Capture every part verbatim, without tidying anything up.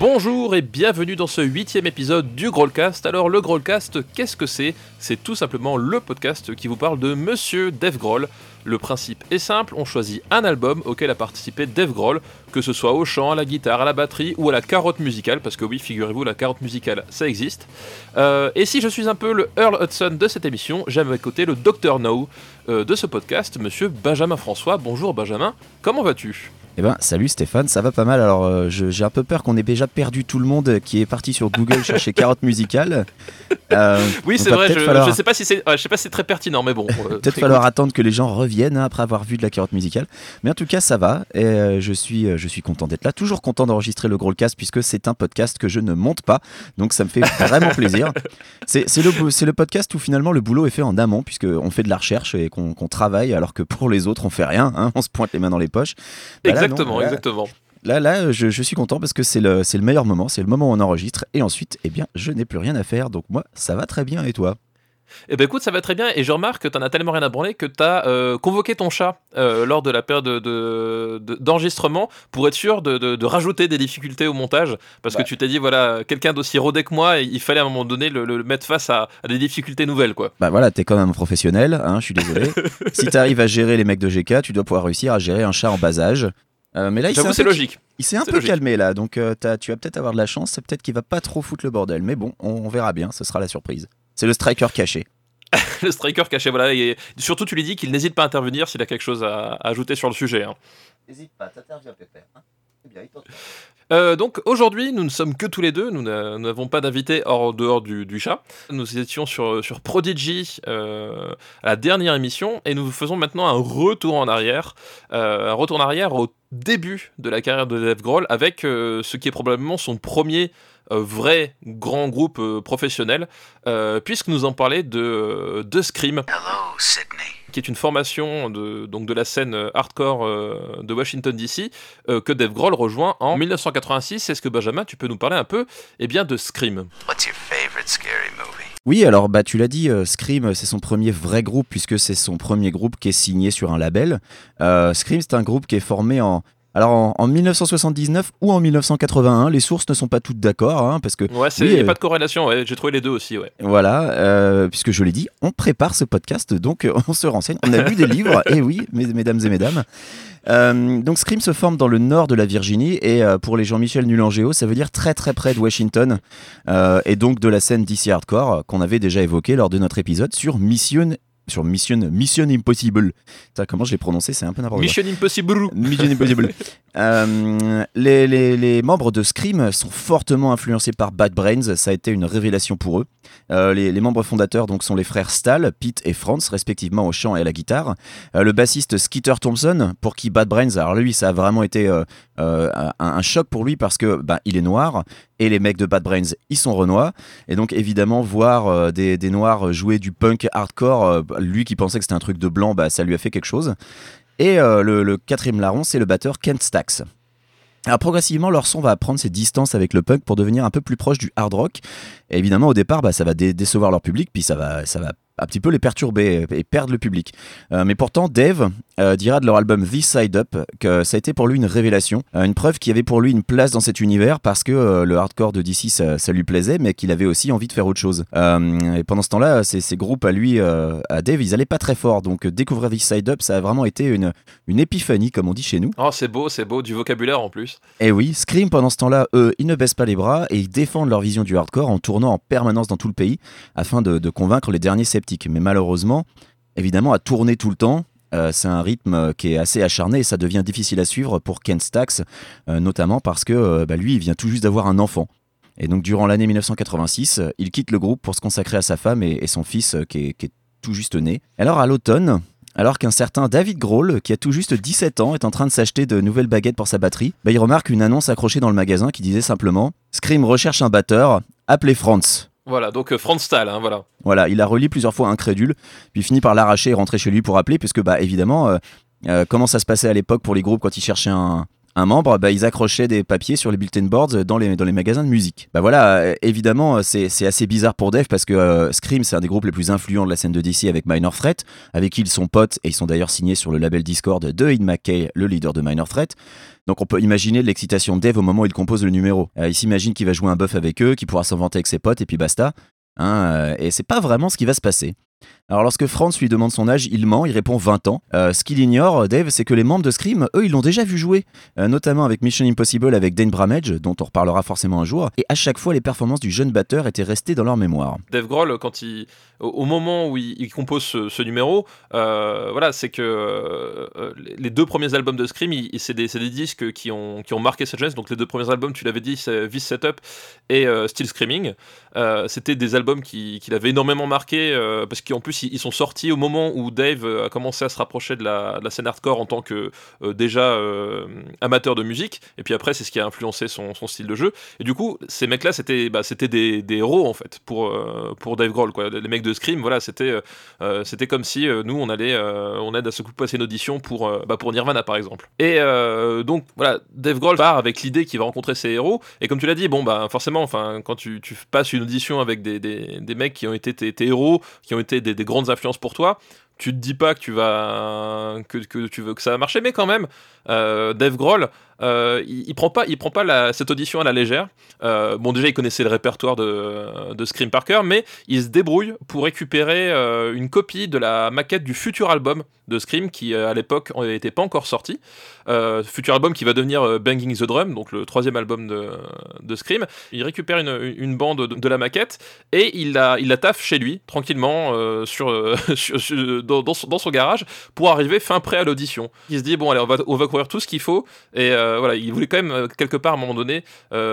Bonjour et bienvenue dans ce huitième épisode du Growlcast. Alors le Growlcast, qu'est-ce que c'est ? C'est tout simplement le podcast qui vous parle de Monsieur Dave Grohl. Le principe est simple, on choisit un album auquel a participé Dave Grohl, que ce soit au chant, à la guitare, à la batterie ou à la carotte musicale, parce que oui, figurez-vous, la carotte musicale, ça existe. Euh, et si je suis un peu le Earl Hudson de cette émission, j'ai à mes côtés le docteur No euh, de ce podcast, Monsieur Benjamin François. Bonjour Benjamin, comment vas-tu ? Eh ben, salut Stéphane, ça va pas mal. Alors, euh, je, j'ai un peu peur qu'on ait déjà perdu tout le monde qui est parti sur Google chercher carotte musicale. Euh, oui, c'est vrai, je, falloir... je sais pas si c'est, ouais, je sais pas si c'est très pertinent, mais bon. Euh, peut-être falloir écoute. attendre que les gens reviennent hein, après avoir vu de la carotte musicale. Mais en tout cas, ça va. Et euh, je suis, euh, je suis content d'être là. Toujours content d'enregistrer le Growlcast puisque c'est un podcast que je ne monte pas. Donc, ça me fait vraiment plaisir. C'est, c'est, le, c'est le podcast où finalement le boulot est fait en amont puisqu'on fait de la recherche et qu'on, qu'on travaille alors que pour les autres, on fait rien. Hein, on se pointe les mains dans les poches. Bah, exactement, là, non, là, exactement. Là, là, je, je suis content parce que c'est le, c'est le meilleur moment, c'est le moment où on enregistre et ensuite, eh bien, je n'ai plus rien à faire, donc moi, ça va très bien et toi ? Eh ben écoute, ça va très bien et je remarque que t'en as tellement rien à branler que t'as euh, convoqué ton chat euh, lors de la période de, de, de, d'enregistrement pour être sûr de, de, de rajouter des difficultés au montage parce bah. que tu t'es dit voilà, quelqu'un d'aussi rodé que moi, il fallait à un moment donné le, le mettre face à, à des difficultés nouvelles quoi. Bah voilà, t'es quand même un professionnel, hein, je suis désolé. Si t'arrives à gérer les mecs de G K, tu dois pouvoir réussir à gérer un chat en bas âge. Euh, mais là, il J'avoue, c'est peu, logique. Il s'est un c'est peu logique. calmé là, donc euh, tu vas peut-être avoir de la chance. C'est peut-être qu'il va pas trop foutre le bordel, mais bon, on, on verra bien. Ce sera la surprise. C'est le striker caché. Le striker caché, voilà. Et surtout, tu lui dis qu'il n'hésite pas à intervenir s'il a quelque chose à, à ajouter sur le sujet. Hein. N'hésite pas, t'interviens, Pépère. Hein c'est bien, il t'entend. Euh, donc aujourd'hui, nous ne sommes que tous les deux, nous n'avons pas d'invité hors dehors du, du chat. Nous étions sur, sur Prodigy euh, à la dernière émission et nous faisons maintenant un retour en arrière, euh, un retour en arrière au début de la carrière de Dave Grohl avec euh, ce qui est probablement son premier euh, vrai grand groupe euh, professionnel, euh, puisque nous en parlait de, de Scream. Hello, Sydney. Qui est une formation de, donc de la scène hardcore euh, de Washington D C euh, que Dave Grohl rejoint en dix-neuf cent quatre-vingt-six. Est-ce que Benjamin, tu peux nous parler un peu eh bien, de Scream ? What's your favorite scary movie? Oui, alors bah tu l'as dit, euh, Scream, c'est son premier vrai groupe puisque c'est son premier groupe qui est signé sur un label. Euh, Scream, c'est un groupe qui est formé en... Alors en, en dix-neuf cent soixante-dix-neuf ou en dix-neuf cent quatre-vingt-un, les sources ne sont pas toutes d'accord, hein, parce que... Ouais, il n'y oui, a euh, pas de corrélation, ouais, j'ai trouvé les deux aussi, ouais. Voilà, euh, puisque je l'ai dit, on prépare ce podcast, donc euh, on se renseigne, on a lu des livres, et oui, mes, mesdames et mesdames. Euh, donc Scream se forme dans le nord de la Virginie, et euh, pour les Jean-Michel Nulangéo, ça veut dire très très près de Washington, euh, et donc de la scène D C Hardcore, qu'on avait déjà évoquée lors de notre épisode sur Mission... sur Mission, Mission Impossible. Ça, comment je l'ai prononcé, c'est un peu n'importe quoi. Mission Impossible. Mission Impossible. euh, les, les, les membres de Scream sont fortement influencés par Bad Brains. Ça a été une révélation pour eux. Euh, les, les membres fondateurs donc, sont les frères Stahl, Pete et Franz, respectivement au chant et à la guitare. Euh, le bassiste Skeeter Thompson, pour qui Bad Brains, alors lui, ça a vraiment été euh, euh, un, un choc pour lui parce que bah, il est noir et les mecs de Bad Brains, ils sont renois. Et donc, évidemment, voir euh, des, des noirs jouer du punk hardcore, euh, lui qui pensait que c'était un truc de blanc, bah, ça lui a fait quelque chose. Et euh, le, le quatrième larron, c'est le batteur Kent Stax. Alors progressivement, leur son va prendre ses distances avec le punk pour devenir un peu plus proche du hard rock. Et évidemment, au départ, bah, ça va dé- décevoir leur public, puis ça va, ça va un petit peu les perturber et perdre le public. Euh, mais pourtant, Dave euh, dira de leur album This Side Up que ça a été pour lui une révélation, euh, une preuve qu'il y avait pour lui une place dans cet univers parce que euh, le hardcore de D C, ça, ça lui plaisait, mais qu'il avait aussi envie de faire autre chose. Euh, et pendant ce temps-là, ces, ces groupes à lui, euh, à Dave, ils allaient pas très fort. Donc découvrir This Side Up, ça a vraiment été une, une épiphanie, comme on dit chez nous. Oh, c'est beau, c'est beau, du vocabulaire en plus. Et oui, Scream, pendant ce temps-là, eux, ils ne baissent pas les bras et ils défendent leur vision du hardcore en tournant en permanence dans tout le pays afin de, de convaincre les derniers sceptiques. Mais malheureusement, évidemment, à tourner tout le temps, euh, c'est un rythme qui est assez acharné et ça devient difficile à suivre pour Kent Stax, euh, notamment parce que euh, bah, lui, il vient tout juste d'avoir un enfant. Et donc, durant l'année dix-neuf cent quatre-vingt-six, il quitte le groupe pour se consacrer à sa femme et, et son fils euh, qui, est, qui est tout juste né. Alors, à l'automne, alors qu'un certain David Grohl, qui a tout juste dix-sept ans, est en train de s'acheter de nouvelles baguettes pour sa batterie, bah, il remarque une annonce accrochée dans le magasin qui disait simplement « Scream recherche un batteur, appelez Franz ». Voilà, donc euh, Franz Stahl, hein, voilà. Voilà, il a relu plusieurs fois incrédule, puis finit par l'arracher et rentrer chez lui pour appeler, puisque bah évidemment, euh, euh, comment ça se passait à l'époque pour les groupes quand ils cherchaient un, un membre, bah, ils accrochaient des papiers sur les bulletin boards dans les, dans les magasins de musique. Bah voilà, euh, évidemment, c'est, c'est assez bizarre pour Dave parce que euh, Scream, c'est un des groupes les plus influents de la scène de D C avec Minor Threat, avec qui ils sont potes et ils sont d'ailleurs signés sur le label Discord de Ian MacKaye, le leader de Minor Threat. Donc on peut imaginer l'excitation de Dave au moment où il compose le numéro. Euh, il s'imagine qu'il va jouer un buff avec eux, qu'il pourra s'en vanter avec ses potes et puis basta. Hein, euh, et c'est pas vraiment ce qui va se passer. Alors lorsque Franz lui demande son âge, il ment, il répond vingt ans. Euh, ce qu'il ignore, Dave, c'est que les membres de Scream, eux, ils l'ont déjà vu jouer, euh, notamment avec Mission Impossible avec Dane Bramage, dont on reparlera forcément un jour, et à chaque fois les performances du jeune batteur étaient restées dans leur mémoire. Dave Grohl, quand il, au moment où il, il compose ce, ce numéro, euh, voilà, c'est que euh, les deux premiers albums de Scream, il, c'est, des, c'est des disques qui ont, qui ont marqué sa jeunesse. Donc les deux premiers albums, tu l'avais dit, c'est Vice Setup et euh, Still Screaming. Euh, c'était des albums qui, qui l'avaient énormément marqué euh, parce qu'en plus ils, ils sont sortis au moment où Dave a commencé à se rapprocher de la, de la scène hardcore en tant que euh, déjà euh, amateur de musique, et puis après c'est ce qui a influencé son, son style de jeu, et du coup ces mecs là c'était, bah, c'était des, des héros en fait pour, euh, pour Dave Grohl, quoi. Les mecs de Scream, voilà, c'était, euh, c'était comme si euh, nous on allait euh, on aide à ce coup passer une audition pour, euh, bah, pour Nirvana par exemple, et euh, donc voilà, Dave Grohl part avec l'idée qu'il va rencontrer ses héros, et comme tu l'as dit, bon bah forcément, enfin quand tu, tu passes une audition avec des, des, des mecs qui ont été tes, tes héros, qui ont été des, des grandes influences pour toi, tu te dis pas que tu vas que, que tu veux que ça va marcher, mais quand même euh, Dave Grohl euh, il, il prend pas il prend pas la, cette audition à la légère. Euh, bon, déjà il connaissait le répertoire de, de Scream par cœur, mais il se débrouille pour récupérer euh, une copie de la maquette du futur album de Scream qui à l'époque n'était pas encore sorti, euh, futur album qui va devenir euh, Banging the Drum, donc le troisième album de, de Scream. Il récupère une, une bande de, de la maquette et il la, il la taffe chez lui tranquillement euh, sur, euh, sur, sur dans, dans, son, dans son garage pour arriver fin prêt à l'audition. Il se dit bon allez, on va, on va courir tout ce qu'il faut, et euh, voilà, il voulait quand même quelque part à un moment donné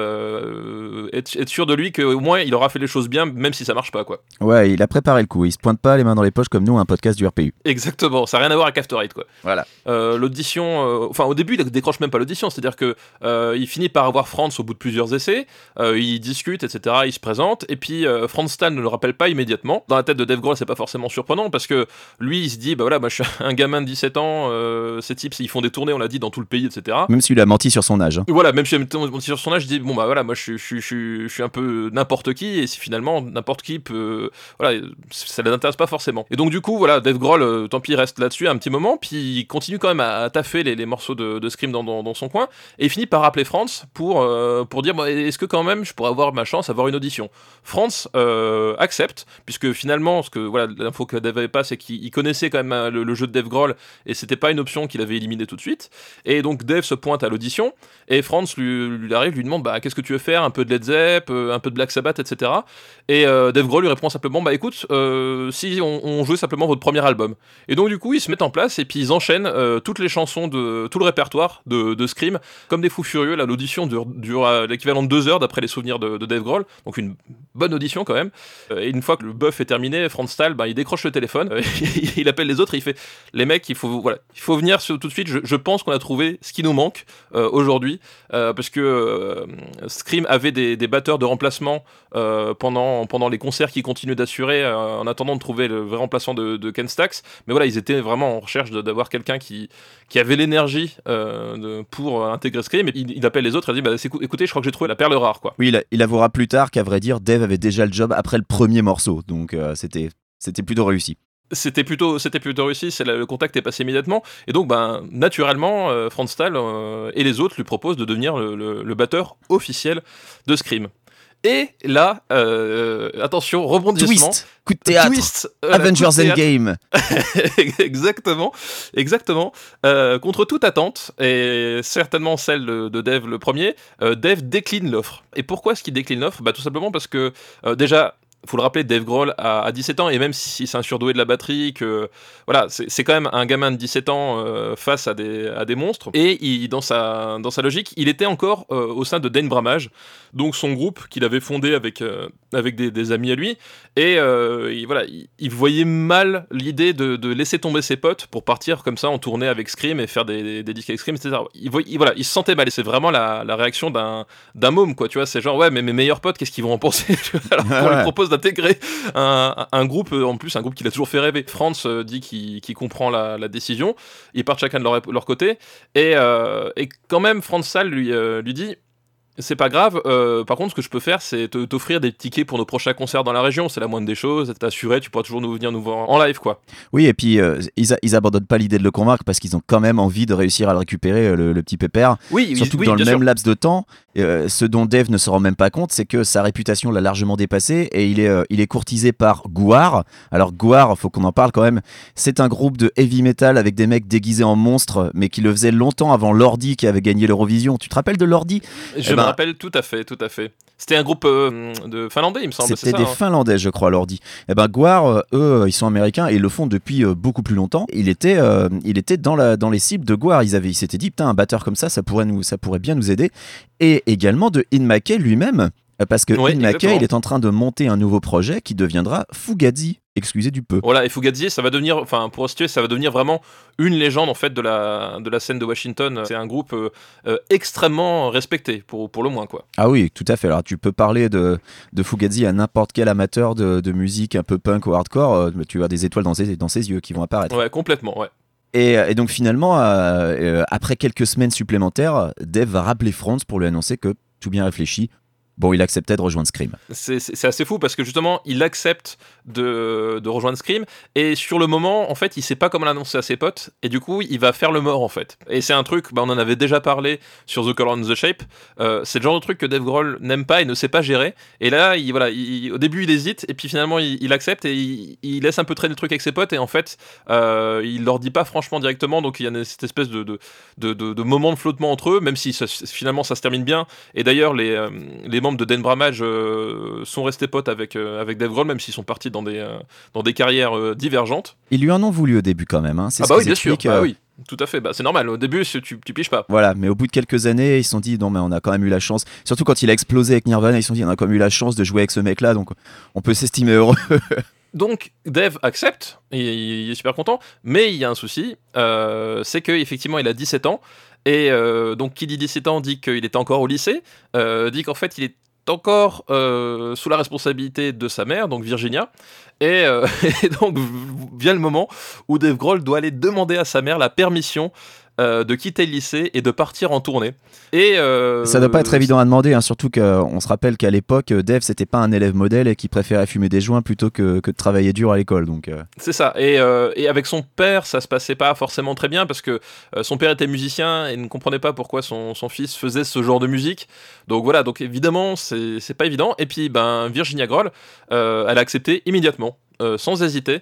euh, être, être sûr de lui qu'au moins il aura fait les choses bien même si ça marche pas, quoi. Ouais, il a préparé le coup, il se pointe pas les mains dans les poches comme nous à un podcast du R P U. Exactement, ça n'a rien à voir avec After Eight, quoi. Voilà. Euh, l'audition, euh, enfin au début il décroche même pas l'audition, c'est-à-dire que euh, il finit par avoir Franz au bout de plusieurs essais, euh, il discute, et cetera, il se présente, et puis euh, Franz Stahl ne le rappelle pas immédiatement. Dans la tête de Dave Grohl, c'est pas forcément surprenant parce que lui il se dit bah voilà, moi je suis un gamin de dix-sept ans, euh, ces types ils font des tournées, on l'a dit, dans tout le pays, et cetera. Même s'il a menti sur son âge. Hein. Voilà, même si il a menti sur son âge, je dis bon bah voilà, moi je, je, je, je suis un peu n'importe qui, et si finalement n'importe qui peut, voilà, ça ne l'intéresse pas forcément. Et donc du coup voilà, Dave Grohl, euh, tant pis, il reste là-dessus un petit moment, puis il continue quand même à, à taffer les, les morceaux de, de Scream dans, dans, dans son coin, et il finit par rappeler Franz pour, euh, pour dire bah, est-ce que quand même je pourrais avoir ma chance, avoir une audition. Franz euh, accepte, puisque finalement, ce que, voilà, l'info que Dave avait pas, c'est qu'il connaissait quand même le, le jeu de Dave Grohl, et c'était pas une option qu'il avait éliminée tout de suite. Et donc Dave se pointe à l'audition, et Franz lui, lui arrive, lui demande bah, qu'est-ce que tu veux faire, un peu de Led Zepp, un peu de Black Sabbath, et cetera. Et euh, Dave Grohl lui répond simplement bah écoute, euh, si on, on jouait simplement votre premier album. Et donc du coup ils se mettent en place, et puis ils enchaînent euh, toutes les chansons de tout le répertoire de, de Scream comme des fous furieux. Là, l'audition dure, dure l'équivalent de deux heures d'après les souvenirs de, de Dave Grohl, donc une bonne audition quand même. Et une fois que le buff est terminé, Franz Stahl, bah, il décroche le téléphone, euh, il appelle les autres et il fait les mecs, il faut, voilà, il faut venir sur, tout de suite, je, je pense qu'on a trouvé ce qui nous manque euh, aujourd'hui, euh, parce que euh, Scream avait des, des batteurs de remplacement euh, pendant, pendant les concerts qu'ils continuaient d'assurer euh, en attendant de trouver le vrai remplaçant de, de Ken Stax, mais voilà, ils étaient vraiment en recherche de, d'avoir quelqu'un qui, qui avait l'énergie euh, de, pour intégrer Scream, et il, il appelle les autres et il dit bah, écoutez, je crois que j'ai trouvé la perle rare, quoi. Oui, il, il avouera plus tard qu'à vrai dire, Dave avait déjà le job après le premier morceau, donc euh, c'était, c'était plutôt réussi. C'était plutôt, c'était plutôt réussi, c'est le contact est passé immédiatement, et donc ben, naturellement, euh, Franz Stahl euh, et les autres lui proposent de devenir le, le, le batteur officiel de Scream. Et là, euh, attention, rebondissement. Twist, coup de théâtre, Twist, euh, Avengers coup de théâtre. Endgame. exactement, exactement. Euh, contre toute attente, et certainement celle de, de Dave le premier, euh, Dave décline l'offre. Et pourquoi est-ce qu'il décline l'offre ? Bah, tout simplement parce que, euh, déjà, faut le rappeler, Dave Grohl a, a dix-sept ans, et même si c'est un surdoué de la batterie, que voilà, c'est, c'est quand même un gamin de dix-sept ans euh, face à des, à des monstres, et il, dans, sa, dans sa logique, il était encore euh, au sein de Dane Bramage, donc son groupe qu'il avait fondé avec, euh, avec des, des amis à lui, et euh, il, voilà, il, il voyait mal l'idée de, de laisser tomber ses potes pour partir comme ça en tournée avec Scream et faire des, des, des disques avec Scream, et cetera. Il, voyait, il, voilà, il se sentait mal, et c'est vraiment la, la réaction d'un, d'un môme, quoi, tu vois, c'est genre, ouais, mais mes meilleurs potes, qu'est-ce qu'ils vont en penser? Alors qu'on lui propose d'intégrer un, un groupe, en plus, un groupe qui l'a toujours fait rêver. Franz euh, dit qu'il, qu'il comprend la, la décision, ils partent chacun de leur, leur côté, et, euh, et quand même, Franz Saal lui, euh, lui dit, c'est pas grave, euh, par contre ce que je peux faire c'est te, t'offrir des tickets pour nos prochains concerts dans la région, c'est la moindre des choses, t'es assuré, tu pourras toujours nous venir nous voir en live, quoi. Oui, et puis euh, ils, a- ils abandonnent pas l'idée de le convaincre parce qu'ils ont quand même envie de réussir à le récupérer, euh, le, le petit pépère. Oui, Surtout oui, que dans bien le même sûr. laps de temps, euh, ce dont Dave ne se rend même pas compte, c'est que sa réputation l'a largement dépassé et il est, euh, il est courtisé par Gwar. Alors Gwar, faut qu'on en parle quand même, c'est un groupe de heavy metal avec des mecs déguisés en monstres, mais qui le faisaient longtemps avant Lordi qui avait gagné l'Eurovision. Tu te rappelles de Lordi? Je Eh me ben, rappelle tout à fait, tout à fait. C'était un groupe euh, de finlandais, il me semble, c'est C'était ça, des hein. Finlandais, je crois, Lordi. Et ben Gwar, euh, eux, ils sont américains et ils le font depuis euh, beaucoup plus longtemps. Il était, euh, il était dans, la, dans les cibles de Gwar. Ils, avaient, ils s'étaient dit, putain, un batteur comme ça, ça pourrait, nous, ça pourrait bien nous aider. Et également de Ian MacKaye lui-même, euh, parce que Ouais, Ian MacKaye, exactement. il est en train de monter un nouveau projet qui deviendra Fugazi. Excusez du peu. Voilà, et Fugazi, ça va devenir, enfin pour situer, ça va devenir vraiment une légende en fait de la, de la scène de Washington. C'est un groupe euh, euh, extrêmement respecté, pour, pour le moins, quoi. Ah oui, tout à fait. Alors tu peux parler de, de Fugazi à n'importe quel amateur de, de musique un peu punk ou hardcore, euh, tu as des étoiles dans ses, dans ses yeux qui vont apparaître. Ouais, complètement, ouais. Et, et donc finalement, euh, euh, après quelques semaines supplémentaires, Dave va rappeler Franz pour lui annoncer que, tout bien réfléchi, bon, il acceptait de rejoindre Scream. C'est, c'est, c'est assez fou parce que justement, il accepte de, de rejoindre Scream et sur le moment, en fait, il sait pas comment l'annoncer à ses potes et du coup, il va faire le mort en fait. Et c'est un truc, bah, on en avait déjà parlé sur The Color and the Shape. Euh, c'est le genre de truc que Dave Grohl n'aime pas et ne sait pas gérer. Et là, il, voilà, il, au début, il hésite et puis finalement, il, il accepte et il, il laisse un peu traîner le truc avec ses potes et en fait, euh, il leur dit pas franchement directement. Donc, il y a une, cette espèce de, de, de, de, de moment de flottement entre eux, même si ça, finalement, ça se termine bien. Et d'ailleurs, les, euh, les membres de Dan Bramage euh, sont restés potes avec, euh, avec Dave Grohl, même s'ils sont partis dans des, euh, dans des carrières euh, divergentes. Ils lui en ont voulu au début quand même. Hein. C'est Ah ce bah oui, qu'ils bien sûr, expliquent, bah euh, oui, tout à fait. Bah, c'est normal, au début, tu, tu piges pas. Voilà, mais au bout de quelques années, ils se sont dit, non mais on a quand même eu la chance. Surtout quand il a explosé avec Nirvana, ils se sont dit, on a quand même eu la chance de jouer avec ce mec-là, donc on peut s'estimer heureux. Donc Dave accepte, et il est super content, mais il y a un souci, euh, c'est qu'effectivement il a dix-sept ans, et euh, donc qui dit dix-sept ans dit qu'il est encore au lycée, euh, dit qu'en fait il est encore euh, sous la responsabilité de sa mère, donc Virginia, et, euh, et donc vient le moment où Dave Grohl doit aller demander à sa mère la permission euh, de quitter le lycée et de partir en tournée. Et euh, Ça doit pas être évident à demander, hein, surtout qu'on se rappelle qu'à l'époque, Dave c'était pas un élève modèle et qui préférait fumer des joints plutôt que, que de travailler dur à l'école. Donc, euh... C'est ça, et, euh, et avec son père, ça se passait pas forcément très bien parce que euh, son père était musicien et ne comprenait pas pourquoi son, son fils faisait ce genre de musique. Donc voilà, donc évidemment, c'est, c'est pas évident. Et puis, ben, Virginia Grohl, euh, elle a accepté immédiatement. Euh, sans hésiter.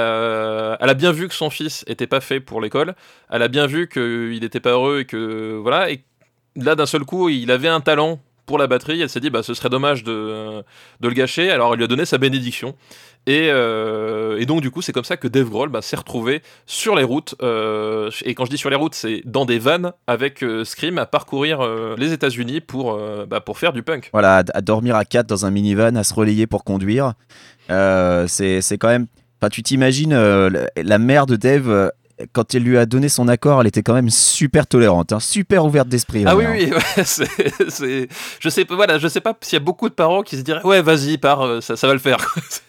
Euh, elle a bien vu que son fils était pas fait pour l'école. Elle a bien vu qu'il était pas heureux et que voilà. Et là, d'un seul coup, il avait un talent pour la batterie. Elle s'est dit, bah, ce serait dommage de, de le gâcher. Alors, elle lui a donné sa bénédiction. Et, euh, et donc, du coup, c'est comme ça que Dave Grohl bah, s'est retrouvé sur les routes. Euh, et quand je dis sur les routes, c'est dans des vannes avec euh, Scream à parcourir euh, les États-Unis pour, euh, bah, pour faire du punk. Voilà, à, à dormir à quatre dans un minivan, à se relayer pour conduire. Euh, c'est, c'est quand même. Enfin, tu t'imagines euh, la, la mère de Dave. Euh, Quand elle lui a donné son accord, elle était quand même super tolérante, hein, super ouverte d'esprit. Ah oui, mère. oui, ouais, c'est, c'est, je sais pas, voilà, je sais pas s'il y a beaucoup de parents qui se diraient, ouais, vas-y, pars, euh, ça, ça va le faire.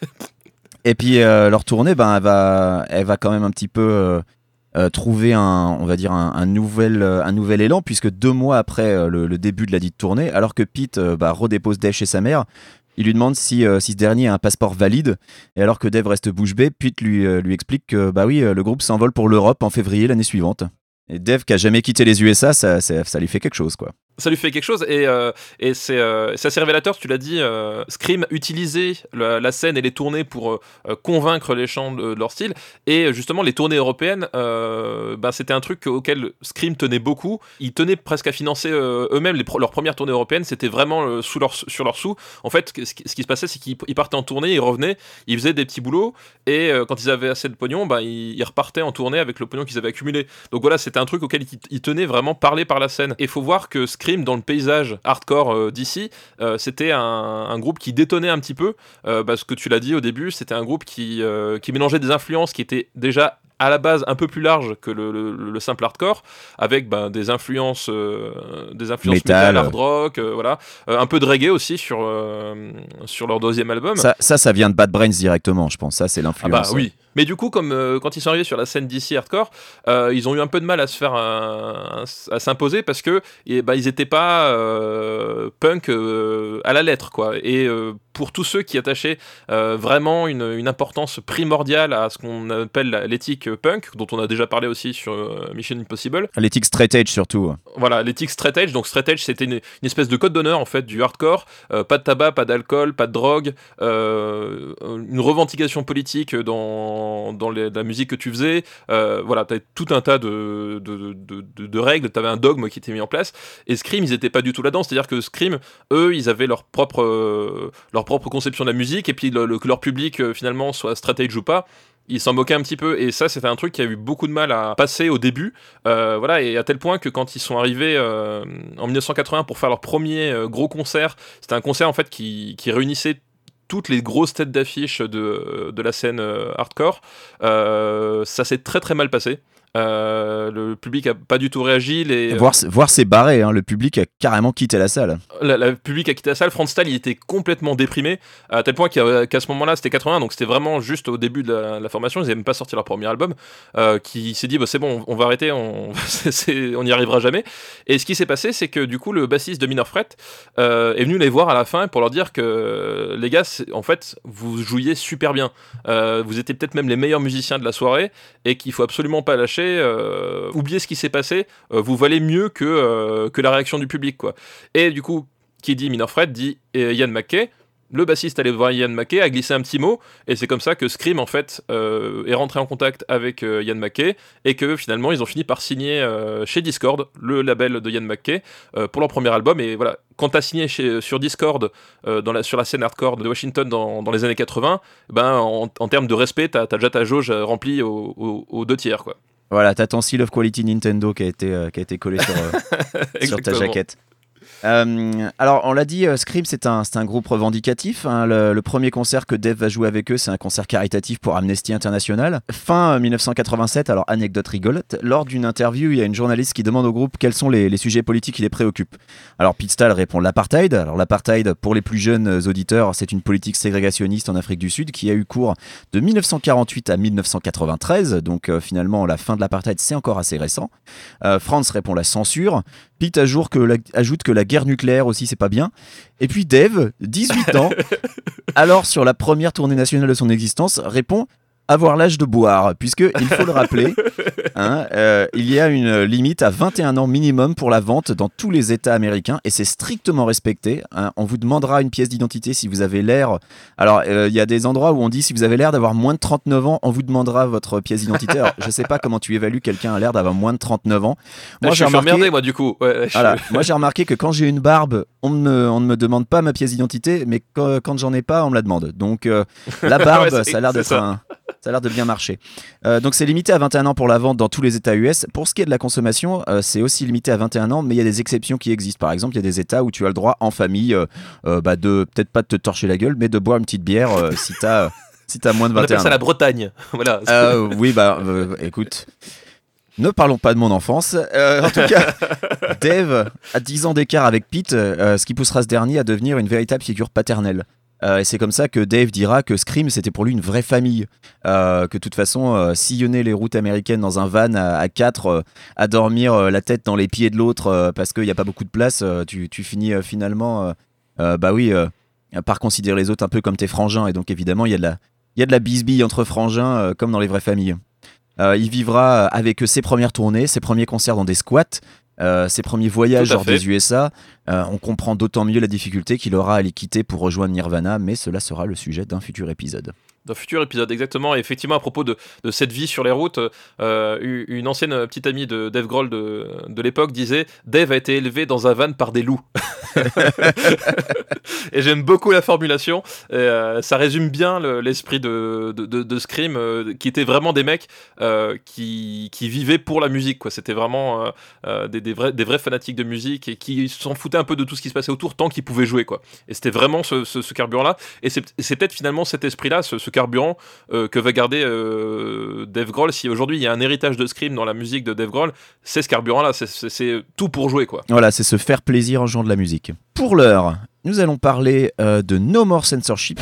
Et puis euh, leur tournée, ben, elle, va, elle va quand même un petit peu euh, euh, trouver un, on va dire un, un, nouvel, euh, un nouvel élan, puisque deux mois après euh, le, le début de la dite tournée, alors que Pete euh, bah, redépose Dave chez sa mère, il lui demande si, euh, si ce dernier a un passeport valide, et alors que Dave reste bouche bée, Pete lui, euh, lui explique que bah oui, euh, le groupe s'envole pour l'Europe en février l'année suivante. Et Dave, qui a jamais quitté les U S A, ça, ça, ça lui fait quelque chose, quoi. Ça lui fait quelque chose et, euh, et c'est, euh, c'est assez révélateur, tu l'as dit, euh, Scream utilisait la, la scène et les tournées pour euh, convaincre les gens de, de leur style et justement les tournées européennes, euh, bah, c'était un truc auquel Scream tenait beaucoup, ils tenaient presque à financer euh, eux-mêmes les, leurs premières tournées européennes, c'était vraiment euh, sous leur, sur leurs sous. En fait, ce qui, ce qui se passait, c'est qu'ils ils partaient en tournée, ils revenaient, ils faisaient des petits boulots et euh, quand ils avaient assez de pognon, bah, ils, ils repartaient en tournée avec le pognon qu'ils avaient accumulé. Donc voilà, c'était un truc auquel ils, ils tenaient vraiment parler par la scène. Et il faut voir que Scream dans le paysage hardcore euh, d'ici, euh, c'était un, un groupe qui détonnait un petit peu, euh, parce que tu l'as dit au début, c'était un groupe qui, euh, qui mélangeait des influences qui étaient déjà à la base un peu plus large que le, le, le simple hardcore, avec ben, des influences, euh, des influences Metal, metal, hard rock, euh, voilà, euh, un peu de reggae aussi sur, euh, sur leur deuxième album. Ça, ça, ça vient de Bad Brains directement, je pense. Ça, c'est Ah l'influence. bah oui. Mais du coup, comme euh, quand ils sont arrivés sur la scène d'ici hardcore, euh, ils ont eu un peu de mal à se faire un- un- à s'imposer parce que et, bah, ils étaient pas euh, punk euh, à la lettre quoi. Et euh, pour tous ceux qui attachaient euh, vraiment une, une importance primordiale à ce qu'on appelle la- l'éthique punk, dont on a déjà parlé aussi sur euh, Mission Impossible. L'éthique straight edge surtout. Voilà, l'éthique straight edge. Donc straight edge, c'était une, une espèce de code d'honneur en fait du hardcore. Euh, pas de tabac, pas d'alcool, pas de drogue. Euh, une revendication politique dans dans les- la musique que tu faisais. Euh, voilà, t'avais tout un tas de de, de, de, de règles. T'avais un dogme qui était mis en place. Et Scream, ils étaient pas du tout là-dedans. C'est-à-dire que Scream, eux, ils avaient leur propre euh, leur propre conception de la musique. Et puis le, le- que leur public euh, finalement soit straight edge ou pas. Ils s'en moquaient un petit peu et ça c'était un truc qui a eu beaucoup de mal à passer au début, euh, voilà, et à tel point que quand ils sont arrivés euh, en dix-neuf cent quatre-vingts pour faire leur premier euh, gros concert, c'était un concert en fait qui, qui réunissait toutes les grosses têtes d'affiche de, de la scène euh, hardcore. Euh, ça s'est très très mal passé. Euh, le public a pas du tout réagi. Les, Voir, voir c'est barré, hein. Le public a carrément quitté la salle. la, la public a quitté la salle. Franz Stahl, il était complètement déprimé, à tel point qu'à, qu'à ce moment-là, c'était quatre-vingts, donc c'était vraiment juste au début de la, la formation. Ils n'avaient même pas sorti leur premier album. Euh, qui s'est dit, bah, c'est bon, on va arrêter, on c'est, c'est, on n'y arrivera jamais. Et ce qui s'est passé, c'est que du coup, le bassiste de Minor Threat euh, est venu les voir à la fin pour leur dire que les gars, c'est, en fait, vous jouiez super bien. Euh, vous étiez peut-être même les meilleurs musiciens de la soirée et qu'il faut absolument pas lâcher. Euh, oubliez ce qui s'est passé. Euh, vous valez mieux que euh, que la réaction du public, quoi. Et du coup, qui dit Minor Threat dit euh, Ian McKay. Le bassiste allait voir Ian McKay, a glissé un petit mot, et c'est comme ça que Scream en fait euh, est rentré en contact avec euh, Ian McKay, et que finalement ils ont fini par signer euh, chez Discord, le label de Ian McKay, euh, pour leur premier album. Et voilà, quand t'as signé chez, sur Discord euh, dans la, sur la scène hardcore de Washington dans, dans les années quatre-vingts, ben en, en termes de respect, t'as, t'as déjà ta jauge remplie aux au, au deux tiers, quoi. Voilà, t'as ton Seal of Quality Nintendo qui a été, euh, qui a été collé sur, euh, sur ta jaquette. Euh, alors, on l'a dit, euh, Scream, c'est un, c'est un groupe revendicatif. Hein. Le, le premier concert que Dave va jouer avec eux, c'est un concert caritatif pour Amnesty International. Fin euh, dix-neuf cent quatre-vingt-sept, alors anecdote rigolote, lors d'une interview, il y a une journaliste qui demande au groupe quels sont les, les sujets politiques qui les préoccupent. Alors, Pete Stahl répond l'apartheid. Alors, l'apartheid, pour les plus jeunes auditeurs, c'est une politique ségrégationniste en Afrique du Sud qui a eu cours de dix-neuf cent quarante-huit à dix-neuf cent quatre-vingt-treize. Donc, euh, finalement, la fin de l'apartheid, c'est encore assez récent. Euh, Franz répond la censure. Pete ajoute que la, ajoute que la guerre nucléaire aussi, c'est pas bien. Et puis Dave, dix-huit ans, alors sur la première tournée nationale de son existence, répond avoir l'âge de boire, puisque, il faut le rappeler, hein, euh, il y a une limite à vingt et un ans minimum pour la vente dans tous les États américains, et c'est strictement respecté. Hein. On vous demandera une pièce d'identité si vous avez l'air... Alors, euh, il y a des endroits où on dit si vous avez l'air d'avoir moins de trente-neuf ans, on vous demandera votre pièce d'identité. Alors, je sais pas comment tu évalues quelqu'un a l'air d'avoir moins de trente-neuf ans. Moi, Moi, je j'ai suis remarqué... emmerdé, moi, du coup. Ouais, je... Voilà. Moi, j'ai remarqué que quand j'ai une barbe, on ne me, on ne me demande pas ma pièce d'identité, mais quand, quand j'en ai pas, on me la demande. Donc, euh, la barbe, ouais, ça a l'air d'être ça. un... Ça a l'air de bien marcher. Euh, donc c'est limité à vingt et un ans pour la vente dans tous les États U S. Pour ce qui est de la consommation, euh, c'est aussi limité à vingt et un ans, mais il y a des exceptions qui existent. Par exemple, il y a des États où tu as le droit en famille euh, euh, bah, de peut-être pas de te torcher la gueule, mais de boire une petite bière euh, si t'as si t'as moins de vingt et un ans. On appelle ça la Bretagne. Voilà. Euh, oui, bah euh, écoute. Ne parlons pas de mon enfance. Euh, en tout cas, Dave a dix ans d'écart avec Pete, euh, ce qui poussera ce dernier à devenir une véritable figure paternelle. Euh, et c'est comme ça que Dave dira que Scream, c'était pour lui une vraie famille. Euh, que de toute façon, euh, sillonner les routes américaines dans un van à, à quatre, euh, à dormir euh, la tête dans les pieds de l'autre euh, parce qu'il n'y a pas beaucoup de place, euh, tu, tu finis euh, finalement, euh, euh, bah oui, euh, par considérer les autres un peu comme tes frangins. Et donc évidemment, il y a de la, il y a de la bisbille entre frangins euh, comme dans les vraies familles. Euh, il vivra avec ses premières tournées, ses premiers concerts dans des squats. Euh, ses premiers voyages hors des U S A, euh, on comprend d'autant mieux la difficulté qu'il aura à les quitter pour rejoindre Nirvana, mais cela sera le sujet d'un futur épisode. D'un futur épisode, exactement. Et effectivement, à propos de, de cette vie sur les routes, euh, une ancienne petite amie de Dave Grohl de, de l'époque disait « Dave a été élevé dans un van par des loups ». Et j'aime beaucoup la formulation. Et, euh, ça résume bien le, l'esprit de, de, de, de Scream, euh, qui étaient vraiment des mecs euh, qui, qui vivaient pour la musique, quoi. C'était vraiment euh, euh, des, des, vrais, des vrais fanatiques de musique et qui s'en foutaient un peu de tout ce qui se passait autour tant qu'ils pouvaient jouer, quoi. Et c'était vraiment ce, ce, ce carburant-là. Et c'est, et c'est peut-être finalement cet esprit-là, ce, ce carburant euh, que va garder euh, Dave Grohl. Si aujourd'hui il y a un héritage de Scream dans la musique de Dave Grohl, c'est ce carburant-là, c'est, c'est, c'est tout pour jouer, quoi. Voilà, c'est se faire plaisir en jouant de la musique. Pour l'heure, nous allons parler euh, de No More Censorship.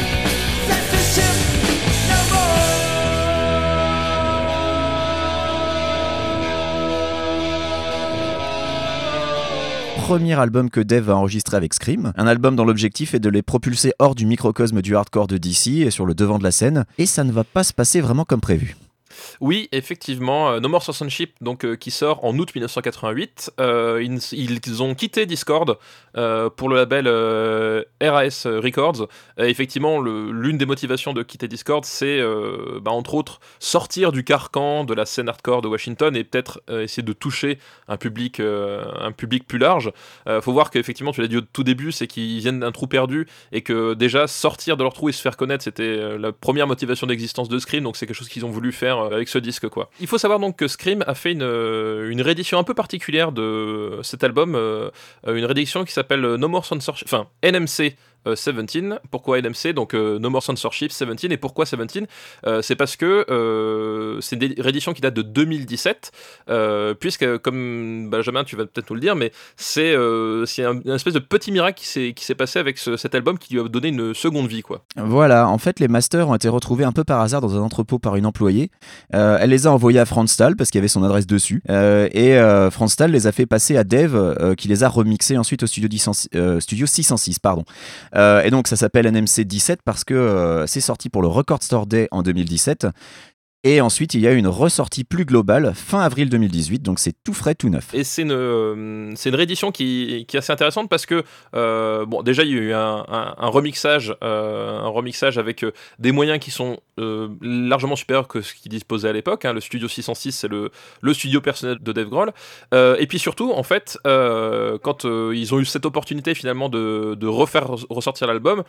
Premier album que Dave a enregistré avec Scream, un album dont l'objectif est de les propulser hors du microcosme du hardcore de D C et sur le devant de la scène, et ça ne va pas se passer vraiment comme prévu. Oui, effectivement, euh, No More Censorship, donc euh, qui sort en août dix-neuf cent quatre-vingt-huit. Euh, ils, ils ont quitté Discord euh, pour le label euh, R A S Records. Euh, effectivement, le, l'une des motivations de quitter Discord, c'est euh, bah, entre autres sortir du carcan de la scène hardcore de Washington et peut-être euh, essayer de toucher un public, euh, un public plus large. Euh, faut voir qu'effectivement, tu l'as dit au tout début, c'est qu'ils viennent d'un trou perdu et que déjà sortir de leur trou et se faire connaître, c'était euh, la première motivation d'existence de Scream. Donc c'est quelque chose qu'ils ont voulu faire euh, avec ce disque, quoi. Il faut savoir donc que Scream a fait une, une réédition un peu particulière de cet album, euh, une réédition qui s'appelle No More Censorship, enfin N M C dix-sept. Pourquoi N M C? Donc euh, No More Censorship dix-sept. Et pourquoi dix-sept? euh, C'est parce que euh, c'est une réédition qui date de deux mille dix-sept, euh, puisque, comme Benjamin, tu vas peut-être nous le dire, mais c'est, euh, c'est un, une espèce de petit miracle qui s'est, qui s'est passé avec ce, cet album qui lui a donné une seconde vie, quoi. Voilà, en fait, les masters ont été retrouvés un peu par hasard dans un entrepôt par une employée. Euh, elle les a envoyés à Franz Stahl parce qu'il y avait son adresse dessus. Euh, et euh, Franz Stahl les a fait passer à Dave, euh, qui les a remixés ensuite au studio, dix, euh, studio six cent six. Pardon. Euh, et donc ça s'appelle N M C dix-sept parce que euh, c'est sorti pour le Record Store Day en deux mille dix-sept. Et ensuite, il y a une ressortie plus globale fin avril deux mille dix-huit, donc c'est tout frais, tout neuf. Et c'est une, euh, c'est une réédition qui, qui est assez intéressante parce que, euh, bon, déjà, il y a eu un, un, un remixage, euh, un remixage avec euh, des moyens qui sont euh, largement supérieurs que ce qu'ils disposaient à l'époque. Hein. Le studio six cent six, c'est le, le studio personnel de Dave Grohl. Euh, et puis surtout, en fait, euh, quand euh, ils ont eu cette opportunité finalement de, de refaire ressortir l'album,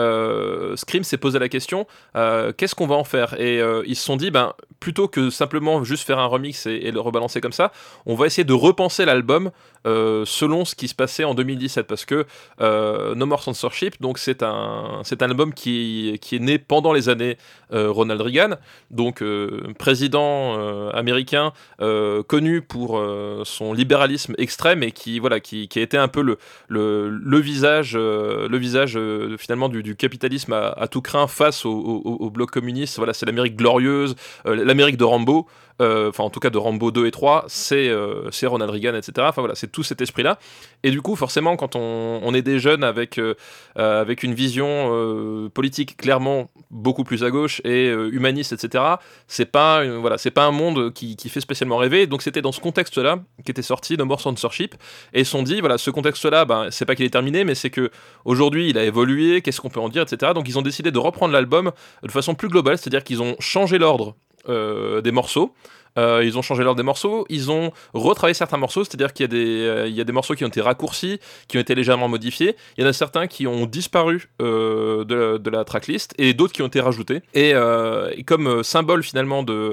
euh, Scream s'est posé la question, euh, qu'est-ce qu'on va en faire? Et euh, ils se sont dit, ben, plutôt que simplement juste faire un remix et, et le rebalancer comme ça, on va essayer de repenser l'album euh, selon ce qui se passait en deux mille dix-sept, parce que euh, No More Censorship, donc c'est un, c'est un album qui, qui est né pendant les années euh, Ronald Reagan, donc euh, président euh, américain euh, connu pour euh, son libéralisme extrême et qui, voilà, qui, qui a été un peu le, le, le visage, euh, le visage euh, finalement du, du capitalisme à, à tout craint face au, au, au bloc communiste. Voilà, c'est l'Amérique glorieuse, Euh, l'Amérique de Rambo, euh, enfin en tout cas de Rambo deux et trois, c'est, euh, c'est Ronald Reagan, et cetera. Enfin voilà, c'est tout cet esprit-là. Et du coup, forcément, quand on, on est des jeunes avec, euh, avec une vision euh, politique clairement beaucoup plus à gauche et euh, humaniste, et cetera, c'est pas, une, voilà, c'est pas un monde qui, qui fait spécialement rêver. Donc c'était dans ce contexte-là qu'était sorti No More Censorship. Et ils se sont dit, voilà, ce contexte-là, ben, c'est pas qu'il est terminé, mais c'est que aujourd'hui il a évolué, qu'est-ce qu'on peut en dire, et cetera. Donc ils ont décidé de reprendre l'album de façon plus globale, c'est-à-dire qu'ils ont changé l'ordre Euh, des morceaux. Euh, ils ont changé l'ordre des morceaux, ils ont retravaillé certains morceaux, c'est-à-dire qu'il y a, des, euh, il y a des morceaux qui ont été raccourcis, qui ont été légèrement modifiés, il y en a certains qui ont disparu euh, de, de la tracklist, et d'autres qui ont été rajoutés. Et, euh, et comme symbole finalement de,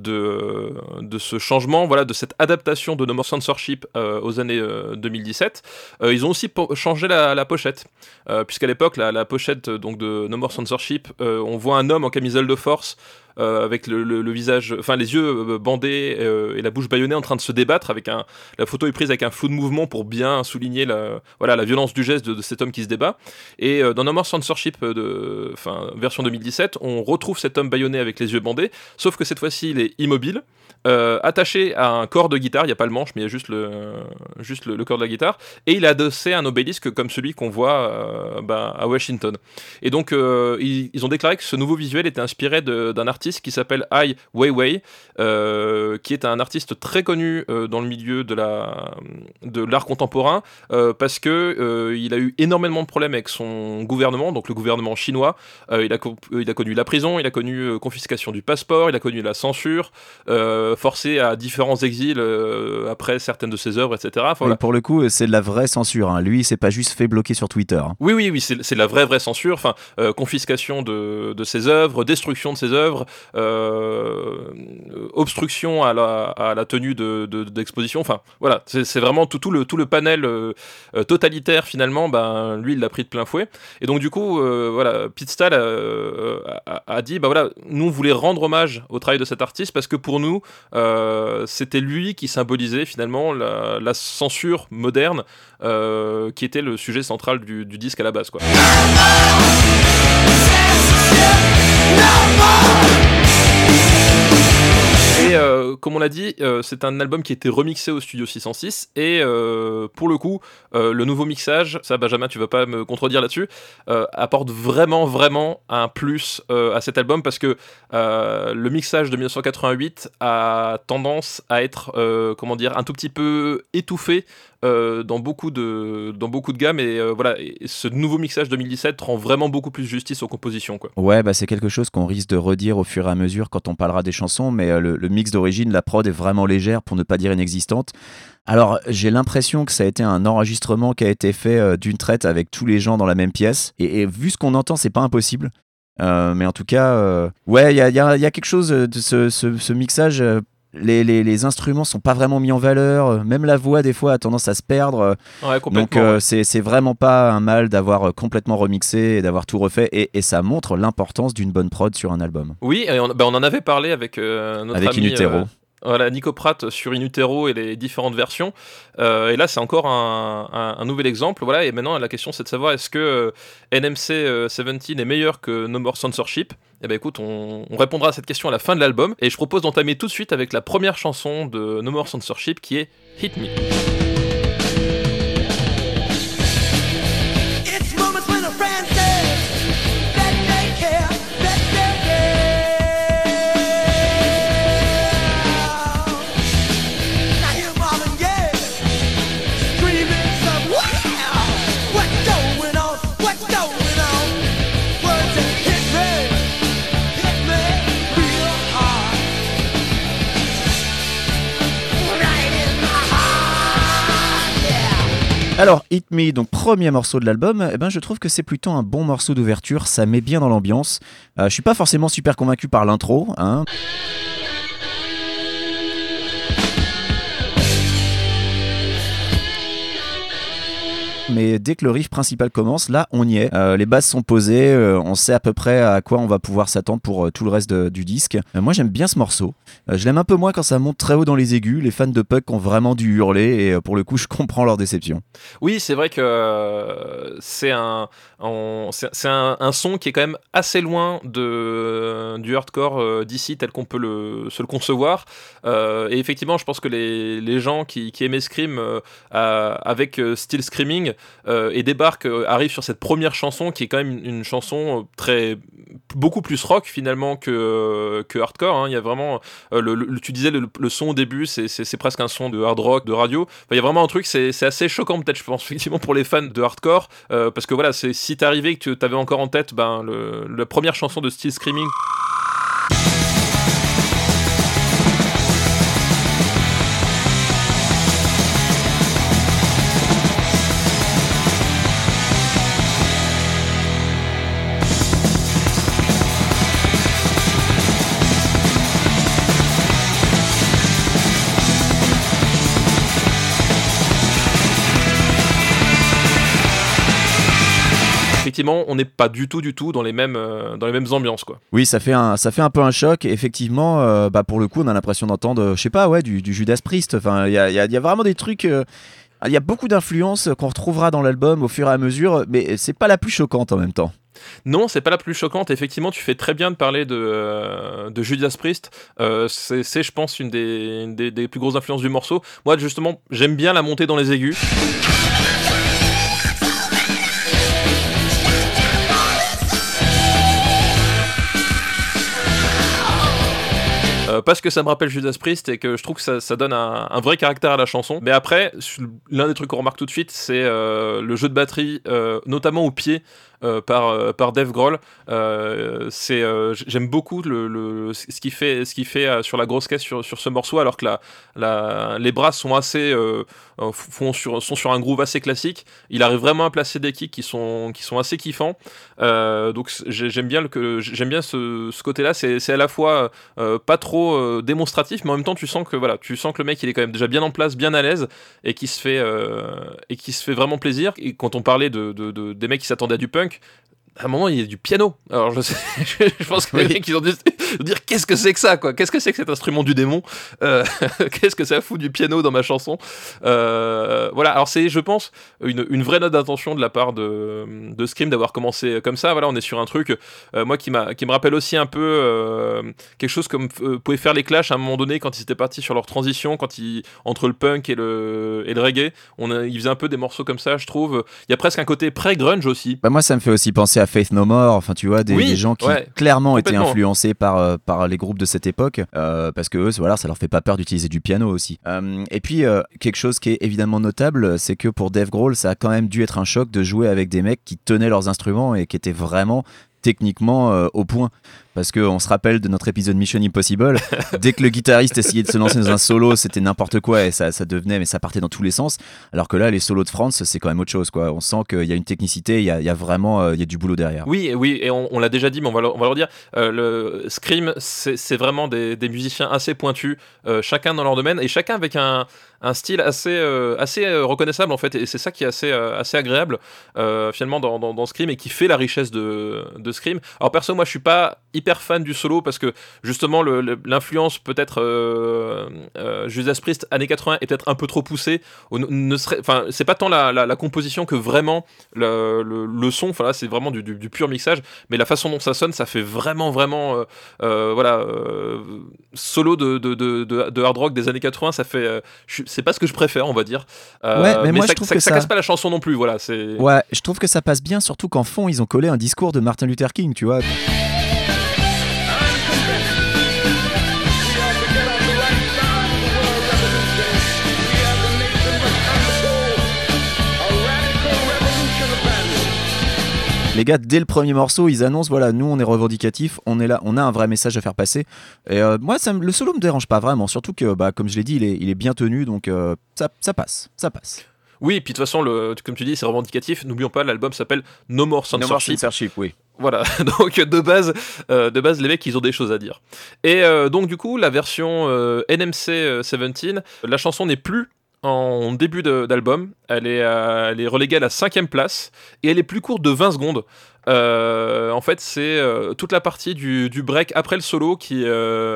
de, de ce changement, voilà, de cette adaptation de No More Censorship euh, aux années euh, deux mille dix-sept, euh, ils ont aussi po- changé la, la pochette, euh, puisqu'à l'époque, la, la pochette donc, de No More Censorship, euh, on voit un homme en camisole de force, Euh, avec le, le, le visage, enfin les yeux euh, bandés euh, et la bouche bâillonnée en train de se débattre, avec un, la photo est prise avec un flou de mouvement pour bien souligner la, voilà, la violence du geste de, de cet homme qui se débat. Et euh, dans No More Censorship, de, enfin version deux mille dix-sept, on retrouve cet homme bâillonné avec les yeux bandés, sauf que cette fois-ci il est immobile, euh, attaché à un corps de guitare, il n'y a pas le manche mais il y a juste le, juste le, le corps de la guitare, et il est adossé à un obélisque comme celui qu'on voit euh, bah, à Washington. Et donc euh, ils, ils ont déclaré que ce nouveau visuel était inspiré de, d'un artiste artiste qui s'appelle Ai Weiwei, euh, qui est un artiste très connu euh, dans le milieu de, la, de l'art contemporain, euh, parce que euh, il a eu énormément de problèmes avec son gouvernement, donc le gouvernement chinois. Euh, il, a co- il a connu la prison, il a connu euh, confiscation du passeport, il a connu la censure, euh, forcé à différents exils euh, après certaines de ses œuvres, et cetera. Enfin, Oui, voilà. pour le coup, c'est de la vraie censure. Hein. Lui, il s'est pas juste fait bloquer sur Twitter. Hein. Oui, oui, oui, c'est, c'est la vraie, vraie censure. Enfin, euh, confiscation de, de ses œuvres, destruction de ses œuvres, euh, obstruction à la, à la tenue de, de, d'exposition. Enfin, voilà, c'est, c'est vraiment tout, tout, le, tout le panel euh, euh, totalitaire, finalement, ben, lui, il l'a pris de plein fouet. Et donc, du coup, euh, voilà, Pete Stahl euh, a, a dit, bah voilà, nous, on voulait rendre hommage au travail de cet artiste parce que pour nous, euh, c'était lui qui symbolisait, finalement, la, la censure moderne, euh, qui était le sujet central du, du disque à la base, quoi. Et euh, comme on l'a dit, euh, c'est un album qui a été remixé au Studio six cent six et euh, pour le coup, euh, le nouveau mixage, ça Benjamin, tu vas pas me contredire là-dessus, euh, apporte vraiment vraiment un plus euh, à cet album parce que euh, le mixage de dix-neuf cent quatre-vingt-huit a tendance à être, euh, comment dire, un tout petit peu étouffé. Euh, dans beaucoup de dans beaucoup de gammes et euh, voilà, et ce nouveau mixage deux mille dix-sept rend vraiment beaucoup plus justice aux compositions, quoi. Ouais, bah c'est quelque chose qu'on risque de redire au fur et à mesure quand on parlera des chansons, mais euh, le, le mix d'origine, la prod est vraiment légère pour ne pas dire inexistante. Alors j'ai l'impression que ça a été un enregistrement qui a été fait euh, d'une traite avec tous les gens dans la même pièce et, et vu ce qu'on entend, c'est pas impossible. Euh, mais en tout cas, euh, ouais, il y a, y, a, y a quelque chose de ce, ce, ce mixage. Euh, Les, les, les instruments sont pas vraiment mis en valeur, même la voix des fois a tendance à se perdre. Ouais, complètement. Donc euh, ouais. c'est, c'est vraiment pas un mal d'avoir complètement remixé et d'avoir tout refait et, et ça montre l'importance d'une bonne prod sur un album. Oui, et on, bah on en avait parlé avec euh, notre Avec ami In Utero. euh, voilà, Nico Pratt sur In Utero et les différentes versions. Euh, et là, c'est encore un, un, un nouvel exemple. Voilà, et maintenant, la question, c'est de savoir est-ce que euh, N M C euh, dix-sept est meilleur que No More Censorship ? Eh ben écoute, on, on répondra à cette question à la fin de l'album. Et je propose d'entamer tout de suite avec la première chanson de No More Censorship qui est Hit Me. Alors, Hit Me, donc premier morceau de l'album, eh ben, je trouve que c'est plutôt un bon morceau d'ouverture, ça met bien dans l'ambiance. Euh, je suis pas forcément super convaincu par l'intro, hein. Mais dès que le riff principal commence, là on y est. Euh, les basses sont posées, euh, on sait à peu près à quoi on va pouvoir s'attendre pour euh, tout le reste de, du disque. Euh, moi j'aime bien ce morceau. Euh, je l'aime un peu moins quand ça monte très haut dans les aigus. Les fans de Puck ont vraiment dû hurler et euh, pour le coup je comprends leur déception. Oui, c'est vrai que euh, c'est, un, on, c'est, c'est un, un son qui est quand même assez loin de, du hardcore euh, d'ici tel qu'on peut le, se le concevoir. Euh, et effectivement, je pense que les, les gens qui, qui aimaient Scream euh, euh, avec euh, Still Screaming euh, et débarquent, euh, arrivent sur cette première chanson qui est quand même une, une chanson très beaucoup plus rock finalement que, que hardcore, hein. Il y a vraiment euh, le, le, tu disais le, le son au début c'est, c'est, c'est presque un son de hard rock, de radio. Enfin, il y a vraiment un truc, c'est, c'est assez choquant peut-être je pense effectivement pour les fans de hardcore euh, parce que voilà, c'est, si t'arrivais et que tu avais encore en tête ben, le, la première chanson de Still Screaming. Effectivement, on n'est pas du tout, du tout dans les mêmes, euh, dans les mêmes ambiances, quoi. Oui, ça fait un, ça fait un peu un choc. Et effectivement, euh, bah pour le coup, on a l'impression d'entendre, je sais pas, ouais, du, du Judas Priest. Enfin, il y a, y a, y a vraiment des trucs. Il euh, y a beaucoup d'influences qu'on retrouvera dans l'album au fur et à mesure, mais c'est pas la plus choquante en même temps. Non, c'est pas la plus choquante. Effectivement, tu fais très bien de parler de, euh, de Judas Priest. Euh, c'est, c'est, je pense, une des, une des, des plus grosses influences du morceau. Moi, justement, j'aime bien la montée dans les aigus. euh, parce que ça me rappelle Judas Priest et que je trouve que ça, ça donne un, un vrai caractère à la chanson. Mais après, l'un des trucs qu'on remarque tout de suite, c'est euh, le jeu de batterie, euh, notamment au pied. Euh, par, euh, par Dave Grohl. Euh, c'est, euh, j'aime beaucoup le, le, ce qu'il fait, ce qu'il fait euh, sur la grosse caisse sur, sur ce morceau, alors que la, la, les bras sont, assez, euh, font sur, sont sur un groove assez classique. Il arrive vraiment à placer des kicks qui sont, qui sont assez kiffants. Euh, donc j'aime bien, le, que, j'aime bien ce, ce côté-là. C'est, c'est à la fois euh, pas trop euh, démonstratif, mais en même temps tu sens, que, voilà, tu sens que le mec il est quand même déjà bien en place, bien à l'aise, et qui se fait, euh, et qui se fait vraiment plaisir. Et quand on parlait de, de, de, des mecs qui s'attendaient à du punk, à un moment il y a du piano. Alors je, sais, je pense que oui. Les mecs ils ont dû se dire qu'est-ce que c'est que ça, quoi, qu'est-ce que c'est que cet instrument du démon, euh, qu'est-ce que ça fout du piano dans ma chanson. Euh, voilà, alors c'est, je pense, une, une vraie note d'intention de la part de, de Scream d'avoir commencé comme ça. Voilà, on est sur un truc euh, moi qui, m'a, qui me rappelle aussi un peu euh, quelque chose comme euh, pouvaient faire les Clash à un moment donné quand ils étaient partis sur leur transition, quand ils, entre le punk et le, et le reggae, on a, ils faisaient un peu des morceaux comme ça, je trouve. Il y a presque un côté pré-grunge aussi. Bah moi ça me fait aussi penser à Faith No More, enfin tu vois, des, oui, des gens qui ouais, clairement étaient influencés par, euh, par les groupes de cette époque, euh, parce que eux, voilà, ça leur fait pas peur d'utiliser du piano aussi. Euh, et puis euh, quelque chose qui est évidemment notable, c'est que pour Dave Grohl, ça a quand même dû être un choc de jouer avec des mecs qui tenaient leurs instruments et qui étaient vraiment techniquement euh, au point. Parce qu'on se rappelle de notre épisode Mission Impossible, dès que le guitariste essayait de se lancer dans un solo, c'était n'importe quoi et ça, ça devenait, mais ça partait dans tous les sens. Alors que là, les solos de Franz, c'est quand même autre chose, quoi. On sent qu'il y a une technicité, il y a, il y a vraiment euh, il y a du boulot derrière. Oui, oui, et on, on l'a déjà dit, mais on va le, on va le redire. Euh, le Scream, c'est, c'est vraiment des, des musiciens assez pointus, euh, chacun dans leur domaine et chacun avec un, un style assez, euh, assez euh, reconnaissable en fait. Et c'est ça qui est assez, euh, assez agréable euh, finalement dans, dans, dans Scream et qui fait la richesse de, de Scream. Alors perso, moi, je suis pas hyper fan du solo parce que justement le, le, l'influence peut-être euh, euh, Judas Priest années quatre-vingts est peut-être un peu trop poussée. Ne, ne serait, enfin, c'est pas tant la, la, la composition que vraiment le, le, le son. Enfin là, c'est vraiment du, du, du pur mixage, mais la façon dont ça sonne, ça fait vraiment vraiment euh, euh, voilà euh, solo de, de, de, de, de hard rock des années quatre-vingts. Ça fait, euh, je, c'est pas ce que je préfère, on va dire. Euh, ouais, mais, mais moi ça, je trouve ça, que ça, ça casse pas la chanson non plus. Voilà, c'est. Ouais, je trouve que ça passe bien, surtout qu'en fond ils ont collé un discours de Martin Luther King, tu vois. Les gars, dès le premier morceau, ils annoncent voilà, nous on est revendicatifs, on est là, on a un vrai message à faire passer. Et euh, moi, ça, le solo me dérange pas vraiment, surtout que, bah, comme je l'ai dit, il est, il est bien tenu, donc euh, ça, ça passe, ça passe. Oui, et puis de toute façon, le, comme tu dis, c'est revendicatif. N'oublions pas, l'album s'appelle No More Censorship. No More Censorship, oui. Voilà, donc de base, euh, de base, les mecs, ils ont des choses à dire. Et euh, donc du coup, la version euh, N M C dix-sept, la chanson n'est plus en début de, d'album, elle est, euh, elle est reléguée à la cinquième place, et elle est plus courte de vingt secondes. Euh, en fait, c'est euh, toute la partie du, du break après le solo qui,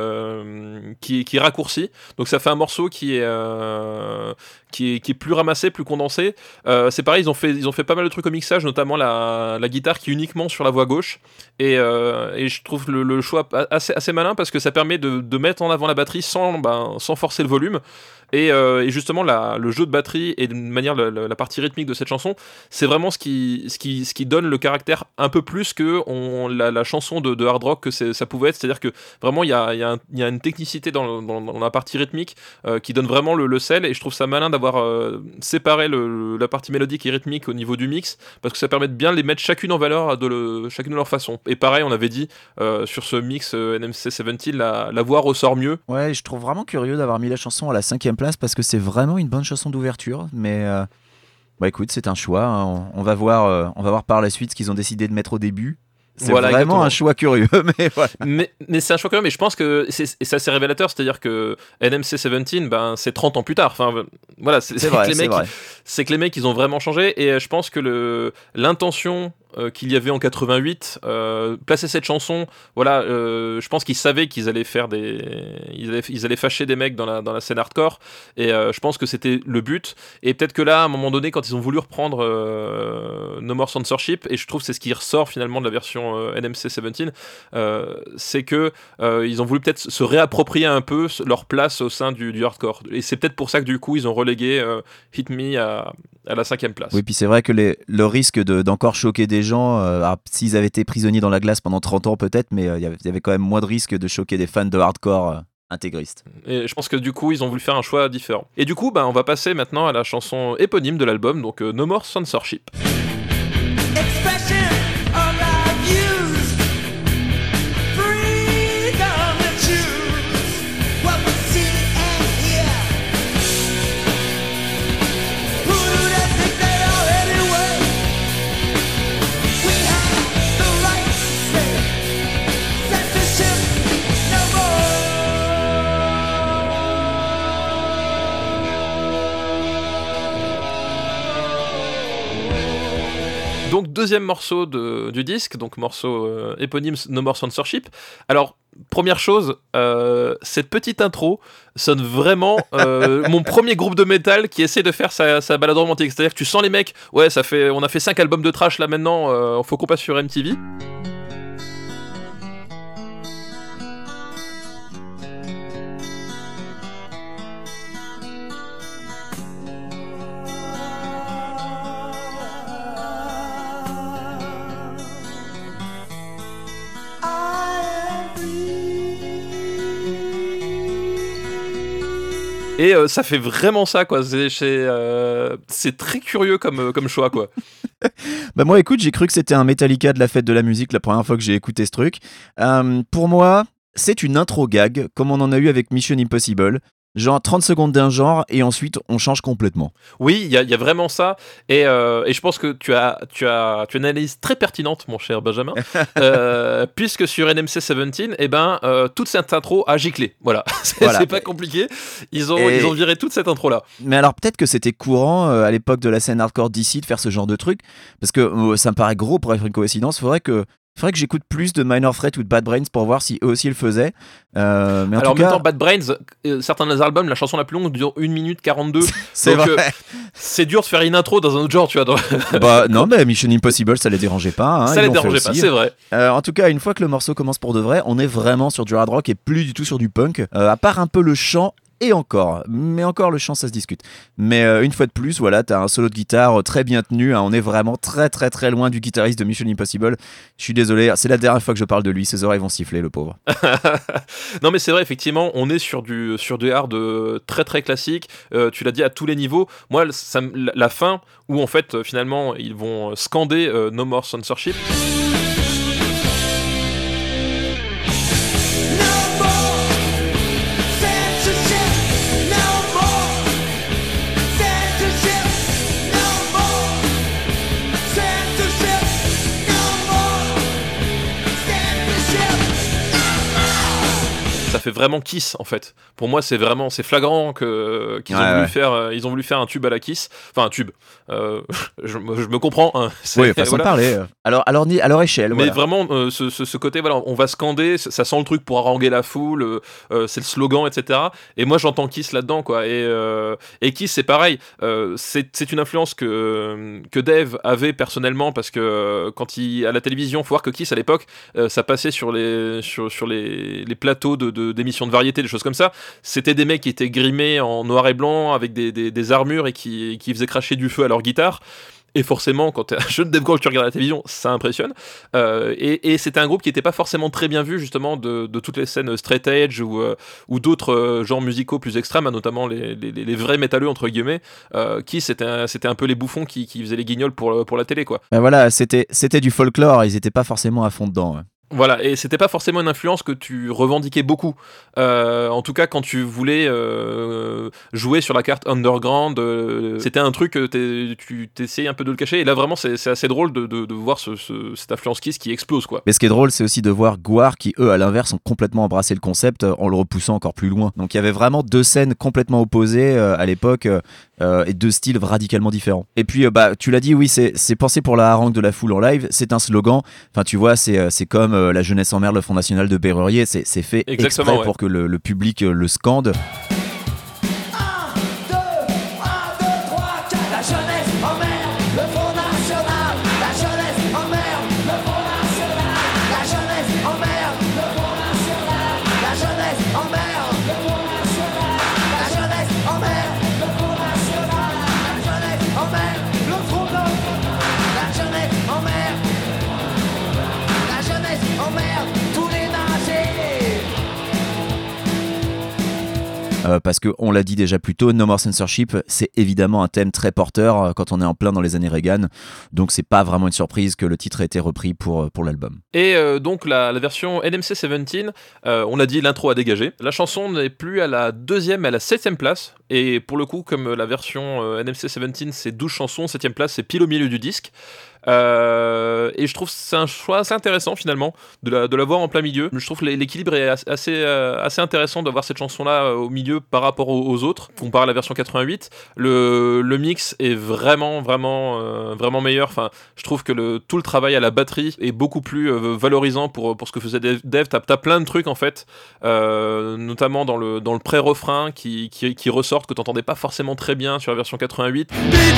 euh, qui, qui est raccourci. Donc ça fait un morceau qui est, euh, qui est, qui est plus ramassé, plus condensé. Euh, c'est pareil, ils ont, fait, ils ont fait pas mal de trucs au mixage, notamment la, la guitare qui est uniquement sur la voix gauche. Et, euh, et je trouve le, le choix assez, assez malin parce que ça permet de, de mettre en avant la batterie sans, ben, sans forcer le volume. Et, euh, et justement, la, le jeu de batterie et de manière la, la, la partie rythmique de cette chanson, c'est vraiment ce qui, ce qui, ce qui donne le caractère un peu plus que on, la, la chanson de, de hard rock que c'est, ça pouvait être. C'est-à-dire que vraiment, il y a, y, a y a une technicité dans, dans, dans la partie rythmique euh, qui donne vraiment le, le sel. Et je trouve ça malin d'avoir euh, séparé le, la partie mélodique et rythmique au niveau du mix parce que ça permet de bien les mettre chacune en valeur, de le, chacune de leur façon. Et pareil, on avait dit euh, sur ce mix euh, N M C dix-sept, la, la voix ressort mieux. Ouais, je trouve vraiment curieux d'avoir mis la chanson à la cinquième place parce que c'est vraiment une bonne chanson d'ouverture, mais euh, bah écoute, c'est un choix. Hein. On, on va voir, euh, on va voir par la suite ce qu'ils ont décidé de mettre au début. C'est voilà, vraiment exactement. Un choix curieux, mais voilà. Mais, mais c'est un choix curieux, mais je pense que c'est, c'est assez révélateur, c'est-à-dire que N M C dix-sept, ben, c'est trente ans plus tard. Enfin, voilà, c'est, c'est, c'est, vrai, que les mecs, c'est, c'est que les mecs, ils ont vraiment changé, et je pense que le, l'intention euh, qu'il y avait en quatre-vingt-huit, euh, placer cette chanson, voilà, euh, je pense qu'ils savaient qu'ils allaient faire des, ils allaient, ils allaient fâcher des mecs dans la, dans la scène hardcore, et euh, je pense que c'était le but. Et peut-être que là, à un moment donné, quand ils ont voulu reprendre euh, No More Censorship, et je trouve que c'est ce qui ressort finalement de la version euh, N M C dix-sept, euh, c'est que euh, ils ont voulu peut-être se réapproprier un peu leur place au sein du, du hardcore. Et c'est peut-être pour ça que du coup, ils ont relégué euh, Hit Me à, à la cinquième place. Oui, puis c'est vrai que les, le risque de, d'encore choquer des gens, euh, alors, s'ils avaient été prisonniers dans la glace pendant trente ans peut-être, mais il euh, y avait quand même moins de risque de choquer des fans de hardcore. Euh. intégriste. Et je pense que du coup, ils ont voulu faire un choix différent. Et du coup, bah, on va passer maintenant à la chanson éponyme de l'album, donc euh, No More Censorship. Donc deuxième morceau de, du disque, donc morceau euh, éponyme No More Censorship. Alors première chose, euh, cette petite intro sonne vraiment euh, mon premier groupe de métal qui essaie de faire sa, sa balade romantique. C'est-à-dire que tu sens les mecs, ouais, ça fait, on a fait cinq albums de trash là maintenant, euh, faut qu'on passe sur M T V. Et euh, ça fait vraiment ça, quoi. C'est, c'est, euh, c'est très curieux comme, comme choix, quoi. Bah moi, écoute, j'ai cru que c'était un Metallica de la fête de la musique la première fois que j'ai écouté ce truc. Euh, pour moi, c'est une intro gag, comme on en a eu avec Mission Impossible. Genre trente secondes d'un genre et ensuite on change complètement. Oui, il y, y a vraiment ça. Et, euh, et je pense que tu as, tu, as, tu as une analyse très pertinente, mon cher Benjamin. euh, puisque sur N M C dix-sept, eh ben, euh, toute cette intro a giclé. Voilà, c'est, voilà. C'est pas compliqué. Ils ont, et... ils ont viré toute cette intro-là. Mais alors peut-être que c'était courant euh, à l'époque de la scène hardcore D C de faire ce genre de truc. Parce que euh, ça me paraît gros pour être une coïncidence. Il faudrait que. Il faudrait que j'écoute plus de Minor Threat ou de Bad Brains pour voir si eux aussi le faisaient. Euh, mais en Alors, tout en même cas... temps, Bad Brains, euh, certains des albums, la chanson la plus longue dure une minute quarante-deux. C'est donc, vrai. Euh, c'est dur de faire une intro dans un autre genre, tu vois. Dans... bah, non, mais Mission Impossible, ça les dérangeait pas. Hein, ça les dérangeait pas, c'est vrai. Euh, en tout cas, une fois que le morceau commence pour de vrai, on est vraiment sur du hard rock et plus du tout sur du punk. Euh, à part un peu le chant. Et encore, mais encore le chant ça se discute. Mais euh, une fois de plus, voilà, t'as un solo de guitare très bien tenu, hein, on est vraiment très très très loin du guitariste de Mission Impossible. Je suis désolé, c'est la dernière fois que je parle de lui, ses oreilles vont siffler, le pauvre. Non mais c'est vrai, effectivement, on est sur du, sur du hard euh, très très classique, euh, tu l'as dit à tous les niveaux. Moi, ça, la fin, où en fait, finalement, ils vont scander euh, No More Censorship. Ça fait vraiment Kiss en fait. Pour moi, c'est vraiment c'est flagrant que qu'ils ouais, ont voulu ouais. faire euh, ils ont voulu faire un tube à la Kiss. Enfin un tube. Euh, je, je me comprends. Hein. C'est, oui, façon voilà. de parler. Alors alors ni à leur échelle. Mais voilà. vraiment euh, ce, ce, ce côté voilà, on va scander, ça sent le truc pour haranguer la foule. Euh, c'est le slogan, et cetera. Et moi j'entends Kiss là-dedans quoi. Et euh, et Kiss c'est pareil. Euh, c'est c'est une influence que que Dave avait personnellement parce que euh, quand il à la télévision, faut voir que Kiss à l'époque euh, ça passait sur les sur sur les les plateaux de, de d'émissions de variété, des choses comme ça. C'était des mecs qui étaient grimés en noir et blanc avec des, des, des armures et qui, qui faisaient cracher du feu à leur guitare. Et forcément, quand t'es un jeune Dave Grohl, tu regardes la télévision, ça impressionne. Euh, et, et c'était un groupe qui n'était pas forcément très bien vu, justement, de, de toutes les scènes straight edge ou, euh, ou d'autres euh, genres musicaux plus extrêmes, notamment les, les, les vrais métalleux, entre guillemets, euh, qui c'était un, c'était un peu les bouffons qui, qui faisaient les guignols pour, pour la télé, quoi. Ben voilà, c'était, c'était du folklore, ils n'étaient pas forcément à fond dedans. Ouais. Voilà, et c'était pas forcément une influence que tu revendiquais beaucoup. Euh, en tout cas, quand tu voulais euh, jouer sur la carte underground, euh, c'était un truc que t'es, tu t'essayais un peu de le cacher. Et là, vraiment, c'est, c'est assez drôle de, de, de voir ce, ce, cette influence Kiss qui explose, quoi. Mais ce qui est drôle, c'est aussi de voir Gwar qui, eux, à l'inverse, ont complètement embrassé le concept en le repoussant encore plus loin. Donc il y avait vraiment deux scènes complètement opposées euh, à l'époque euh, et deux styles radicalement différents. Et puis, euh, bah, tu l'as dit, oui, c'est, c'est pensé pour la harangue de la foule en live. C'est un slogan. Enfin, tu vois, c'est, c'est comme euh, la jeunesse en mer, le Front National de Berrurier. C'est, c'est fait Exactement, exprès ouais. pour que le, le public euh, le scande. euh, parce qu'on l'a dit déjà plus tôt, No More Censorship, c'est évidemment un thème très porteur euh, quand on est en plein dans les années Reagan, donc c'est pas vraiment une surprise que le titre ait été repris pour, pour l'album. Et euh, donc la, la version N M C dix-sept, euh, on a dit l'intro a dégagé. La chanson n'est plus à la deuxième, mais à la septième place. Et pour le coup, comme la version euh, N M C dix-sept, c'est douze chansons, septième place, c'est pile au milieu du disque. Euh, et je trouve que c'est un choix assez intéressant finalement de la, de la voir en plein milieu. Je trouve que l'équilibre est assez, euh, assez intéressant d'avoir cette chanson-là euh, au milieu par rapport aux, aux autres. Comparé à la version quatre-vingt-huit, le, le mix est vraiment, vraiment, euh, vraiment meilleur. Enfin, je trouve que le, tout le travail à la batterie est beaucoup plus euh, valorisant pour, pour ce que faisait Dave. T'as, t'as plein de trucs en fait, euh, notamment dans le, dans le pré-refrain qui, qui, qui ressortent que t'entendais pas forcément très bien sur la version quatre-vingt-huit.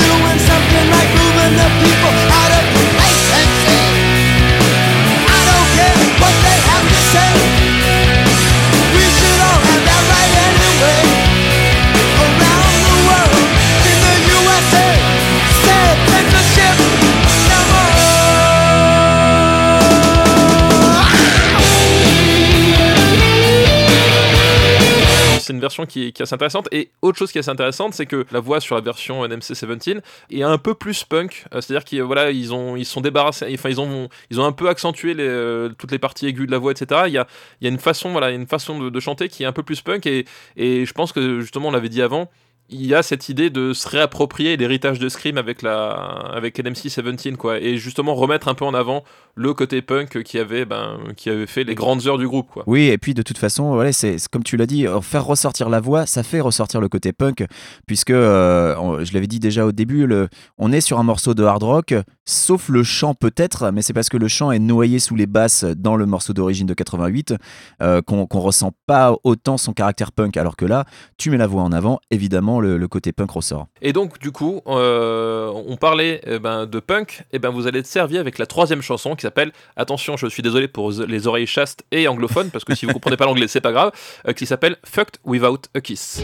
C'est une version qui est, qui est assez intéressante. Et autre chose qui est assez intéressante, c'est que la voix sur la version N M C dix-sept est un peu plus punk. Euh, c'est-à-dire qu'ils voilà, ils ont, ils sont débarrassés, enfin ils ont, ils ont un peu accentué les, euh, toutes les parties aiguës de la voix, et cetera. Il y a, il y a une façon, voilà, une façon de, de chanter qui est un peu plus punk. Et, et je pense que justement, on l'avait dit avant, il y a cette idée de se réapproprier l'héritage de Scream avec la avec N M C dix-sept, quoi, et justement remettre un peu en avant le côté punk qui avait ben qui avait fait les grandes heures du groupe, quoi. Oui, et puis de toute façon, voilà, c'est, c'est comme tu l'as dit, faire ressortir la voix, ça fait ressortir le côté punk, puisque euh, on, je l'avais dit déjà au début, le, on est sur un morceau de hard rock, sauf le chant peut-être, mais c'est parce que le chant est noyé sous les basses dans le morceau d'origine de quatre-vingt-huit euh, qu'on, qu'on ressent pas autant son caractère punk, alors que là, tu mets la voix en avant, évidemment. Le, le côté punk ressort. Et donc du coup, euh, on parlait eh ben, de punk, et ben vous allez être servi avec la troisième chanson qui s'appelle, attention, je suis désolé pour les oreilles chastes et anglophones, parce que si vous comprenez pas l'anglais, c'est pas grave, euh, qui s'appelle Fucked Without a Kiss.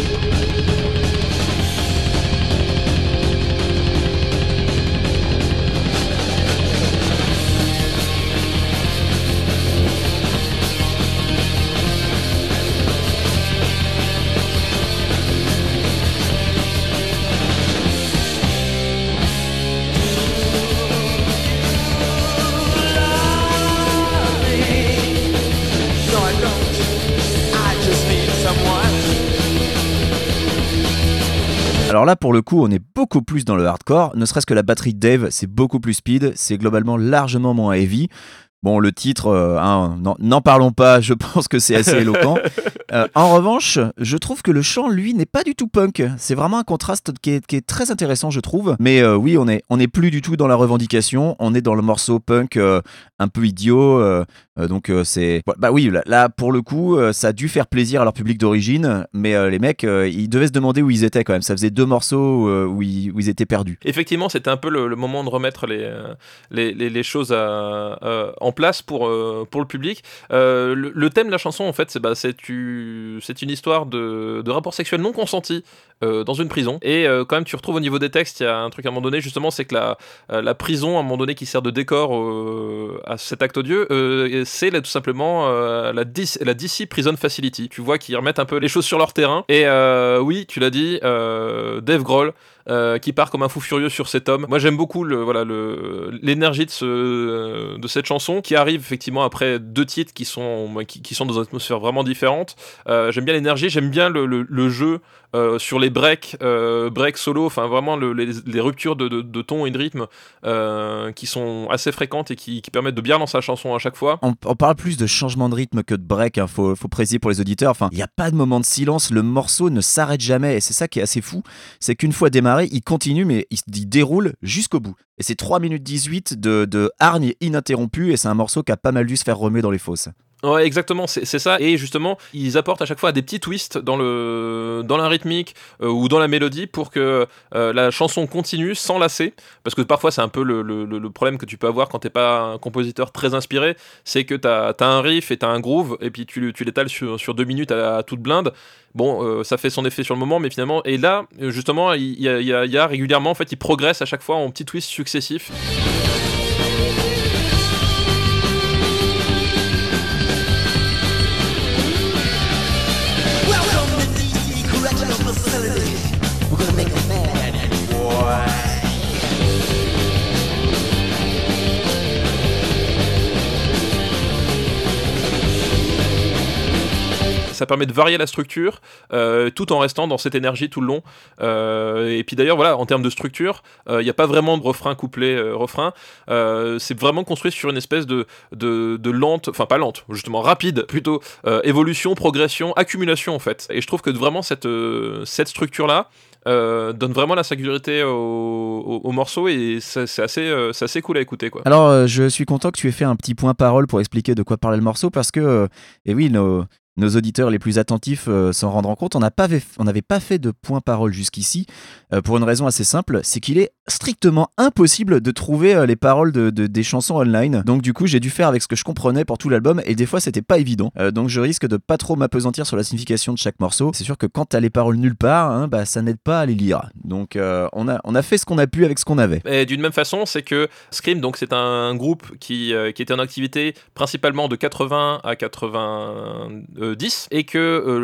Alors là, pour le coup, on est beaucoup plus dans le hardcore, ne serait-ce que la batterie de Dave, c'est beaucoup plus speed, c'est globalement largement moins heavy. Bon, le titre, euh, hein, n'en, n'en parlons pas, je pense que c'est assez éloquent. Euh, en revanche, je trouve que le chant, lui, n'est pas du tout punk. C'est vraiment un contraste qui est, qui est très intéressant, je trouve. Mais euh, oui, on est, on est plus du tout dans la revendication, on est dans le morceau punk euh, un peu idiot. Euh, euh, donc euh, c'est... Bah oui, là, là, pour le coup, euh, ça a dû faire plaisir à leur public d'origine, mais euh, les mecs, euh, ils devaient se demander où ils étaient quand même. Ça faisait deux morceaux euh, où, ils, où ils étaient perdus. Effectivement, c'était un peu le, le moment de remettre les, les, les, les choses à, à, en place pour, euh, pour le public. Euh, le, le thème de la chanson, en fait, c'est, bah, c'est, tu, c'est une histoire de, de rapport sexuel non consenti euh, dans une prison. Et euh, quand même, tu retrouves au niveau des textes, il y a un truc à un moment donné, justement, c'est que la, euh, la prison, à un moment donné, qui sert de décor euh, à cet acte odieux, euh, c'est là, tout simplement euh, la, D C, la D C Prison Facility. Tu vois qu'ils remettent un peu les choses sur leur terrain. Et euh, oui, tu l'as dit, euh, Dave Grohl, Euh, qui part comme un fou furieux sur cet homme. Moi j'aime beaucoup le, voilà, le, l'énergie de, ce, de cette chanson qui arrive effectivement après deux titres qui sont, qui, qui sont dans une atmosphère vraiment différente. Euh, j'aime bien l'énergie, j'aime bien le, le, le jeu euh, sur les breaks, euh, breaks solo, enfin vraiment le, les, les ruptures de, de, de ton et de rythme euh, qui sont assez fréquentes et qui, qui permettent de bien lancer la chanson à chaque fois. On, on parle plus de changement de rythme que de break, hein, faut, faut préciser pour les auditeurs. Enfin, il n'y a pas de moment de silence, le morceau ne s'arrête jamais et c'est ça qui est assez fou, c'est qu'une fois démarré, il continue mais il, il déroule jusqu'au bout. Et c'est trois minutes dix-huit de, de hargne ininterrompue et c'est un morceau qui a pas mal dû se faire remuer dans les fosses. Ouais, exactement, c'est, c'est ça. Et justement, ils apportent à chaque fois des petits twists dans, le, dans la rythmique euh, ou dans la mélodie pour que euh, la chanson continue sans lasser. Parce que parfois, c'est un peu le, le, le problème que tu peux avoir quand t'es pas un compositeur très inspiré. C'est que t'as, t'as un riff et t'as un groove et puis tu, tu l'étales sur, sur deux minutes à, à toute blinde. Bon, euh, ça fait son effet sur le moment, mais finalement... Et là, justement, il y a, il y a, il y a régulièrement, en fait, il progresse à chaque fois en petits twists successifs. ça permet de varier la structure euh, tout en restant dans cette énergie tout le long. Euh, et puis d'ailleurs, voilà, en termes de structure, il euh, n'y a pas vraiment de refrain, couplet, euh, refrain. Euh, c'est vraiment construit sur une espèce de, de, de lente, enfin pas lente, justement rapide, plutôt euh, évolution, progression, accumulation en fait. Et je trouve que vraiment cette, euh, cette structure-là, Euh, donne vraiment la sécurité au, au, au morceau et c'est, c'est, assez, euh, c'est assez cool à écouter quoi. Alors euh, je suis content que tu aies fait un petit point parole pour expliquer de quoi parlait le morceau parce que, euh, et oui, nos, nos auditeurs les plus attentifs euh, s'en rendront compte, on n'a pas fait, on n'avait pas fait de point parole jusqu'ici euh, pour une raison assez simple, c'est qu'il est strictement impossible de trouver euh, les paroles de, de, des chansons online. Donc du coup j'ai dû faire avec ce que je comprenais pour tout l'album et des fois c'était pas évident. Euh, donc je risque de pas trop m'apesantir sur la signification de chaque morceau. C'est sûr que quand t'as les paroles nulle part, hein, bah, ça n'aide pas à les lire. Donc euh, on, a, on a fait ce qu'on a pu avec ce qu'on avait. Et d'une même façon, c'est que Scream, donc c'est un groupe qui, euh, qui était en activité principalement de quatre-vingts à quatre-vingt-dix et que euh,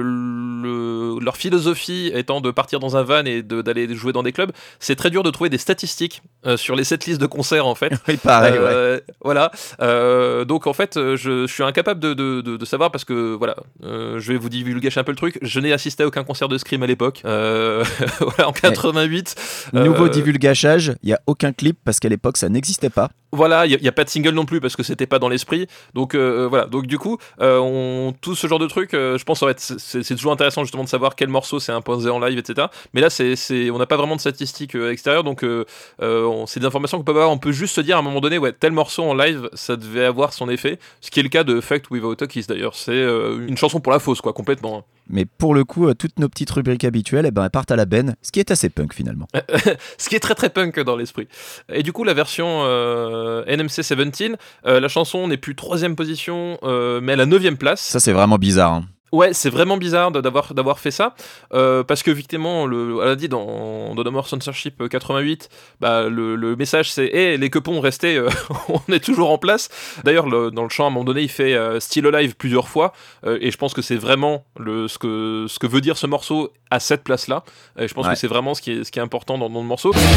le, leur philosophie étant de partir dans un van et de, d'aller jouer dans des clubs, c'est très dur de trouver des statistiques euh, sur les setlists de concerts en fait. Oui, pareil, euh, ouais. Voilà. Euh, donc en fait, je, je suis incapable de, de, de, de savoir parce que voilà, euh, je vais vous divulguer un peu le truc. Je n'ai assisté à aucun concert de Scream à l'époque. Euh, voilà, en quatre-vingt-huit. Ouais. Nouveau euh, divulgachage, il n'y a aucun clip parce qu'à l'époque ça n'existait pas. Voilà, il n'y a, a pas de single non plus parce que c'était pas dans l'esprit. Donc euh, voilà, donc du coup, euh, on, tout ce genre de trucs, euh, je pense en fait, c'est, c'est toujours intéressant justement de savoir quel morceau c'est imposé en live, et cetera. Mais là, c'est, c'est, on n'a pas vraiment de statistiques euh, extérieures, donc euh, euh, on, c'est des informations qu'on peut avoir. On peut juste se dire à un moment donné, ouais, tel morceau en live, ça devait avoir son effet. Ce qui est le cas de Fucked Without a Kiss d'ailleurs. C'est euh, une chanson pour la fausse, quoi, complètement. Mais pour le coup, toutes nos petites rubriques habituelles, eh ben, elles partent à la benne, ce qui est assez punk finalement. Ce qui est très très punk dans l'esprit. Et du coup, la version euh, N M C dix, euh, la chanson n'est plus troisième position, euh, mais à la neuvième place. Ça, c'est vraiment bizarre. Hein. Ouais, c'est vraiment bizarre d'avoir, d'avoir fait ça, euh, parce que effectivement, le, elle a dit dans, dans No More Censorship quatre-vingt-huit, bah, le, le message c'est hey, les quepons, restez, euh, on est toujours en place. D'ailleurs, le, dans le chant, à un moment donné, il fait euh, Still Alive plusieurs fois, euh, et je pense que c'est vraiment le, ce, que, ce que veut dire ce morceau à cette place-là. Et je pense ouais. que c'est vraiment ce qui est, ce qui est important dans, dans le morceau. Do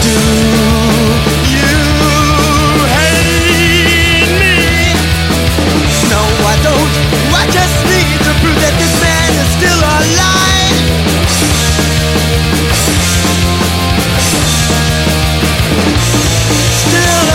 you hate me? No, I don't. I just need to prove that this man is still alive. Still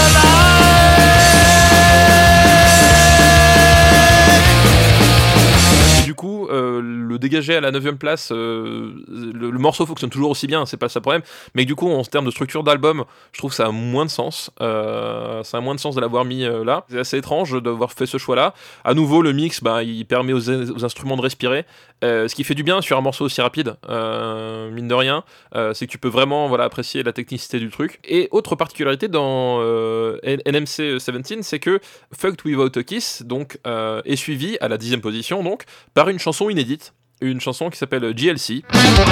alive. Et du coup, euh, le dégager à la neuvième place, euh, le, le morceau fonctionne toujours aussi bien, c'est pas ça le problème, mais du coup en termes de structure d'album, je trouve que ça a moins de sens, euh, ça a moins de sens de l'avoir mis euh, là, c'est assez étrange d'avoir fait ce choix là. À nouveau le mix, bah, il permet aux, aux instruments de respirer, euh, ce qui fait du bien sur un morceau aussi rapide, euh, mine de rien, euh, c'est que tu peux vraiment voilà, apprécier la technicité du truc. Et autre particularité dans euh, N M C dix-sept, c'est que Fucked Without a Kiss donc, euh, est suivi à la dixième position donc, par une chanson inédite, une chanson qui s'appelle G L C.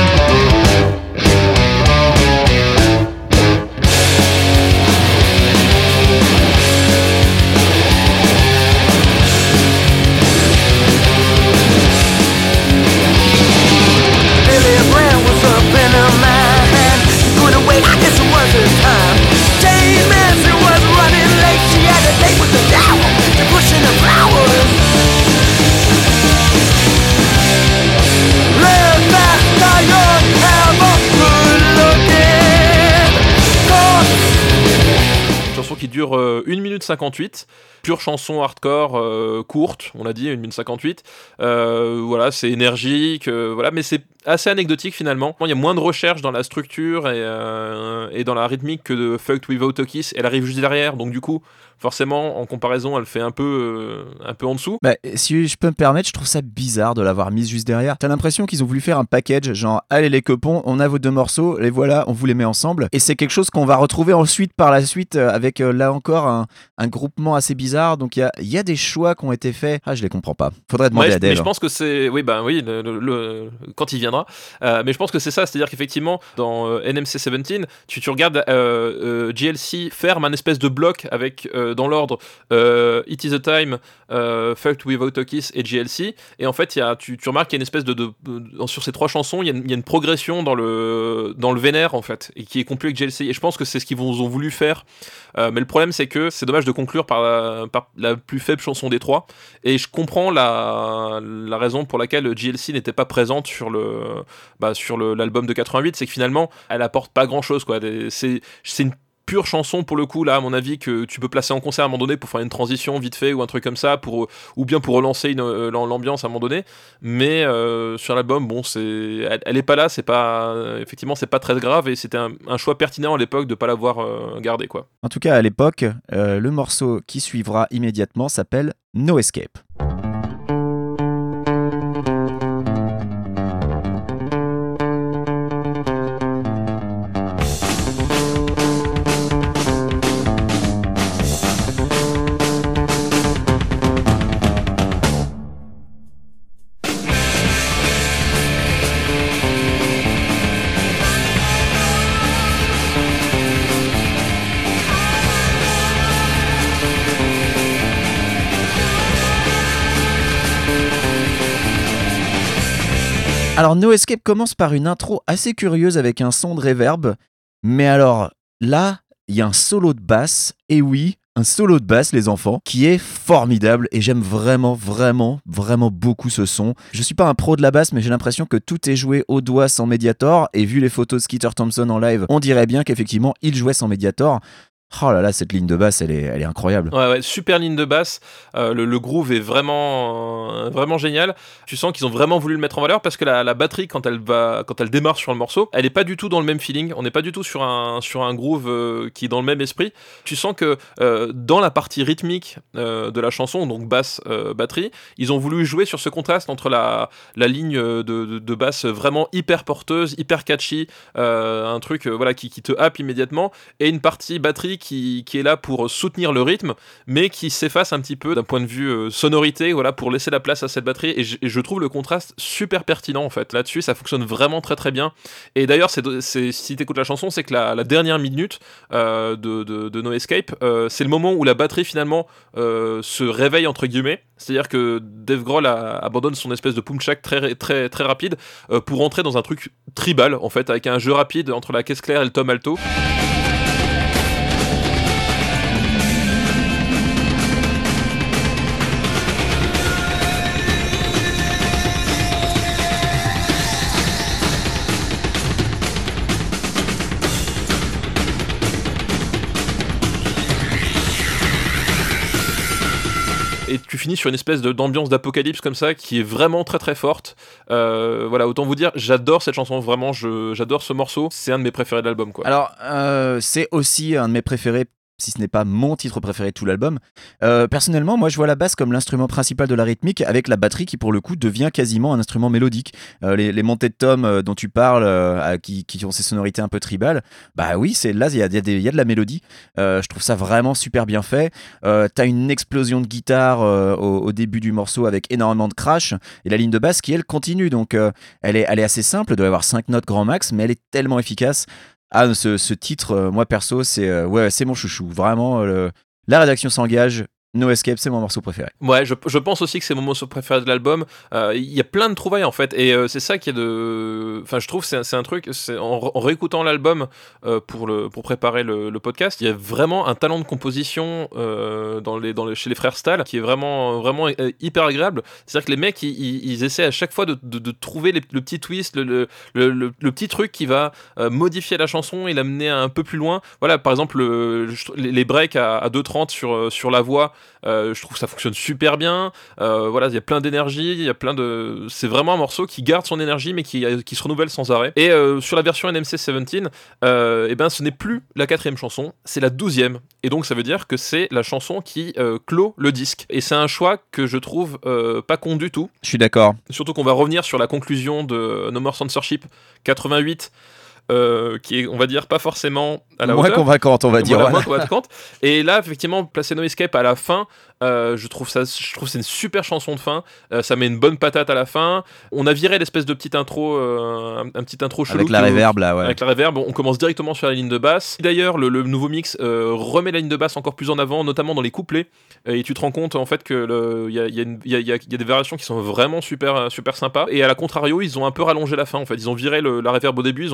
Qui dure euh, une minute cinquante-huit, pure chanson hardcore, euh, courte, on l'a dit, une minute cinquante-huit, euh, voilà, c'est énergique, euh, voilà, mais c'est assez anecdotique finalement. Il y a moins de recherche dans la structure et, euh, et dans la rythmique que de Fucked Without a Kiss, elle arrive juste derrière, donc du coup, forcément, en comparaison, elle fait un peu, euh, un peu en dessous. Bah, si je peux me permettre, je trouve ça bizarre de l'avoir mise juste derrière. T'as l'impression qu'ils ont voulu faire un package, genre, allez les copons, on a vos deux morceaux, les voilà, on vous les met ensemble. Et c'est quelque chose qu'on va retrouver ensuite, par la suite, avec euh, là encore un, un groupement assez bizarre. Donc il y a, y a des choix qui ont été faits. Ah, je les comprends pas. Faudrait demander ouais, à Dave. Mais je pense que c'est, oui, bah oui, le, le, le... quand il viendra. Euh, mais je pense que c'est ça, c'est-à-dire qu'effectivement, dans euh, N M C dix-sept, tu, tu regardes euh, euh, G L C ferme un espèce de bloc avec, euh, dans l'ordre, euh, It Is a Time, euh, Fucked Without a Kiss et G L C. Et en fait, y a, tu, tu remarques qu'il y a une espèce de, de, de sur ces trois chansons, il y, y a une progression dans le, dans le vénère en fait, et qui est conclu avec G L C. Et je pense que c'est ce qu'ils ont voulu faire. Euh, mais le problème, c'est que c'est dommage de conclure par, par, la plus faible chanson des trois, et je comprends la, la raison pour laquelle J L C n'était pas présente sur, le, bah, sur le, l'album de quatre-vingt-huit, c'est que finalement, elle apporte pas grand-chose, quoi. C'est, c'est une pure chanson pour le coup là à mon avis que tu peux placer en concert à un moment donné pour faire une transition vite fait ou un truc comme ça pour, ou bien pour relancer une, euh, l'ambiance à un moment donné, mais euh, sur l'album bon c'est elle, elle est pas là, c'est pas effectivement c'est pas très grave et c'était un, un choix pertinent à l'époque de pas l'avoir euh, gardé quoi. En tout cas à l'époque euh, le morceau qui suivra immédiatement s'appelle No Escape. Alors No Escape commence par une intro assez curieuse avec un son de reverb, mais alors là, il y a un solo de basse, et oui, un solo de basse les enfants, qui est formidable et j'aime vraiment, vraiment, vraiment beaucoup ce son. Je suis pas un pro de la basse mais j'ai l'impression que tout est joué au doigt sans Mediator et vu les photos de Skeeter Thompson en live, on dirait bien qu'effectivement il jouait sans Mediator. Oh là là, cette ligne de basse, elle est, elle est incroyable. Ouais, ouais, super ligne de basse. Euh, le, le groove est vraiment, euh, vraiment génial. Tu sens qu'ils ont vraiment voulu le mettre en valeur parce que la, la batterie, quand elle va, quand elle démarre sur le morceau, elle est pas du tout dans le même feeling. On n'est pas du tout sur un, sur un groove euh, qui est dans le même esprit. Tu sens que euh, dans la partie rythmique euh, de la chanson, donc basse, euh, batterie, ils ont voulu jouer sur ce contraste entre la, la ligne de, de, de basse vraiment hyper porteuse, hyper catchy, euh, un truc euh, voilà qui, qui te happe immédiatement, et une partie batterie Qui, qui est là pour soutenir le rythme, mais qui s'efface un petit peu d'un point de vue euh, sonorité, voilà, pour laisser la place à cette batterie. Et je, et je trouve le contraste super pertinent en fait. Là-dessus, ça fonctionne vraiment très très bien. Et d'ailleurs, c'est, c'est, si tu écoutes la chanson, c'est que la, la dernière minute euh, de, de, de No Escape, euh, c'est le moment où la batterie finalement euh, se réveille entre guillemets. C'est-à-dire que Dave Grohl a, abandonne son espèce de pumchak très très très rapide euh, pour entrer dans un truc tribal en fait, avec un jeu rapide entre la caisse claire et le tom alto. Et tu finis sur une espèce de, d'ambiance d'apocalypse comme ça qui est vraiment très très forte. Euh, voilà, autant vous dire, j'adore cette chanson, vraiment, je, j'adore ce morceau. C'est un de mes préférés de l'album, quoi. Alors, euh, c'est aussi un de mes préférés, si ce n'est pas mon titre préféré de tout l'album. Euh, personnellement, moi je vois la basse comme l'instrument principal de la rythmique, avec la batterie qui pour le coup devient quasiment un instrument mélodique. Euh, les, les montées de tom euh, dont tu parles, euh, qui, qui ont ces sonorités un peu tribales, bah oui, c'est là il y, y, y a de la mélodie. Euh, je trouve ça vraiment super bien fait. Euh, t'as une explosion de guitare euh, au, au début du morceau avec énormément de crash, et la ligne de basse qui elle continue, donc euh, elle, est, elle est assez simple, elle doit avoir cinq notes grand max, mais elle est tellement efficace. Ah, ce, ce titre, euh, moi perso, c'est, euh, ouais, c'est mon chouchou. Vraiment, euh, la rédaction s'engage. No Escape, c'est mon morceau préféré. Ouais, je, je pense aussi que c'est mon morceau préféré de l'album. Il euh, y a plein de trouvailles en fait, et euh, c'est ça qui est de. Enfin, je trouve c'est c'est un truc. C'est en, en réécoutant l'album euh, pour le pour préparer le, le podcast, il y a vraiment un talent de composition euh, dans les dans les, chez les frères Stahl qui est vraiment vraiment hyper agréable. C'est-à-dire que les mecs ils, ils, ils essaient à chaque fois de, de, de trouver les, le petit twist, le le, le, le, le petit truc qui va euh, modifier la chanson et l'amener un peu plus loin. Voilà, par exemple le, les breaks à, à deux trente sur sur la voix. Euh, je trouve que ça fonctionne super bien. Euh, voilà, il y a plein d'énergie, il y a plein de. C'est vraiment un morceau qui garde son énergie, mais qui, qui se renouvelle sans arrêt. Et euh, sur la version N M C dix-sept, euh, et ben, ce n'est plus la quatrième chanson, c'est la douzième. Et donc, ça veut dire que c'est la chanson qui euh, clôt le disque. Et c'est un choix que je trouve euh, pas con du tout. Je suis d'accord. Surtout qu'on va revenir sur la conclusion de No More Censorship quatre-vingt-huit. Euh, qui est, on va dire, pas forcément à la moins hauteur. convaincante, on va dire. Voilà, voilà. moins convaincante. Et là, effectivement, placer No Escape à la fin, euh, je trouve ça, je trouve que c'est une super chanson de fin. Euh, ça met une bonne patate à la fin. On a viré l'espèce de petite intro, euh, un, un petit intro chelou. Avec la reverb, là, ouais. Avec la reverb, on commence directement sur la ligne de basse. D'ailleurs, le, le nouveau mix euh, remet la ligne de basse encore plus en avant, notamment dans les couplets. Et tu te rends compte, en fait, que il y a, y, a y, a, y a des variations qui sont vraiment super, super sympas. Et à la contrario, ils ont un peu rallongé la fin. En fait, ils ont viré le, la reverb au début, ils ont un peu rallongé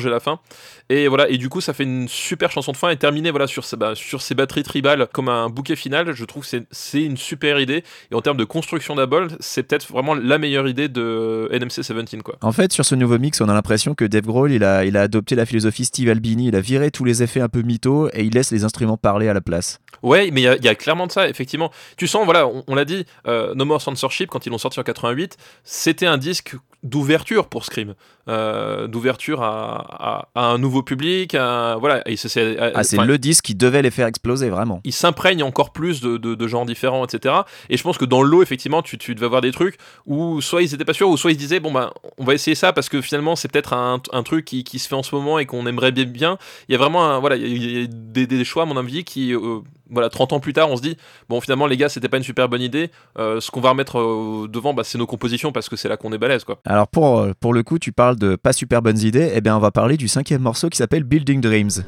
prolonger la fin. Et voilà, et du coup, ça fait une super chanson de fin et terminer voilà, sur, bah, sur ces batteries tribales comme un bouquet final. Je trouve que c'est, c'est une super idée. Et en termes de construction d'album, c'est peut-être vraiment la meilleure idée de N M C dix-sept. Quoi. En fait, sur ce nouveau mix, on a l'impression que Dave Grohl, il a, il a adopté la philosophie Steve Albini. Il a viré tous les effets un peu mythos et il laisse les instruments parler à la place. Ouais, mais il y, y a clairement de ça, effectivement. Tu sens, voilà, on, on l'a dit, euh, No More Censorship, quand ils l'ont sorti en quatre-vingt-huit, c'était un disque d'ouverture pour Scream, euh, d'ouverture à, à, à un nouveau public, à, voilà. Et c'est, c'est, à, ah, c'est le disque qui devait les faire exploser, vraiment. Il s'imprègne encore plus de, de, de genres différents, et cetera. Et je pense que dans le lot, effectivement, tu, tu devais avoir des trucs où soit ils étaient pas sûrs, ou soit ils se disaient, bon, bah, on va essayer ça parce que finalement, c'est peut-être un, un truc qui, qui se fait en ce moment et qu'on aimerait bien. bien. Il y a vraiment un, voilà, il y a des, des choix, à mon avis, qui. Euh, Voilà, trente ans plus tard, on se dit, bon, finalement, les gars, c'était pas une super bonne idée. Euh, ce qu'on va remettre euh, devant, bah, c'est nos compositions parce que c'est là qu'on est balèze, quoi. Alors, pour, pour le coup, tu parles de pas super bonnes idées. Eh bien, on va parler du cinquième morceau qui s'appelle Building Dreams.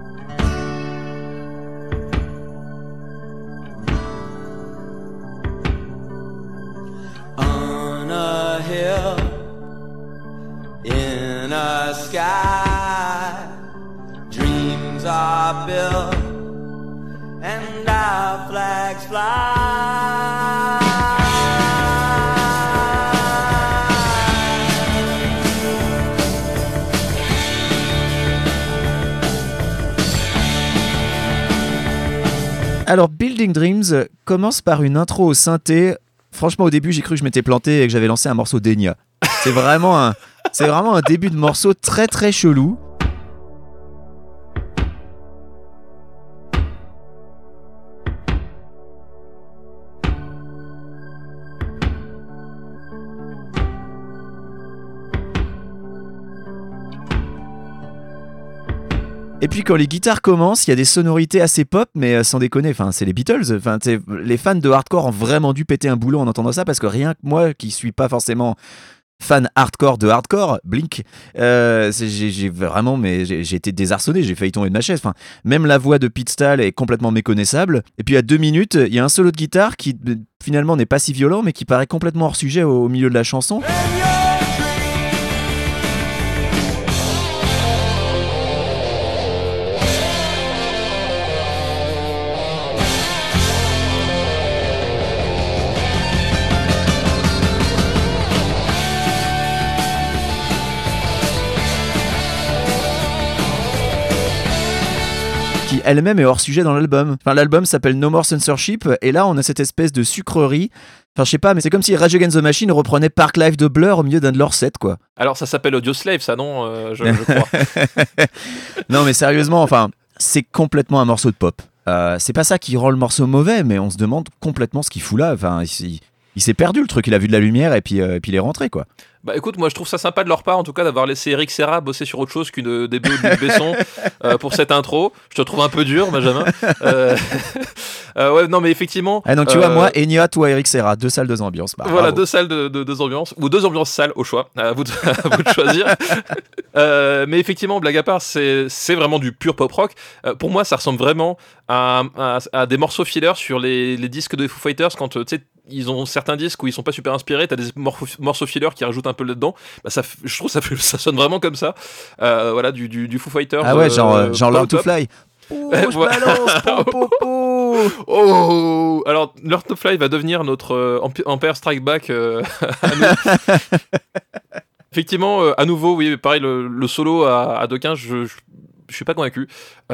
On a hill, in a sky, dreams are built. And our flags fly. Alors, Building Dreams commence par une intro au synthé. Franchement, au début, j'ai cru que je m'étais planté et que j'avais lancé un morceau d'Enya. C'est vraiment un, c'est vraiment un début de morceau très très chelou. Et puis quand les guitares commencent, il y a des sonorités assez pop, mais sans déconner, enfin, c'est les Beatles. Enfin, les fans de hardcore ont vraiment dû péter un boulot en entendant ça, parce que rien que moi, qui suis pas forcément fan hardcore de hardcore, Blink, euh, j'ai, j'ai vraiment, mais j'ai, j'ai été désarçonné, j'ai failli tomber de ma chaise. Enfin, même la voix de Pete Stahl est complètement méconnaissable. Et puis à deux minutes, il y a un solo de guitare qui finalement n'est pas si violent, mais qui paraît complètement hors sujet au, au milieu de la chanson. Qui elle-même est hors sujet dans l'album. Enfin, l'album s'appelle No More Censorship, et là on a cette espèce de sucrerie. Enfin, je sais pas, mais c'est comme si Rage Against the Machine reprenait Park Life de Blur au milieu d'un de leurs sets, quoi. Alors ça s'appelle Audio Slave, ça non, euh, je, je crois. Non, mais sérieusement, enfin, c'est complètement un morceau de pop. Euh, c'est pas ça qui rend le morceau mauvais, mais on se demande complètement ce qu'il fout là. Enfin, il, il s'est perdu le truc, il a vu de la lumière et puis, euh, et puis il est rentré, quoi. Bah écoute, moi je trouve ça sympa de leur part en tout cas d'avoir laissé Eric Serra bosser sur autre chose qu'une des B O de Luc Besson euh, pour cette intro. Je te trouve un peu dur, Benjamin. Euh... euh, ouais, non mais effectivement. Ah, donc tu euh... vois, moi, Enya, toi, Eric Serra, deux salles, deux ambiances. Bah, voilà, bravo. deux salles, de, de, deux ambiances, ou deux ambiances salles au choix, à vous de, à vous de choisir. euh, mais effectivement, blague à part, c'est, c'est vraiment du pur pop rock. Euh, pour moi, ça ressemble vraiment à, à, à des morceaux fillers sur les, les disques de Foo Fighters quand tu sais. Ils ont certains disques où ils sont pas super inspirés, t'as des morceaux, morceaux fillers qui rajoutent un peu là-dedans. Bah ça, je trouve ça, ça sonne vraiment comme ça. Euh, voilà, du, du, du Foo Fighters. Ah ouais, genre, euh, genre Learn to top. Fly. Oh, je balance, po, po, po. Oh, alors Learn to Fly va devenir notre euh, Empire Strike Back. Euh, à nous. Effectivement, euh, à nouveau, oui, pareil, le, le solo à, à deux quinze, je, je je suis pas convaincu.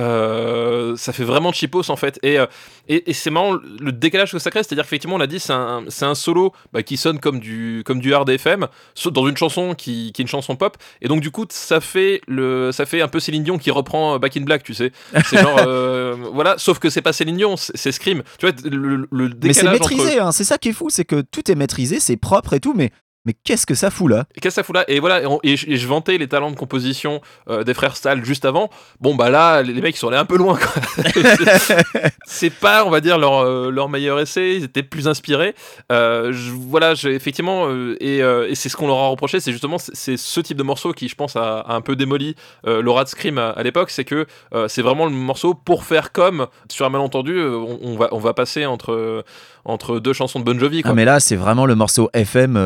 Euh, ça fait vraiment cheapos en fait. Et, et, et c'est marrant le décalage que ça crée. C'est-à-dire qu'effectivement, on l'a dit, c'est un, c'est un solo bah, qui sonne comme du, comme du hard F M, dans une chanson qui, qui est une chanson pop. Et donc, du coup, ça fait, le, ça fait un peu Céline Dion qui reprend Back in Black, tu sais. C'est genre, euh, voilà, sauf que c'est pas Céline Dion, c'est, c'est Scream. Tu vois, le, le décalage. Mais c'est maîtrisé, entre... hein, c'est ça qui est fou, c'est que tout est maîtrisé, c'est propre et tout, mais. Mais qu'est-ce que ça fout là ? Qu'est-ce que ça fout là ? Et voilà, et, on, et, je, et je vantais les talents de composition euh, des frères Stahl juste avant. Bon, bah là, les, les mecs ils sont allés un peu loin, quoi. c'est, c'est pas, on va dire, leur, euh, leur meilleur essai. Ils étaient plus inspirés. Euh, je, voilà, j'ai, effectivement, euh, et, euh, et c'est ce qu'on leur a reproché. C'est justement c'est, c'est ce type de morceau qui, je pense, a, a un peu démoli euh, l'aura de Scream à, à l'époque. C'est que euh, c'est vraiment le morceau pour faire comme, sur un malentendu, on, on, va, on va passer entre. Euh, entre deux chansons de Bon Jovi, quoi. Ah mais là c'est vraiment le morceau F M, euh,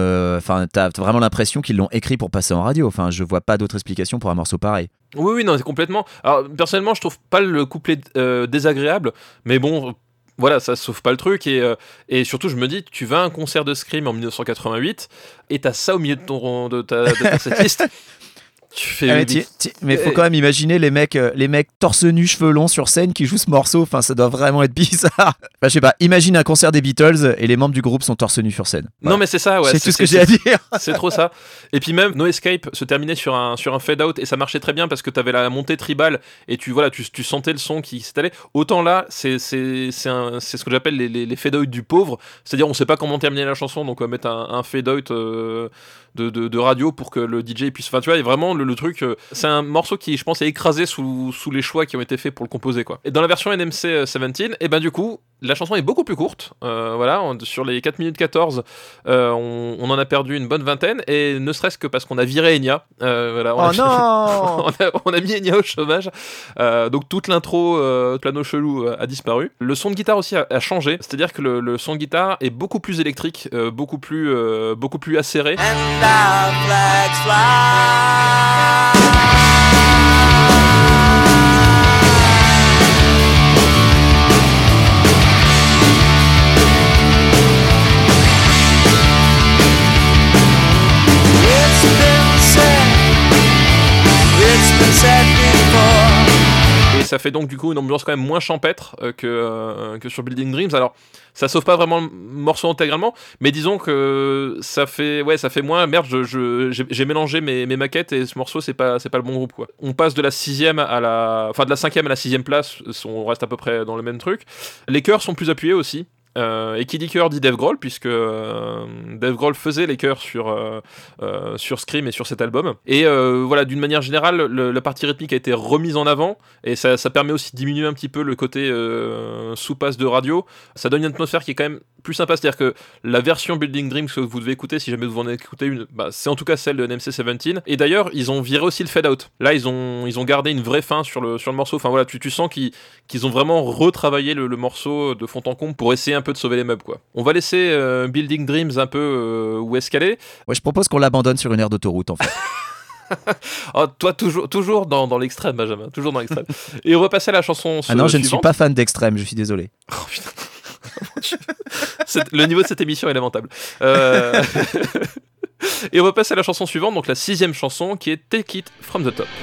enfin, t'as vraiment l'impression qu'ils l'ont écrit pour passer en radio. Enfin, je vois pas d'autre explication pour un morceau pareil. Oui, oui, non, c'est complètement. Alors, personnellement, je trouve pas le couplet euh, désagréable, mais bon, voilà, ça sauve pas le truc. Et, euh, et surtout, je me dis, tu vas à un concert de Scream en dix-neuf cent quatre-vingt-huit et t'as ça au milieu de, ton, de ta, de ta setlist. Tu fais ah, mais, t'y, t'y, mais faut quand même imaginer les mecs, euh, les mecs torse nu, cheveux longs sur scène qui jouent ce morceau. Enfin, ça doit vraiment être bizarre. Enfin, je sais pas. Imagine un concert des Beatles et les membres du groupe sont torse nu sur scène. Voilà. Non, mais c'est ça. Ouais, c'est, c'est tout ce que c'est, j'ai à dire. C'est trop ça. Et puis même No Escape se terminait sur un sur un fade out et ça marchait très bien parce que t'avais la montée tribale et tu voilà, tu, tu sentais le son qui s'étalait. Autant là, c'est c'est c'est un, c'est ce que j'appelle les les, les fade out du pauvre. C'est-à-dire on sait pas comment terminer la chanson, donc on va mettre un, un fade out. Euh, De, de, de radio pour que le D J puisse. Enfin, tu vois, et vraiment, le, le truc. Euh, c'est un morceau qui, je pense, est écrasé sous, sous les choix qui ont été faits pour le composer, quoi. Et dans la version N M C dix-sept, et ben du coup, la chanson est beaucoup plus courte. Euh, voilà, on, sur les quatre minutes quatorze, euh, on, on en a perdu une bonne vingtaine, et ne serait-ce que parce qu'on a viré Enya. Euh, voilà, on oh a, non on, a, on a mis Enya au chômage. Euh, donc toute l'intro, euh, plano chelou, euh, a disparu. Le son de guitare aussi a, a changé. C'est-à-dire que le, le son de guitare est beaucoup plus électrique, euh, beaucoup plus, euh, beaucoup plus acéré. And our flags fly. It's been said, it's been said before. Et ça fait donc du coup une ambiance quand même moins champêtre euh, que, euh, que sur Building Dreams. Alors ça sauve pas vraiment le morceau intégralement, mais disons que ça fait, ouais, ça fait moins merde. Je, je, j'ai, j'ai mélangé mes, mes maquettes et ce morceau c'est pas, c'est pas le bon groupe, quoi. On passe de la sixième à la, enfin de la cinquième à la sixième place, on reste à peu près dans le même truc. Les chœurs sont plus appuyés aussi. Euh, et qui dit chœur dit Dave Grohl, puisque euh, Dave Grohl faisait les chœurs sur, euh, euh, sur Scream et sur cet album. Et euh, voilà, d'une manière générale, le, la partie rythmique a été remise en avant, et ça, ça permet aussi de diminuer un petit peu le côté euh, sous-passe de radio. Ça donne une atmosphère qui est quand même plus sympa, c'est-à-dire que la version Building Dreams que vous devez écouter, si jamais vous en écoutez une, bah, c'est en tout cas celle de N M C dix-sept. Et d'ailleurs, ils ont viré aussi le fade-out. Là, ils ont, ils ont gardé une vraie fin sur le, sur le morceau. Enfin voilà, tu, tu sens qu'ils, qu'ils ont vraiment retravaillé le, le morceau de fond en comble pour essayer un peu de sauver les meubles, quoi. On va laisser euh, Building Dreams un peu euh, où est-ce qu'elle est. Ouais, je propose qu'on l'abandonne sur une aire d'autoroute, en fait. Oh, toi, toujours, toujours dans, dans l'extrême, Benjamin. Toujours dans l'extrême. Et on va passer à la chanson Ah non, je suivante. ne suis pas fan d'extrême, je suis désolé. Oh putain. C'est, le niveau de cette émission est lamentable. Euh... Et on va passer à la chanson suivante, donc la sixième chanson, qui est Take It From The Top.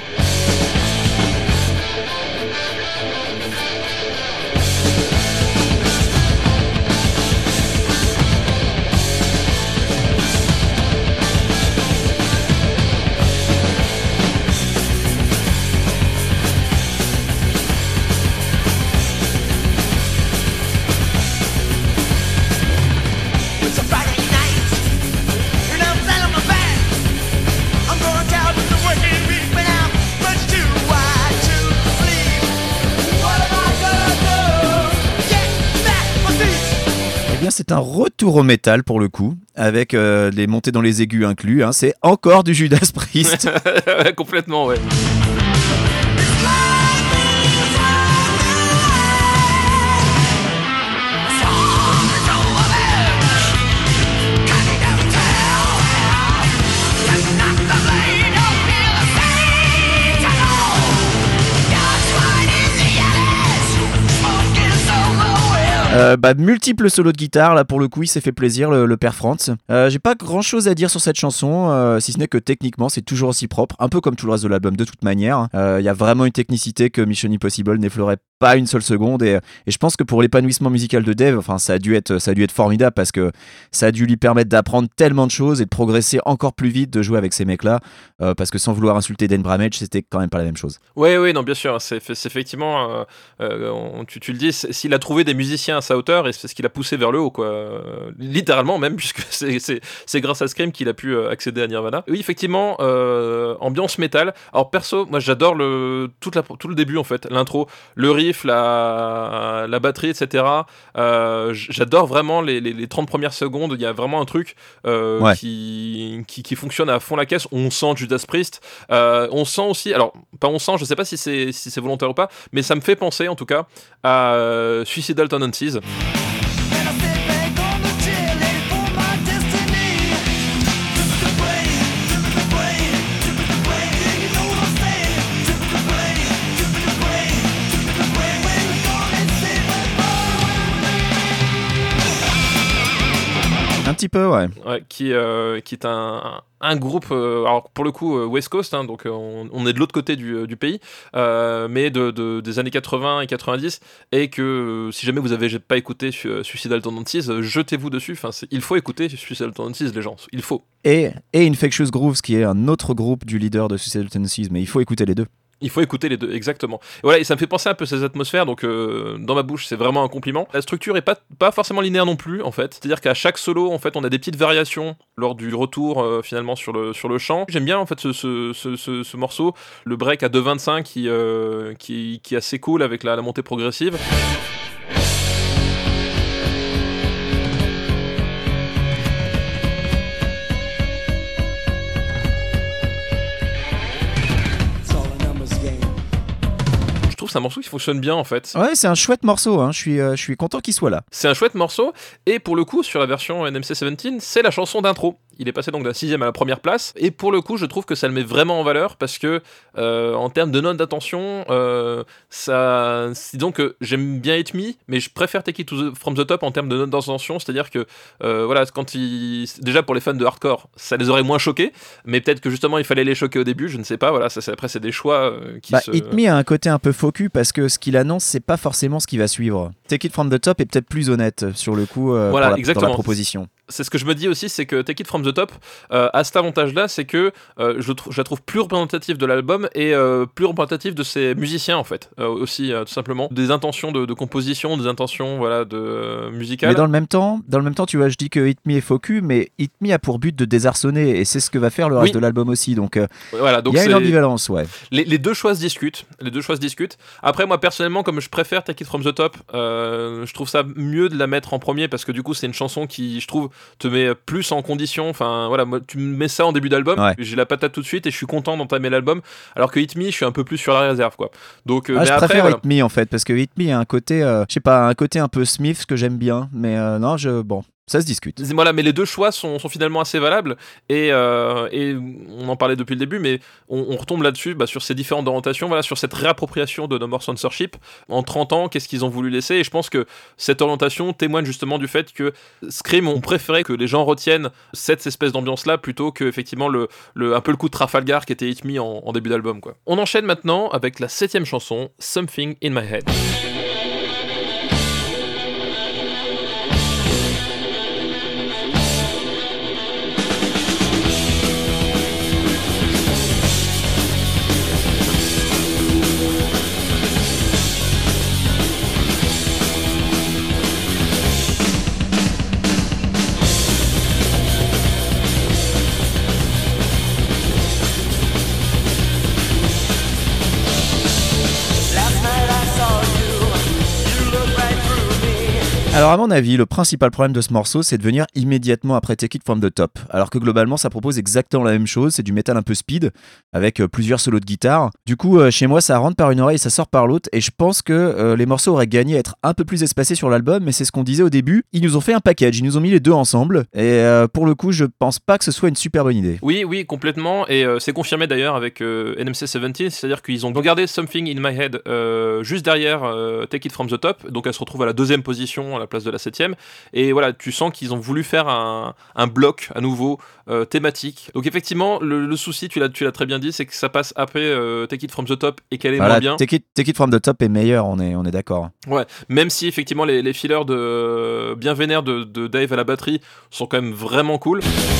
C'est un retour au métal pour le coup, avec euh, les montées dans les aigus inclus. Hein. C'est encore du Judas Priest. Complètement, ouais. Euh, bah, multiples solos de guitare, là pour le coup il s'est fait plaisir le, le père Franz. Euh, j'ai pas grand chose à dire sur cette chanson, euh, si ce n'est que techniquement c'est toujours aussi propre, un peu comme tout le reste de l'album de toute manière. Il euh, y a vraiment une technicité que Mission Impossible n'effleurait pas une seule seconde, et, et je pense que pour l'épanouissement musical de Dave, enfin, ça, a dû être, ça a dû être formidable parce que ça a dû lui permettre d'apprendre tellement de choses et de progresser encore plus vite, de jouer avec ces mecs là, euh, parce que sans vouloir insulter Dan Bramage, c'était quand même pas la même chose. Oui, oui, non, bien sûr, c'est, c'est effectivement, euh, euh, on, tu, tu le dis, s'il a trouvé des musiciens à sa hauteur, et c'est ce qu'il a poussé vers le haut, quoi. Euh, littéralement même, puisque c'est, c'est, c'est grâce à Scream qu'il a pu accéder à Nirvana. Oui, effectivement, euh, ambiance métal. Alors perso, moi j'adore le, toute la, tout le début en fait, l'intro, le riff, la, la batterie, et cetera. Euh, j'adore vraiment les, les, les trente premières secondes, il y a vraiment un truc euh, ouais. qui, qui, qui fonctionne à fond la caisse. On sent Judas Priest, euh, on sent aussi, alors pas on sent, je sais pas si c'est, si c'est volontaire ou pas, mais ça me fait penser en tout cas à euh, Suicidal Tendencies. Un petit peu, ouais. Ouais, qui, euh, qui est un, un groupe, euh, alors pour le coup euh, West Coast, hein, donc euh, on, on est de l'autre côté du, du pays, euh, mais de, de, des années quatre-vingts et quatre-vingt-dix, et que euh, si jamais vous n'avez pas écouté Su- Suicidal Tendencies, euh, jetez-vous dessus, enfin, c'est- il faut écouter Suicidal Tendencies, les gens, il faut. Et, et Infectious Grooves, qui est un autre groupe du leader de Suicidal Tendencies, mais il faut écouter les deux. Il faut écouter les deux, exactement. Et voilà, et ça me fait penser un peu à ces atmosphères, donc euh, dans ma bouche, c'est vraiment un compliment. La structure est pas, pas forcément linéaire non plus, en fait. C'est-à-dire qu'à chaque solo, en fait, on a des petites variations lors du retour, euh, finalement, sur le, sur le chant. J'aime bien, en fait, ce, ce, ce, ce, ce morceau, le break à deux vingt-cinq qui, euh, qui, qui est assez cool avec la, la montée progressive. Je trouve que c'est un morceau qui fonctionne bien, en fait. Ouais, c'est un chouette morceau, hein. je, suis, euh, je suis content qu'il soit là. C'est un chouette morceau, et pour le coup, sur la version N M C dix-sept, c'est la chanson d'intro. Il est passé donc de la sixième à la première place, et pour le coup, je trouve que ça le met vraiment en valeur, parce que, euh, en termes de notes d'attention, euh, ça... disons que j'aime bien Hit Me, mais je préfère Take It to the... From the Top en termes de notes d'attention, c'est-à-dire que, euh, voilà, quand il... déjà pour les fans de hardcore, ça les aurait moins choqués, mais peut-être que justement, il fallait les choquer au début, je ne sais pas, voilà, ça, c'est... après, c'est des choix euh, qui bah, se... Hit Me a un côté un peu faux cul, parce que ce qu'il annonce, c'est pas forcément ce qui va suivre. Take It From the Top est peut-être plus honnête, sur le coup, euh, Voilà, pour la, exactement. dans la proposition. C'est ce que je me dis aussi, c'est que Take It From the Top euh, a cet avantage-là, c'est que euh, je, tr- je la trouve plus représentative de l'album et euh, plus représentative de ses musiciens, en fait, euh, aussi, euh, tout simplement. Des intentions de, de composition, des intentions, voilà, de euh, musicales. Mais dans le même temps, dans le même temps, tu vois, je dis que Hit Me est faux cul, mais Hit Me a pour but de désarçonner, et c'est ce que va faire le reste Oui. de l'album aussi, donc euh, Voilà, donc il y a c'est... une ambivalence, ouais. Les, les deux choix se discutent. Les deux choix se discutent. Après, moi, personnellement, comme je préfère Take It From the Top, euh, je trouve ça mieux de la mettre en premier, parce que du coup, c'est une chanson qui, je trouve, te met plus en condition. Enfin, voilà, moi, tu me mets ça en début d'album, Ouais. j'ai la patate tout de suite et je suis content d'entamer l'album. Alors que Hit Me, je suis un peu plus sur la réserve, quoi. Donc, euh, Ah, mais je après, préfère voilà. Hit Me en fait, parce que Hit Me a un côté, euh, je sais pas, un côté un peu Smith, ce que j'aime bien, mais euh, non, je, bon, ça se discute. Voilà, mais les deux choix sont, sont finalement assez valables et, euh, et on en parlait depuis le début, mais on, on retombe là-dessus, bah, sur ces différentes orientations, voilà, sur cette réappropriation de No More Censorship. En trente ans, qu'est-ce qu'ils ont voulu laisser? Et je pense que cette orientation témoigne justement du fait que Scream ont préféré que les gens retiennent cette espèce d'ambiance-là plutôt que effectivement le, le, un peu le coup de Trafalgar qui était Hit Me en, en début d'album, quoi. On enchaîne maintenant avec la septième chanson, Something in My Head. Last night I saw you. You looked right through me. Alors à mon avis, le principal problème de ce morceau, c'est de venir immédiatement après Take It From The Top, alors que globalement ça propose exactement la même chose, c'est du métal un peu speed, avec euh, plusieurs solos de guitare. Du coup, euh, chez moi, ça rentre par une oreille et ça sort par l'autre, et je pense que euh, les morceaux auraient gagné à être un peu plus espacés sur l'album, mais c'est ce qu'on disait au début, ils nous ont fait un package, ils nous ont mis les deux ensemble, et euh, pour le coup, je pense pas que ce soit une super bonne idée. Oui, oui, complètement, et euh, c'est confirmé d'ailleurs avec euh, N M C dix-sept, c'est-à-dire qu'ils ont gardé Something in My Head euh, juste derrière euh, Take It From The Top, donc elle se retrouve à la deuxième position à la place de la septième, et voilà, tu sens qu'ils ont voulu faire un, un bloc à nouveau euh, thématique. Donc effectivement, le, le souci, tu l'as, tu l'as très bien dit, c'est que ça passe après euh, Take It From The Top et qu'elle est Voilà, moins bien. Take It, Take It From The Top est meilleur, on est, on est d'accord. Ouais, même si effectivement les, les fillers de bien vénères de, de Dave à la batterie sont quand même vraiment cool.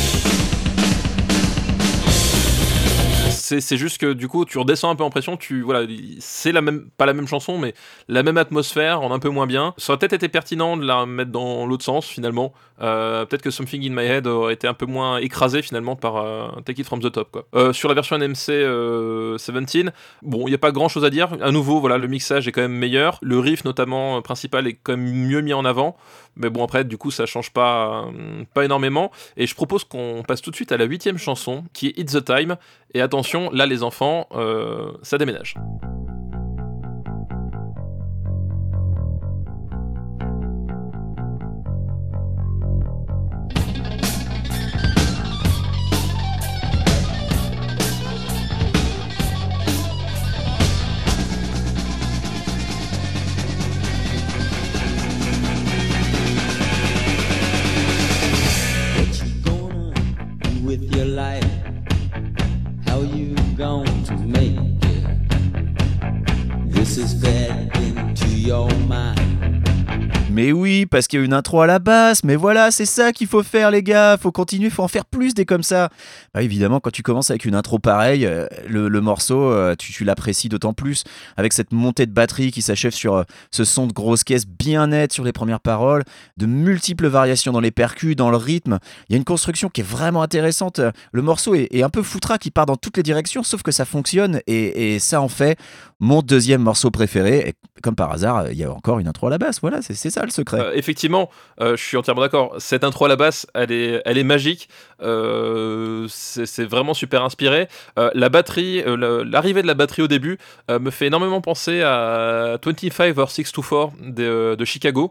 C'est, c'est juste que du coup tu redescends un peu en pression, tu voilà, c'est la même, pas la même chanson, mais la même atmosphère en un peu moins bien. Ça aurait peut-être été pertinent de la mettre dans l'autre sens finalement. Euh, peut-être que Something in My Head aurait été un peu moins écrasé finalement par euh, Take It From The Top, quoi. Euh, sur la version N M C euh, dix-sept, bon, il y a pas grand chose à dire. À nouveau, voilà, le mixage est quand même meilleur, le riff notamment euh, principal est quand même mieux mis en avant. Mais bon, après, du coup, ça change pas, euh, pas énormément. Et je propose qu'on passe tout de suite à la huitième chanson, qui est It's the Time. Et attention, là, les enfants, euh, ça déménage. parce qu'il y a une intro à la basse, mais voilà, c'est ça qu'il faut faire, les gars, faut continuer, faut en faire plus des comme ça. Bah, évidemment, quand tu commences avec une intro pareille, euh, le, le morceau, euh, tu, tu l'apprécies d'autant plus, avec cette montée de batterie qui s'achève sur euh, ce son de grosse caisse bien net sur les premières paroles, de multiples variations dans les percus, dans le rythme. Il y a une construction qui est vraiment intéressante. Le morceau est, est un peu foutraque, il part dans toutes les directions, sauf que ça fonctionne, et, et ça en fait mon deuxième morceau préféré. Et comme par hasard, il y a encore une intro à la basse. Voilà, c'est, c'est ça le secret. Euh, effectivement, euh, je suis entièrement d'accord. Cette intro à la basse, elle est, elle est magique. Euh, c'est, c'est vraiment super inspiré. Euh, la batterie, euh, la- l'arrivée de la batterie au début euh, me fait énormément penser à vingt-cinq or six to four de, de Chicago.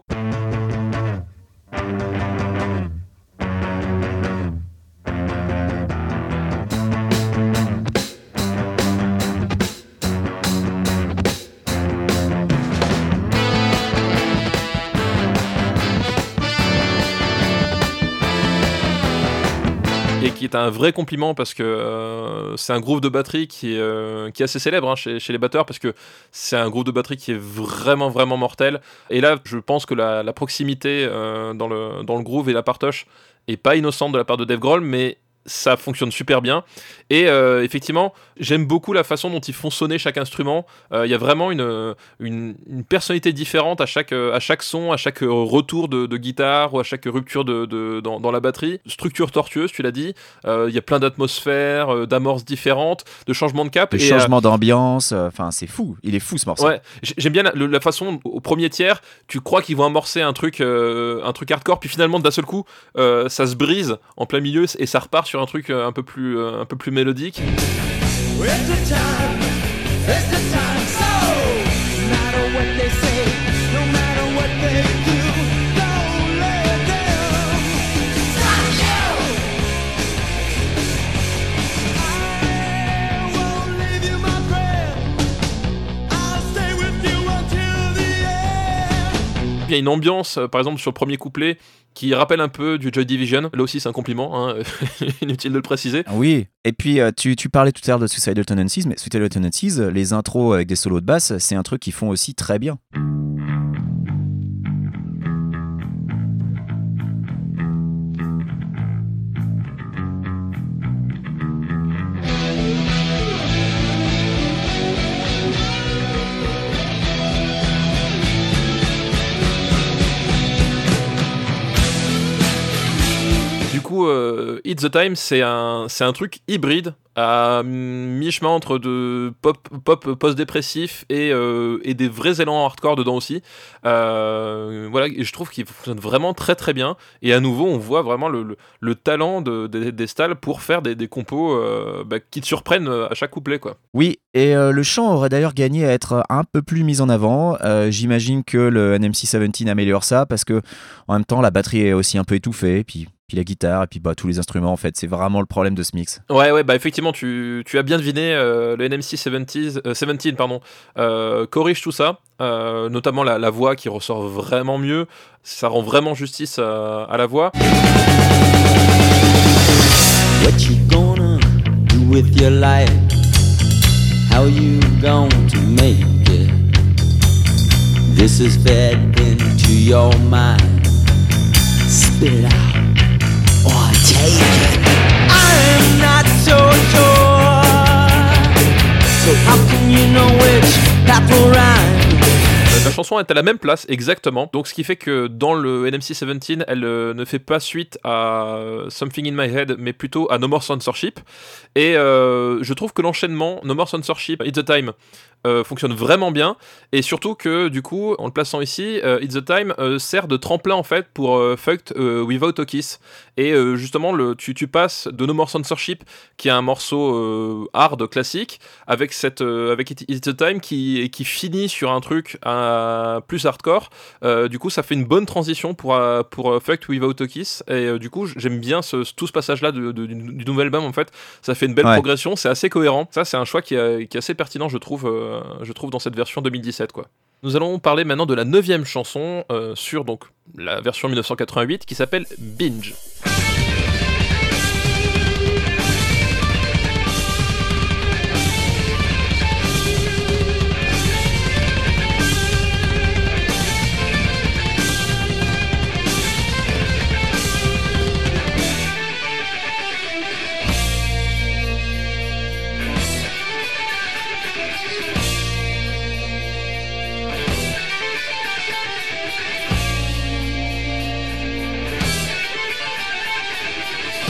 Et qui est un vrai compliment parce que euh, c'est un groove de batterie qui est, euh, qui est assez célèbre hein, chez, chez les batteurs parce que c'est un groove de batterie qui est vraiment vraiment mortel. Et là, je pense que la, la proximité euh, dans, le, dans le groove et la partoche est pas innocente de la part de Dave Grohl, mais ça fonctionne super bien. Et euh, effectivement, j'aime beaucoup la façon dont ils font sonner chaque instrument. Euh, Il y a vraiment une, une, une personnalité différente à chaque, à chaque son, à chaque retour de, de guitare ou à chaque rupture de, de, dans, dans la batterie. Structure tortueuse, tu l'as dit. Euh, Il y a plein d'atmosphères, euh, d'amorces différentes, de changements de cap. Le et, changement d'ambiance, enfin, c'est fou. Il est fou ce morceau. Ouais, j'ai- j'aime bien la, le- la façon au premier tiers, tu crois qu'ils vont amorcer un truc, euh, un truc hardcore, puis finalement d'un seul coup, euh, ça se brise en plein milieu et ça repart sur un truc euh, un peu plus, euh, un peu plus mélodique. It's the time, it's the time. So, no matter what they say, no matter what they do, don't let them stop you. I won't leave you, my friend. I'll stay with you until the end. Il y a une ambiance, euh, par exemple sur le premier couplet, qui rappelle un peu du Joy Division. Là aussi, c'est un compliment, hein, inutile de le préciser. Oui, et puis euh, tu, tu parlais tout à l'heure de Suicidal Tendencies, mais Suicidal Tendencies, euh, les intros avec des solos de basse, c'est un truc qu'ils font aussi très bien. Du coup, euh, It's the Time, c'est un, c'est un truc hybride à mi-chemin entre de pop, pop post-dépressif et, euh, et des vrais élans hardcore dedans aussi. Euh, voilà, et je trouve qu'il fonctionne vraiment très très bien. Et à nouveau, on voit vraiment le, le, le talent de, de- des Stalls pour faire des, des compos euh, bah, qui te surprennent à chaque couplet, quoi. Oui, et euh, le chant aurait d'ailleurs gagné à être un peu plus mis en avant. Euh, j'imagine que le N M C dix-sept améliore ça parce que en même temps la batterie est aussi un peu étouffée, puis, puis la guitare, et puis bah, tous les instruments en fait. C'est vraiment le problème de ce mix. Ouais, ouais, bah effectivement, tu, tu as bien deviné, euh, le N M C dix-sept, euh, dix-sept pardon, euh, corrige tout ça, euh, notamment la, la voix qui ressort vraiment mieux, ça rend vraiment justice à, à la voix. What you gonna do with your life? How you going to make it? This is fed into your mind. Spit it out or take it. I'm not so sure. So how can you know which path will rhyme? La chanson est à la même place, exactement. Donc, ce qui fait que dans le N M C dix-sept, elle euh, ne fait pas suite à euh, Something in My Head, mais plutôt à No More Censorship. Et euh, je trouve que l'enchaînement No More Censorship, It's the Time, euh, fonctionne vraiment bien. Et surtout que, du coup, en le plaçant ici, euh, It's the Time euh, sert de tremplin, en fait, pour euh, Fucked euh, Without a Kiss. Et euh, justement, le, tu, tu passes de No More Censorship, qui est un morceau euh, hard classique, avec, cette, euh, avec It's the Time, qui, qui finit sur un truc à plus hardcore. Euh, du coup, ça fait une bonne transition pour, euh, pour euh, Fucked Without a Kiss. Et euh, du coup, j'aime bien ce, tout ce passage-là de, de, du, du nouvel album, en fait. Ça fait une belle Ouais. progression, c'est assez cohérent. Ça, c'est un choix qui, est- qui est assez pertinent, je trouve, euh, je trouve dans cette version deux mille dix-sept, quoi. Nous allons parler maintenant de la neuvième chanson euh, sur donc, la version mille neuf cent quatre-vingt-huit qui s'appelle Binge.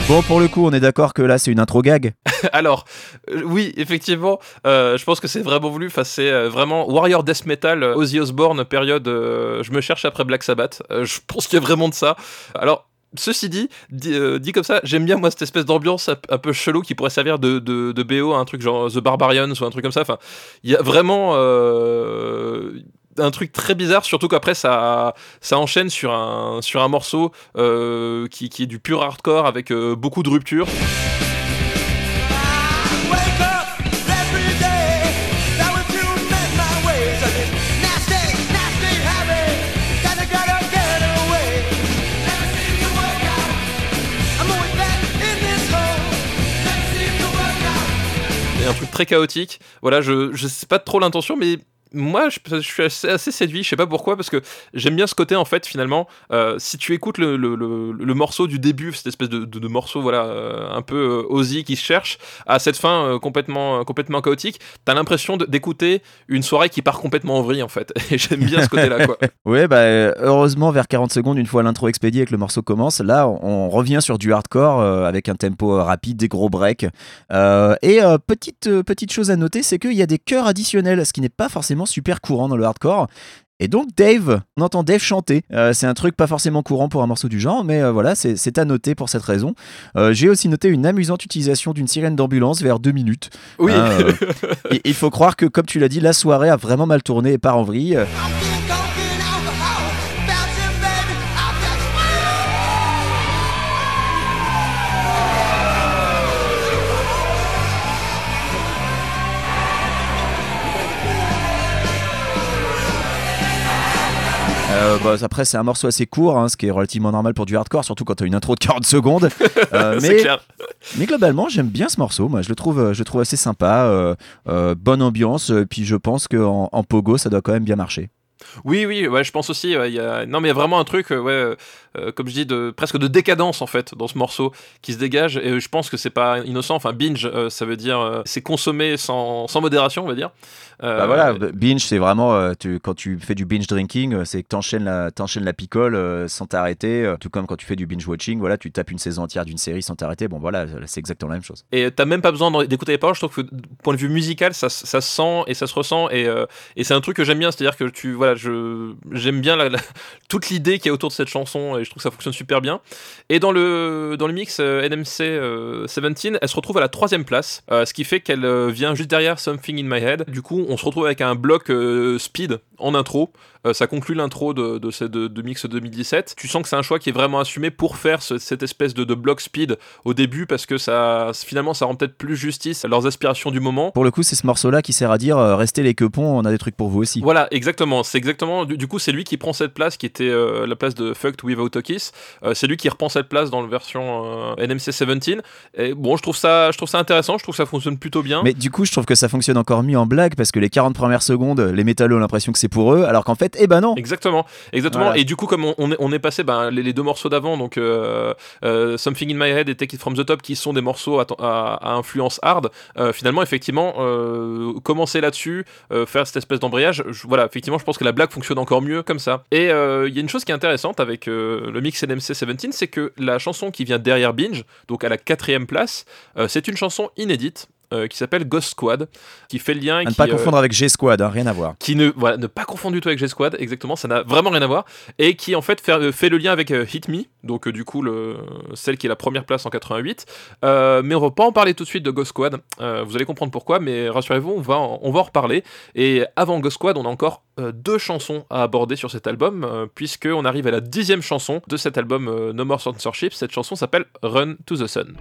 Bon, pour le coup, on est d'accord que là, c'est une intro gag. Alors, euh, oui, effectivement, euh, je pense que c'est vraiment voulu. Enfin, c'est euh, vraiment Warrior Death Metal, euh, Ozzy Osbourne, période euh, je me cherche après Black Sabbath. Euh, je pense qu'il y a vraiment de ça. Alors, ceci dit, dit, euh, dit comme ça, j'aime bien moi cette espèce d'ambiance un, un peu chelou qui pourrait servir de, de, de B O à un truc genre The Barbarians ou un truc comme ça. Enfin, il y a vraiment euh, un truc très bizarre, surtout qu'après ça, ça enchaîne sur un, sur un morceau euh, qui, qui est du pur hardcore avec euh, beaucoup de ruptures. Wake up every day. That was you mend my ways. And it's nasty, nasty habit. Gotta, gotta get away. Never seem to work out. I'm always back in this hole. Never seem to work out. Et un truc très chaotique. Voilà, je, je sais pas trop l'intention, mais moi, je, je suis assez, assez séduit, je sais pas pourquoi, parce que j'aime bien ce côté, en fait, finalement, euh, si tu écoutes le, le, le, le morceau du début, cette espèce de, de, de morceau, voilà, euh, un peu euh, Ozzy qui se cherche, à cette fin euh, complètement, euh, complètement chaotique, t'as l'impression de, d'écouter une soirée qui part complètement en vrille, en fait, et j'aime bien ce côté-là, quoi. Ouais, bah, euh, heureusement, vers quarante secondes, une fois l'intro expédiée et que le morceau commence, là, on, on revient sur du hardcore euh, avec un tempo euh, rapide, des gros breaks. Euh, et euh, petite, euh, petite chose à noter, c'est qu'il y a des chœurs additionnels, ce qui n'est pas forcément super courant dans le hardcore. Et donc Dave, on entend Dave chanter. Euh, c'est un truc pas forcément courant pour un morceau du genre, mais euh, voilà, c'est, c'est à noter pour cette raison. Euh, j'ai aussi noté une amusante utilisation d'une sirène d'ambulance vers deux minutes. Oui. Hein, euh, et il faut croire que, comme tu l'as dit, la soirée a vraiment mal tourné et part en vrille. I'm getting coke and alcohol. Bouncing, baby. I'll just Euh, bah, après, c'est un morceau assez court, hein, ce qui est relativement normal pour du hardcore, surtout quand t'as une intro de quarante secondes. Euh, C'est mais, clair. mais globalement, j'aime bien ce morceau. Moi, je le trouve, je le trouve assez sympa. Euh, euh, bonne ambiance. Et puis, je pense qu'en en pogo, ça doit quand même bien marcher. Oui, oui, ouais, je pense aussi. Ouais, y a... Non, mais il y a vraiment un truc, euh, ouais, euh, euh, comme je dis, de, presque de décadence en fait dans ce morceau qui se dégage. Et euh, je pense que c'est pas innocent. Enfin, binge, euh, ça veut dire euh, c'est consommer sans, sans modération, on va dire. Euh, Bah voilà, binge, c'est vraiment euh, tu, quand tu fais du binge drinking, euh, c'est que t'enchaînes la, t'enchaînes la picole euh, sans t'arrêter. euh, tout comme quand tu fais du binge watching, voilà, tu tapes une saison entière d'une série sans t'arrêter. Bon, voilà, c'est exactement la même chose. Et t'as même pas besoin d'en- d'écouter les paroles. Je trouve que, du point de vue musical, ça, s- ça se sent et ça se ressent. Et, euh, et c'est un truc que j'aime bien, c'est-à-dire que tu, voilà, je, j'aime bien la, la- toute l'idée qu'il y a autour de cette chanson et je trouve que ça fonctionne super bien. Et dans le, dans le mix euh, N M C euh, dix-sept, elle se retrouve à la troisième place, euh, ce qui fait qu'elle euh, vient juste derrière Something in My Head. Du coup, on se retrouve avec un bloc euh, speed en intro. Euh, ça conclut l'intro de, de, ce- de, de mix deux mille dix-sept. Tu sens que c'est un choix qui est vraiment assumé pour faire ce- cette espèce de, de bloc speed au début parce que ça, finalement, ça rend peut-être plus justice à leurs aspirations du moment. Pour le coup, c'est ce morceau-là qui sert à dire euh, restez les quepons, on a des trucs pour vous aussi. Voilà, exactement. C'est exactement. Du, du coup, c'est lui qui prend cette place, qui était euh, la place de Fucked Without a Kiss. Euh, c'est lui qui reprend cette place dans la version euh, N M C dix-sept. Et bon, je trouve ça, je trouve ça intéressant. Je trouve que ça fonctionne plutôt bien. Mais du coup, je trouve que ça fonctionne encore mieux en blague parce que les quarante premières secondes, les métallos ont l'impression que c'est pour eux, alors qu'en fait, eh ben non. Exactement, exactement. Voilà. Et du coup, comme on, on est, on est passé ben, les, les deux morceaux d'avant, donc euh, euh, Something in My Head et Take It From The Top, qui sont des morceaux à, à, à influence hard, euh, finalement, effectivement, euh, commencer là-dessus, euh, faire cette espèce d'embrayage, je, voilà, effectivement, je pense que la blague fonctionne encore mieux comme ça. Et il euh, y a une chose qui est intéressante avec euh, le mix N M C dix-sept, c'est que la chanson qui vient derrière Binge, donc à la quatrième place, euh, c'est une chanson inédite. Euh, qui s'appelle Ghost Squad, qui fait le lien et À ne qui, pas euh, confondre avec G-Squad, hein, rien à voir. qui ne voilà ne pas confondre du tout avec G-Squad, exactement, ça n'a vraiment rien à voir, et qui en fait fait, euh, fait le lien avec euh, Hit Me, donc euh, du coup le, celle qui est la première place en quatre-vingt-huit, euh, mais on va pas en parler tout de suite de Ghost Squad, euh, vous allez comprendre pourquoi, mais rassurez-vous, on va en, on va en reparler. Et avant Ghost Squad, on a encore euh, deux chansons à aborder sur cet album, euh, puisque on arrive à la dixième chanson de cet album euh, No More Censorship. Cette chanson s'appelle Run to the Sun.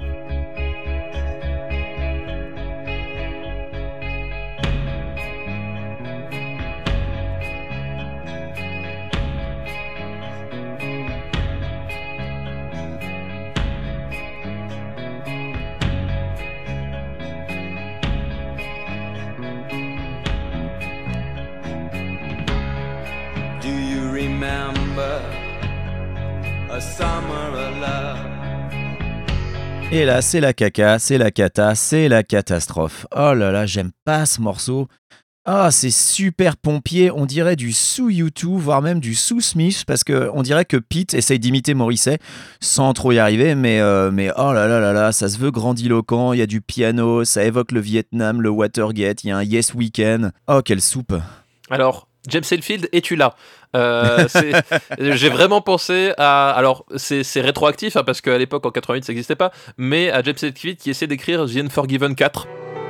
Do you remember a summer of love? Et là, c'est la caca, c'est la cata, c'est la catastrophe. Oh là là, j'aime pas ce morceau. Ah, c'est super pompier, on dirait du sous U deux, voire même du sous Smith, parce que on dirait que Pete essaye d'imiter Morrissey, sans trop y arriver, mais, euh, mais oh là là là là, ça se veut grandiloquent, il y a du piano, ça évoque le Vietnam, le Watergate, il y a un Yes Weekend. Oh, quelle soupe. Alors, James Hetfield, es-tu là? Euh, c'est- J'ai vraiment pensé à. Alors, c'est c'est rétroactif, hein, parce qu'à l'époque, en quatre-vingt-huit, ça n'existait pas, mais à James Hetfield qui essaie d'écrire The Unforgiven quatre.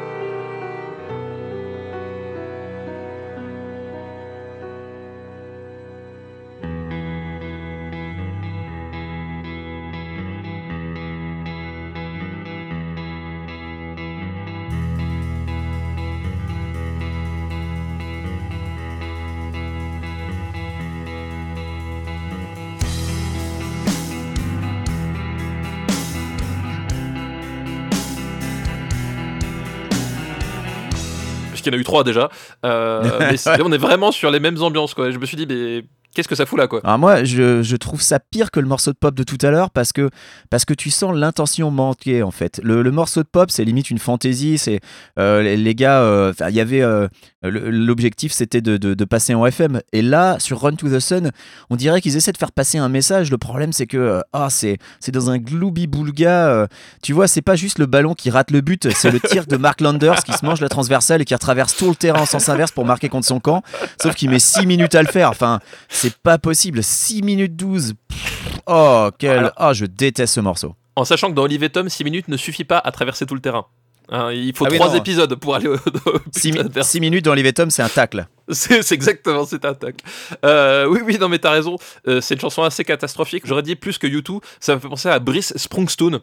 Puisqu'il y en a eu trois déjà. Euh, mais c'est- on est vraiment sur les mêmes ambiances, quoi. Je me suis dit, mais qu'est-ce que ça fout là, quoi? Alors moi, je, je trouve ça pire que le morceau de pop de tout à l'heure parce que, parce que tu sens l'intention manquée en fait. Le, le morceau de pop, c'est limite une fantaisie. C'est euh, les, les gars, euh, 'fin, il y avait euh, le- l'objectif, c'était de, de, de passer en F M. Et là, sur Run to the Sun, on dirait qu'ils essaient de faire passer un message. Le problème, c'est que euh, ah, c'est c'est dans un gloubi-boulga. euh, tu vois, c'est pas juste le ballon qui rate le but, c'est le tir de Mark Landers qui se mange la transversale et qui retraverse tout le terrain en sens inverse pour marquer contre son camp. Sauf qu'il met six minutes à le faire. Enfin. C'est pas possible, six minutes douze. Pff, oh, quel. Alors- Oh, je déteste ce morceau. En sachant que dans Olive et Tom, six minutes ne suffit pas à traverser tout le terrain. Hein, il faut Ah oui, trois non. épisodes pour aller au, au six but adverse. minutes dans Live Tom, c'est un tacle. C'est c'est exactement, c'est un tac. Euh, oui, oui, non, mais t'as raison. Euh, c'est une chanson assez catastrophique. J'aurais dit plus que U deux. Ça me fait penser à Brice Sprungstone.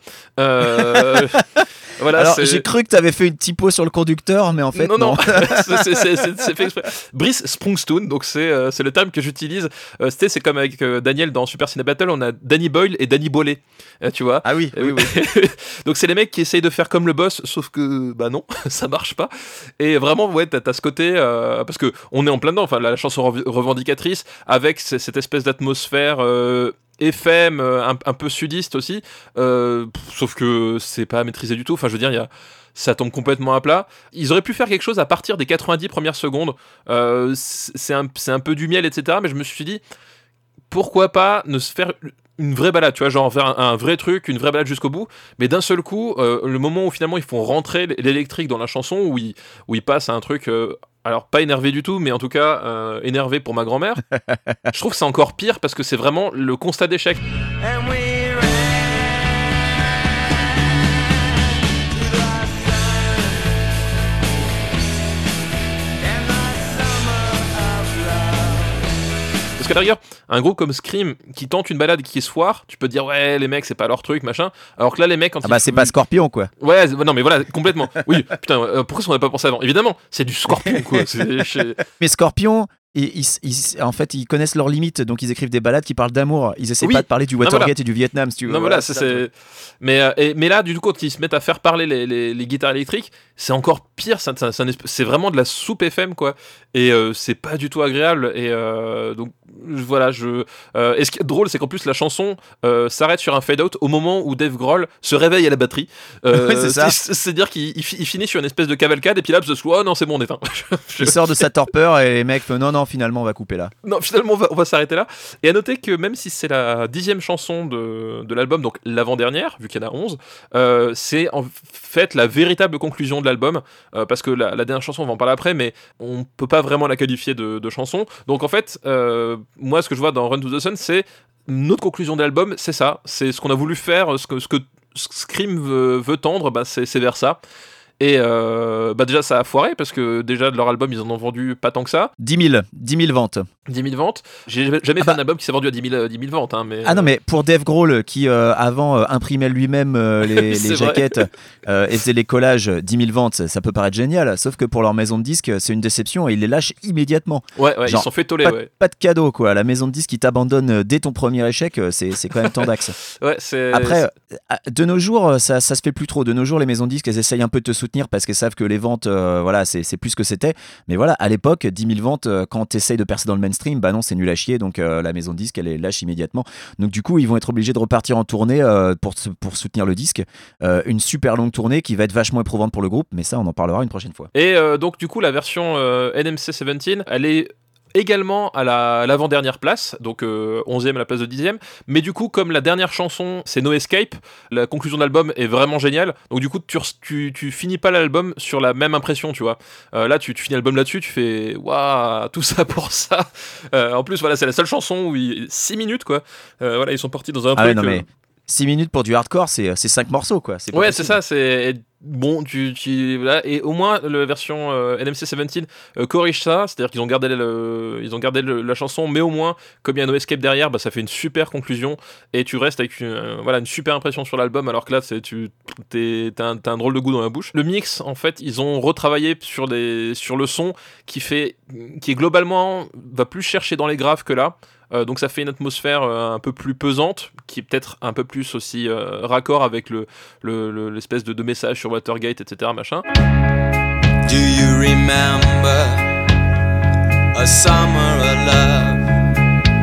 Euh, voilà, Alors, c'est- j'ai cru que t'avais fait une typo sur le conducteur, mais en fait, non, non. non, c'est- c'est- c'est c'est- c'est fait exprès. Brice Sprungstone, donc c'est euh, c'est le terme que j'utilise. Euh, c'était- c'est comme avec euh, Daniel dans Super Ciné Battle, on a Danny Boyle et Danny Bolet. Euh, tu vois. Ah oui, oui, Euh, oui. Donc c'est les mecs qui essayent de faire comme le boss, sauf que bah non, ça marche pas. Et vraiment ouais, t'as, t'as ce côté euh, parce que on est en plein dedans. Enfin la, la chanson rev- revendicatrice avec c- cette espèce d'atmosphère euh, F M, euh, un, un peu sudiste aussi. Euh, pff, sauf que c'est pas maîtrisé du tout. Enfin je veux dire il y a ça tombe complètement à plat. Ils auraient pu faire quelque chose à partir des quatre-vingt-dix premières secondes. Euh, c'est, c'est un, c'est un peu du miel, et cetera. Mais je me suis dit pourquoi pas ne se faire une vraie balade, tu vois, genre faire un, un vrai truc, une vraie balade jusqu'au bout, mais d'un seul coup, euh, le moment où finalement ils font rentrer l'électrique dans la chanson, où ils, où ils passent à un truc, euh, alors pas énervé du tout, mais en tout cas euh, énervé pour ma grand-mère, je trouve que c'est encore pire parce que c'est vraiment le constat d'échec. And we ran to the sun and the summer of love. Parce qu'à la rigueur, un groupe comme Scream qui tente une balade qui se foire, tu peux te dire ouais les mecs c'est pas leur truc machin, alors que là les mecs quand Ah ils bah, c'est pas Scorpion, quoi. ouais c'est- non mais voilà complètement oui putain euh, pourquoi on n'a pas pensé avant, évidemment c'est du Scorpion quoi. C'est- je- Mais Scorpion, ils, ils- ils- en fait, ils connaissent leurs limites, donc ils écrivent des balades qui parlent d'amour. Ils essaient Oui. pas de parler du Non, Watergate voilà. et du Vietnam, si tu veux. Non, voilà, c'est, c'est- Mais, euh, et- mais là, du coup, quand ils se mettent à faire parler les, les- les guitares électriques, c'est encore pire. ça- ça- c'est, un esp- c'est vraiment de la soupe F M, quoi. Et euh, c'est pas du tout agréable. Et euh, donc, je- voilà. Je, euh, et ce qui est drôle, c'est qu'en plus, la chanson euh, s'arrête sur un fade-out au moment où Dave Grohl se réveille à la batterie. Euh, Oui, c'est ça. C'est, c'est-à-dire qu'il il fi- il finit sur une espèce de cavalcade, et puis là, se dit, oh non, c'est bon, on éteint. Je- Il sort de sa torpeur et les mecs font non, non, finalement, on va couper là. Non, finalement, on va, on va s'arrêter là. Et à noter que même si c'est la dixième chanson de, de l'album, donc l'avant-dernière, vu qu'il y en a onze, euh, c'est en fait la véritable conclusion de l'album, euh, parce que la, la dernière chanson, on va en parler après, mais on peut pas vraiment la qualifier de, de chanson. Donc en fait, euh, moi, ce que je vois dans Run to the Sun, c'est notre conclusion de l'album, c'est ça. C'est ce qu'on a voulu faire, ce que, ce que Scream veut, veut tendre, bah, c'est, c'est vers ça. Et euh, bah déjà ça a foiré parce que déjà de leur album ils en ont vendu pas tant que ça, dix mille, dix mille ventes. dix mille ventes. J'ai jamais Ah fait bah- un album qui s'est vendu à dix mille, euh, dix mille ventes. Hein, mais, Ah non, mais pour Dave Grohl, qui euh, avant euh, imprimait lui-même euh, les, C'est les vrai. jaquettes euh, et faisait les collages, dix mille ventes, ça, ça peut paraître génial. Sauf que pour leur maison de disques, c'est une déception et ils les lâchent immédiatement. Ouais, ouais, Genre, ils sont fait toller, Pas, ouais. pas de cadeau, quoi. La maison de disques qui t'abandonne euh, dès ton premier échec, euh, c'est, c'est quand même tendax. Ouais, c'est... Après, euh, de nos jours, ça, ça se fait plus trop. De nos jours, les maisons de disques, elles essayent un peu de te soutenir. soutenir parce qu'ils savent que les ventes, euh, voilà, c'est, c'est plus ce que c'était. Mais voilà, à l'époque, dix mille ventes, euh, quand tu essayes de percer dans le mainstream, bah non, c'est nul à chier. Donc euh, la maison de disque, elle est lâche immédiatement. Donc du coup, ils vont être obligés de repartir en tournée euh, pour, pour soutenir le disque. Euh, une super longue tournée qui va être vachement éprouvante pour le groupe, mais ça, on en parlera une prochaine fois. Et euh, donc du coup la version euh, N M C dix-sept, elle est également à la, l'avant-dernière place, donc euh, onzième à la place de dixième, mais du coup comme la dernière chanson c'est No Escape, la conclusion de l'album est vraiment géniale, donc du coup tu, tu, tu finis pas l'album sur la même impression, tu vois. Euh, là tu, tu finis l'album là-dessus, tu fais waouh, tout ça pour ça. Euh, en plus voilà, c'est la seule chanson où il six minutes quoi. Euh, voilà, ils sont partis dans un ah truc ouais, non, euh, mais six minutes pour du hardcore, c'est, c'est cinq morceaux quoi. C'est pas ouais, possible. c'est ça, c'est bon, tu, tu voilà. Et au moins la version euh, N M C dix-sept euh, corrige ça, c'est-à-dire qu'ils ont gardé le, ils ont gardé le, la chanson, mais au moins comme il y a No Escape derrière, bah ça fait une super conclusion et tu restes avec une, euh, voilà, une super impression sur l'album, alors que là c'est tu t'es, t'as, un, t'as un drôle de goût dans la bouche. Le mix, en fait, ils ont retravaillé sur des sur le son qui fait qui est globalement va plus chercher dans les graves que là. Euh, donc ça fait une atmosphère euh, un peu plus pesante, qui est peut-être un peu plus aussi euh, raccord avec le, le, le- l'espèce de, de message sur Watergate, et cetera. Machin. Do you remember a summer of love?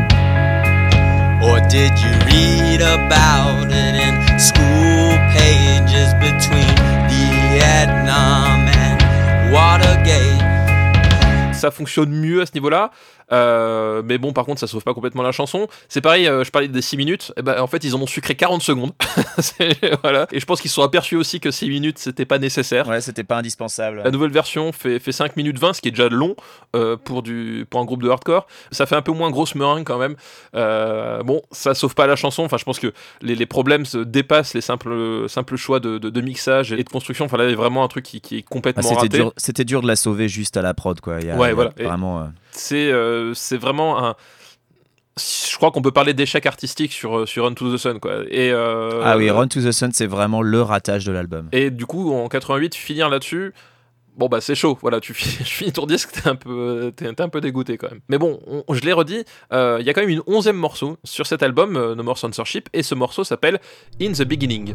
Or did you read about it in school pages between Vietnam and Watergate? Ça fonctionne mieux à ce niveau-là. Euh, mais bon, par contre, ça sauve pas complètement la chanson. C'est pareil, euh, je parlais des six minutes. Et ben, en fait, ils en ont sucré quarante secondes. C'est- voilà. Et je pense qu'ils se sont aperçus aussi que six minutes, c'était pas nécessaire. Ouais, c'était pas indispensable. La nouvelle version fait, fait cinq minutes vingt, ce qui est déjà long euh, pour, du, pour un groupe de hardcore. Ça fait un peu moins grosse meringue quand même. Euh, bon, ça sauve pas la chanson. Enfin, je pense que les, les problèmes se dépassent les simples, simples choix de, de, de mixage et de construction. Enfin, là, il y a vraiment un truc qui, qui est Ah, complètement c'était, raté. dur, c'était dur de la sauver juste à la prod quoi. Il y a, Ouais, il y a voilà. Et- Vraiment. euh, C'est, euh, c'est vraiment un. Je crois qu'on peut parler d'échec artistique sur, sur Run to the Sun, quoi. Et, euh, Ah oui, Run to the Sun, c'est vraiment le ratage de l'album. Et du coup, en quatre-vingt-huit, finir là-dessus, bon bah c'est chaud. Voilà, tu finis, tu finis ton disque, t'es un peu, t'es, t'es un peu dégoûté quand même. Mais bon, on- je l'ai redit, il y a quand même une onzième morceau sur cet album, euh, No More Censorship, et ce morceau s'appelle In the Beginning.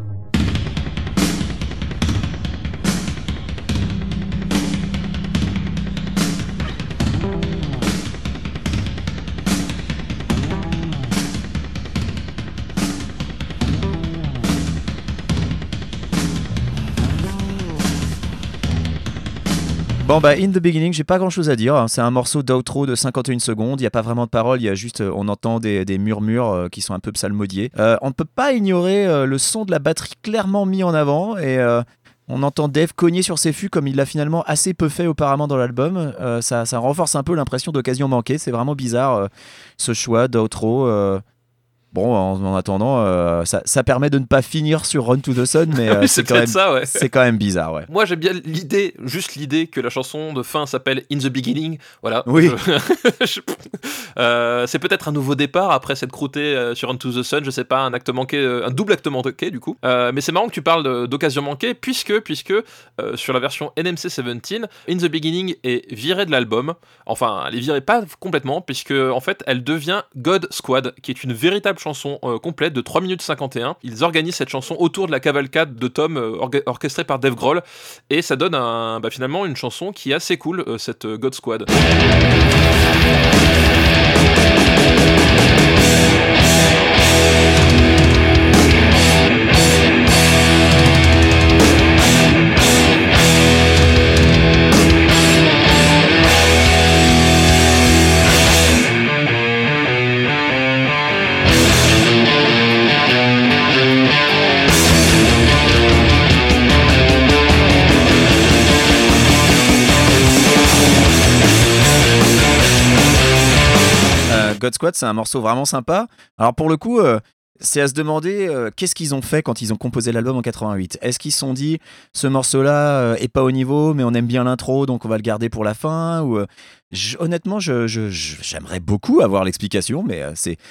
Bon bah In the Beginning, j'ai pas grand chose à dire, hein. C'est un morceau d'outro de cinquante et une secondes, il y a pas vraiment de paroles, il y a juste, euh, on entend des, des murmures euh, qui sont un peu psalmodiés. Euh, on ne peut pas ignorer euh, le son de la batterie clairement mis en avant et euh, on entend Dave cogner sur ses fûts comme il l'a finalement assez peu fait auparavant dans l'album. Euh, ça, ça renforce un peu l'impression d'occasion manquée, c'est vraiment bizarre euh, ce choix d'outro. euh. Bon, en, en attendant, euh, ça, ça permet de ne pas finir sur Run to the Sun, mais euh, Oui, c'est, c'est quand peut-être même, ça, ouais. c'est quand même bizarre, ouais. Moi j'aime bien l'idée, juste l'idée que la chanson de fin s'appelle In the Beginning. Voilà. Oui. Je- je- Euh, c'est peut-être un nouveau départ après cette croûtée euh, sur Run to the Sun, je sais pas, un acte manqué, euh, un double acte manqué du coup. Euh, mais c'est marrant que tu parles de- d'occasion manquée, puisque, puisque euh, sur la version N M C dix-sept, In the Beginning est virée de l'album. Enfin, elle est virée pas complètement, puisque en fait elle devient God Squad, qui est une véritable chanson euh, complète de trois minutes cinquante et un. Ils organisent cette chanson autour de la cavalcade de Tom, euh, orga- orchestrée par Dave Grohl, et ça donne un, bah, finalement une chanson qui est assez cool, euh, cette euh, God Squad. Euh, God Squad, c'est un morceau vraiment sympa. Alors pour le coup, euh, c'est à se demander euh, qu'est-ce qu'ils ont fait quand ils ont composé l'album en quatre-vingt-huit. Est-ce qu'ils se sont dit ce morceau-là euh, est pas au niveau, mais on aime bien l'intro, donc on va le garder pour la fin ou, euh, je- Honnêtement, je, je- je- j'aimerais beaucoup avoir l'explication, mais euh, c'est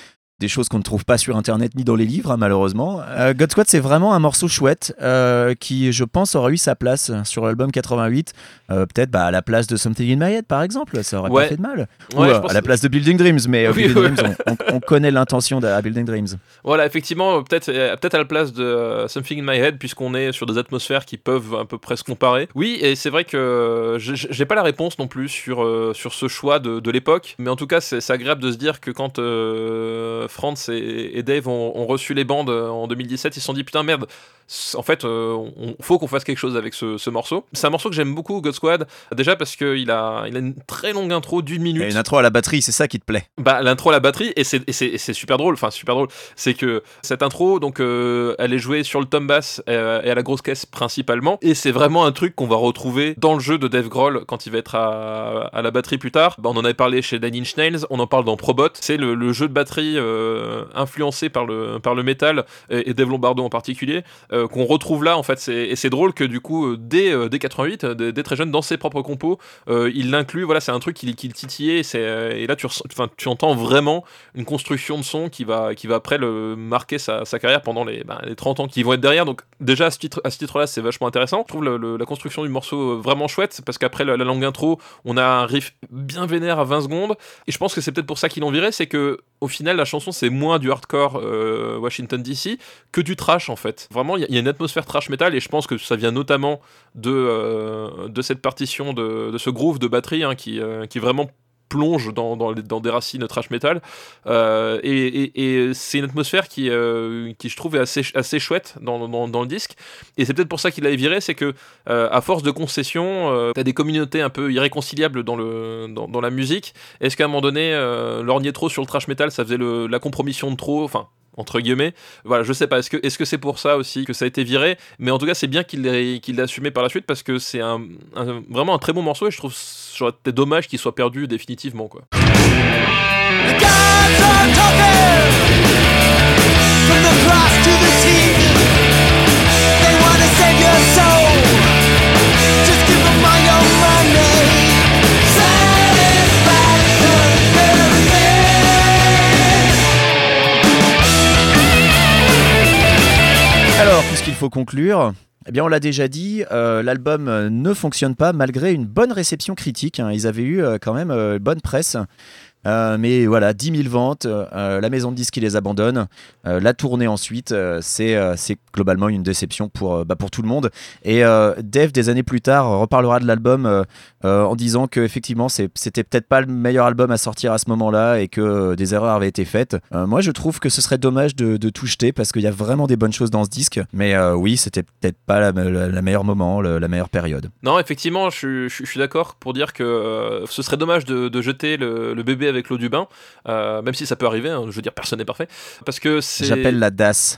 des choses qu'on ne trouve pas sur internet ni dans les livres, hein, malheureusement. Euh, God Squad, c'est vraiment un morceau chouette euh, qui, je pense, aurait eu sa place sur l'album quatre-vingt-huit. Euh, peut-être bah, à la place de Something in My Head, par exemple, ça aurait Ouais. pas fait de mal. Ouais, Ou je euh, pense à la que- place de Building Dreams, mais euh, Oui, Building ouais. Dreams, on, on- on connaît l'intention de à Building Dreams. Voilà, effectivement, peut-être euh, peut-être à la place de euh, Something in My Head, puisqu'on est sur des atmosphères qui peuvent à peu près se comparer. Oui, et c'est vrai que euh, j'ai- j'ai pas la réponse non plus sur, euh, sur ce choix de, de l'époque, mais en tout cas, c'est c'est agréable de se dire que quand euh, Franz et, et Dave ont, ont reçu les bandes euh, en deux mille dix-sept, ils se sont dit putain, merde, c- en fait, euh, on, faut qu'on fasse quelque chose avec ce, ce morceau. C'est un morceau que j'aime beaucoup, God Squad, déjà parce qu'il a, il a une très longue intro d'une minute. Et une intro à la batterie, c'est ça qui te plaît. Bah, l'intro à la batterie, et c'est, et c'est, et c'est super drôle, enfin super drôle, c'est que cette intro, donc euh, elle est jouée sur le tom bass euh, et à la grosse caisse principalement, et c'est vraiment un truc qu'on va retrouver dans le jeu de Dave Grohl quand il va être à, à la batterie plus tard. Bah, on en avait parlé chez Nine Inch Nails, on en parle dans Probot, c'est le, le jeu de batterie euh, influencé par le, par le métal, et, et Dave Lombardo en particulier, euh, qu'on retrouve là en fait, c'est, et c'est drôle que du coup, euh, dès, euh, dès quatre-vingt-huit, euh, dès, dès très jeune, dans ses propres compos, euh, il l'inclut, voilà, c'est un truc qu'il, qu'il titillait, et, c'est, euh, et là tu, ressens- enfin, tu entends vraiment une construction de son qui va, qui va après le marquer sa, sa carrière pendant les, bah, les trente ans qui vont être derrière. Donc déjà à ce, titre, à ce titre-là, c'est vachement intéressant. Je trouve le, le- la construction du morceau vraiment chouette, parce qu'après la, la longue intro, on a un riff bien vénère à vingt secondes, et je pense que c'est peut-être pour ça qu'ils l'ont viré, c'est que au final la chanson c'est moins du hardcore euh, Washington D C que du trash en fait. Vraiment, il y, a- il y a une atmosphère trash metal, et je pense que ça vient notamment de, euh, de cette partition, de, de ce groove de batterie hein, qui, euh, qui vraiment plonge dans, dans, les- dans des racines trash metal euh, et, et- et c'est une atmosphère qui, euh, qui je trouve est assez, assez chouette dans, dans, dans le disque, et c'est peut-être pour ça qu'il l'avait viré, c'est que euh, à force de concessions euh, t'as des communautés un peu irréconciliables dans, le, dans, dans la musique. Est-ce qu'à un moment donné euh, lorgner trop sur le trash metal ça faisait le, la compromission de trop, enfin entre guillemets, voilà, je sais pas, est-ce que est-ce que c'est pour ça aussi que ça a été viré, mais en tout cas c'est bien qu'il l'ait qu'il l'ait assumé par la suite, parce que c'est un, un- vraiment un très bon morceau, et je trouve j'aurais été dommage qu'il soit perdu définitivement quoi. The gods are talking from the cross to the sea. They want to save your soul. Just give them all your money. Satisfaction, Alors, puisqu'il faut conclure, eh bien, on l'a déjà dit, euh, l'album euh, ne fonctionne pas malgré une bonne réception critique. Hein. Ils avaient eu euh, quand même euh, bonne presse. Euh, mais voilà, dix mille ventes, euh, la maison de disques qui les abandonne, euh, la tournée ensuite, euh, c'est, euh, c'est globalement une déception pour, euh, bah, pour tout le monde. Et euh, Dave, des années plus tard, reparlera de l'album euh, euh, en disant qu'effectivement, c'est, c'était peut-être pas le meilleur album à sortir à ce moment-là, et que euh, des erreurs avaient été faites. Euh, moi, je trouve que ce serait dommage de, de tout jeter, parce qu'il y a vraiment des bonnes choses dans ce disque. Mais euh, oui, c'était peut-être pas la, la, la meilleure moment, le- la meilleure période. Non, effectivement, je, suis- je, suis- je suis d'accord pour dire que euh, ce serait dommage de, de jeter le, le bébé avec l'eau du bain, euh, même si ça peut arriver, hein, je veux dire, personne n'est parfait, parce que c'est... J'appelle la D A S.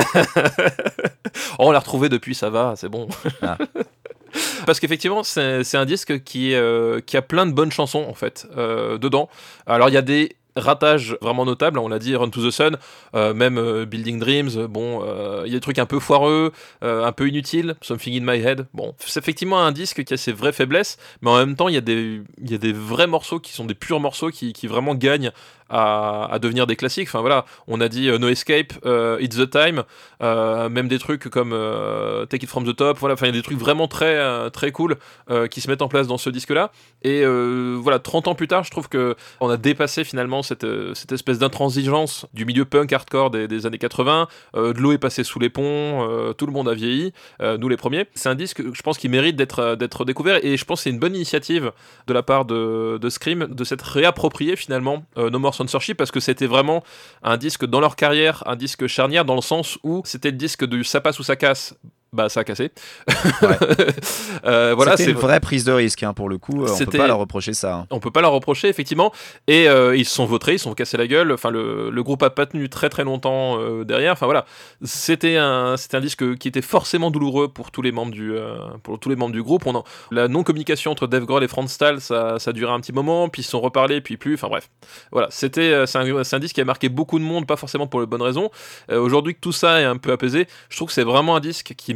Oh, on l'a retrouvé depuis, ça va, c'est bon. Ah. Parce qu'effectivement, c'est, c'est un disque qui, euh, qui a plein de bonnes chansons, en fait, euh, dedans. Alors, il y a des ratages vraiment notables, on l'a dit, Run to the Sun, euh, même euh, Building Dreams, bon, euh, il y a des trucs un peu foireux, euh, un peu inutiles, Something in My Head, bon, c'est effectivement un disque qui a ses vraies faiblesses, mais en même temps, il y a des, il y a des vrais morceaux qui sont des purs morceaux qui, qui vraiment gagnent à, à devenir des classiques. Enfin voilà, on a dit euh, No Escape, euh, It's the Time, euh, même des trucs comme euh, Take It From the Top, voilà, enfin il y a des trucs vraiment très, euh, très cool euh, qui se mettent en place dans ce disque-là, et euh, voilà, trente ans plus tard, je trouve que on a dépassé finalement cette, euh, cette espèce d'intransigeance du milieu punk hardcore des, des années quatre-vingts, euh, de l'eau est passée sous les ponts, euh, tout le monde a vieilli, euh, nous les premiers. C'est un disque, je pense, qui mérite d'être, euh, d'être découvert, et je pense que c'est une bonne initiative de la part de, de Scream de s'être réapproprié finalement euh, No More Censorship, parce que c'était vraiment un disque dans leur carrière, un disque charnière dans le sens où c'était le disque de ça passe ou ça casse. Bah ça a cassé. Ouais. euh, voilà, C'était c'est une vraie prise de risque, hein, pour le coup, euh, on C'était- peut pas leur reprocher ça. hein. On peut pas leur reprocher, effectivement. Et euh, ils se sont vautrés, ils se sont cassés la gueule. Enfin, le, le groupe a pas tenu très très longtemps euh, derrière. Enfin voilà, c'était un, c'était un disque qui était forcément douloureux pour tous les membres du, euh, pour tous les membres du groupe. On en- la non-communication entre Dave Grohl et Franz Stahl, ça, ça a duré un petit moment, puis ils se sont reparlés, puis plus. Enfin bref, voilà, c'était, euh, c'est un, c'est un disque qui a marqué beaucoup de monde, pas forcément pour les bonnes raisons. Euh, aujourd'hui que tout ça est un peu apaisé, je trouve que c'est vraiment un disque qui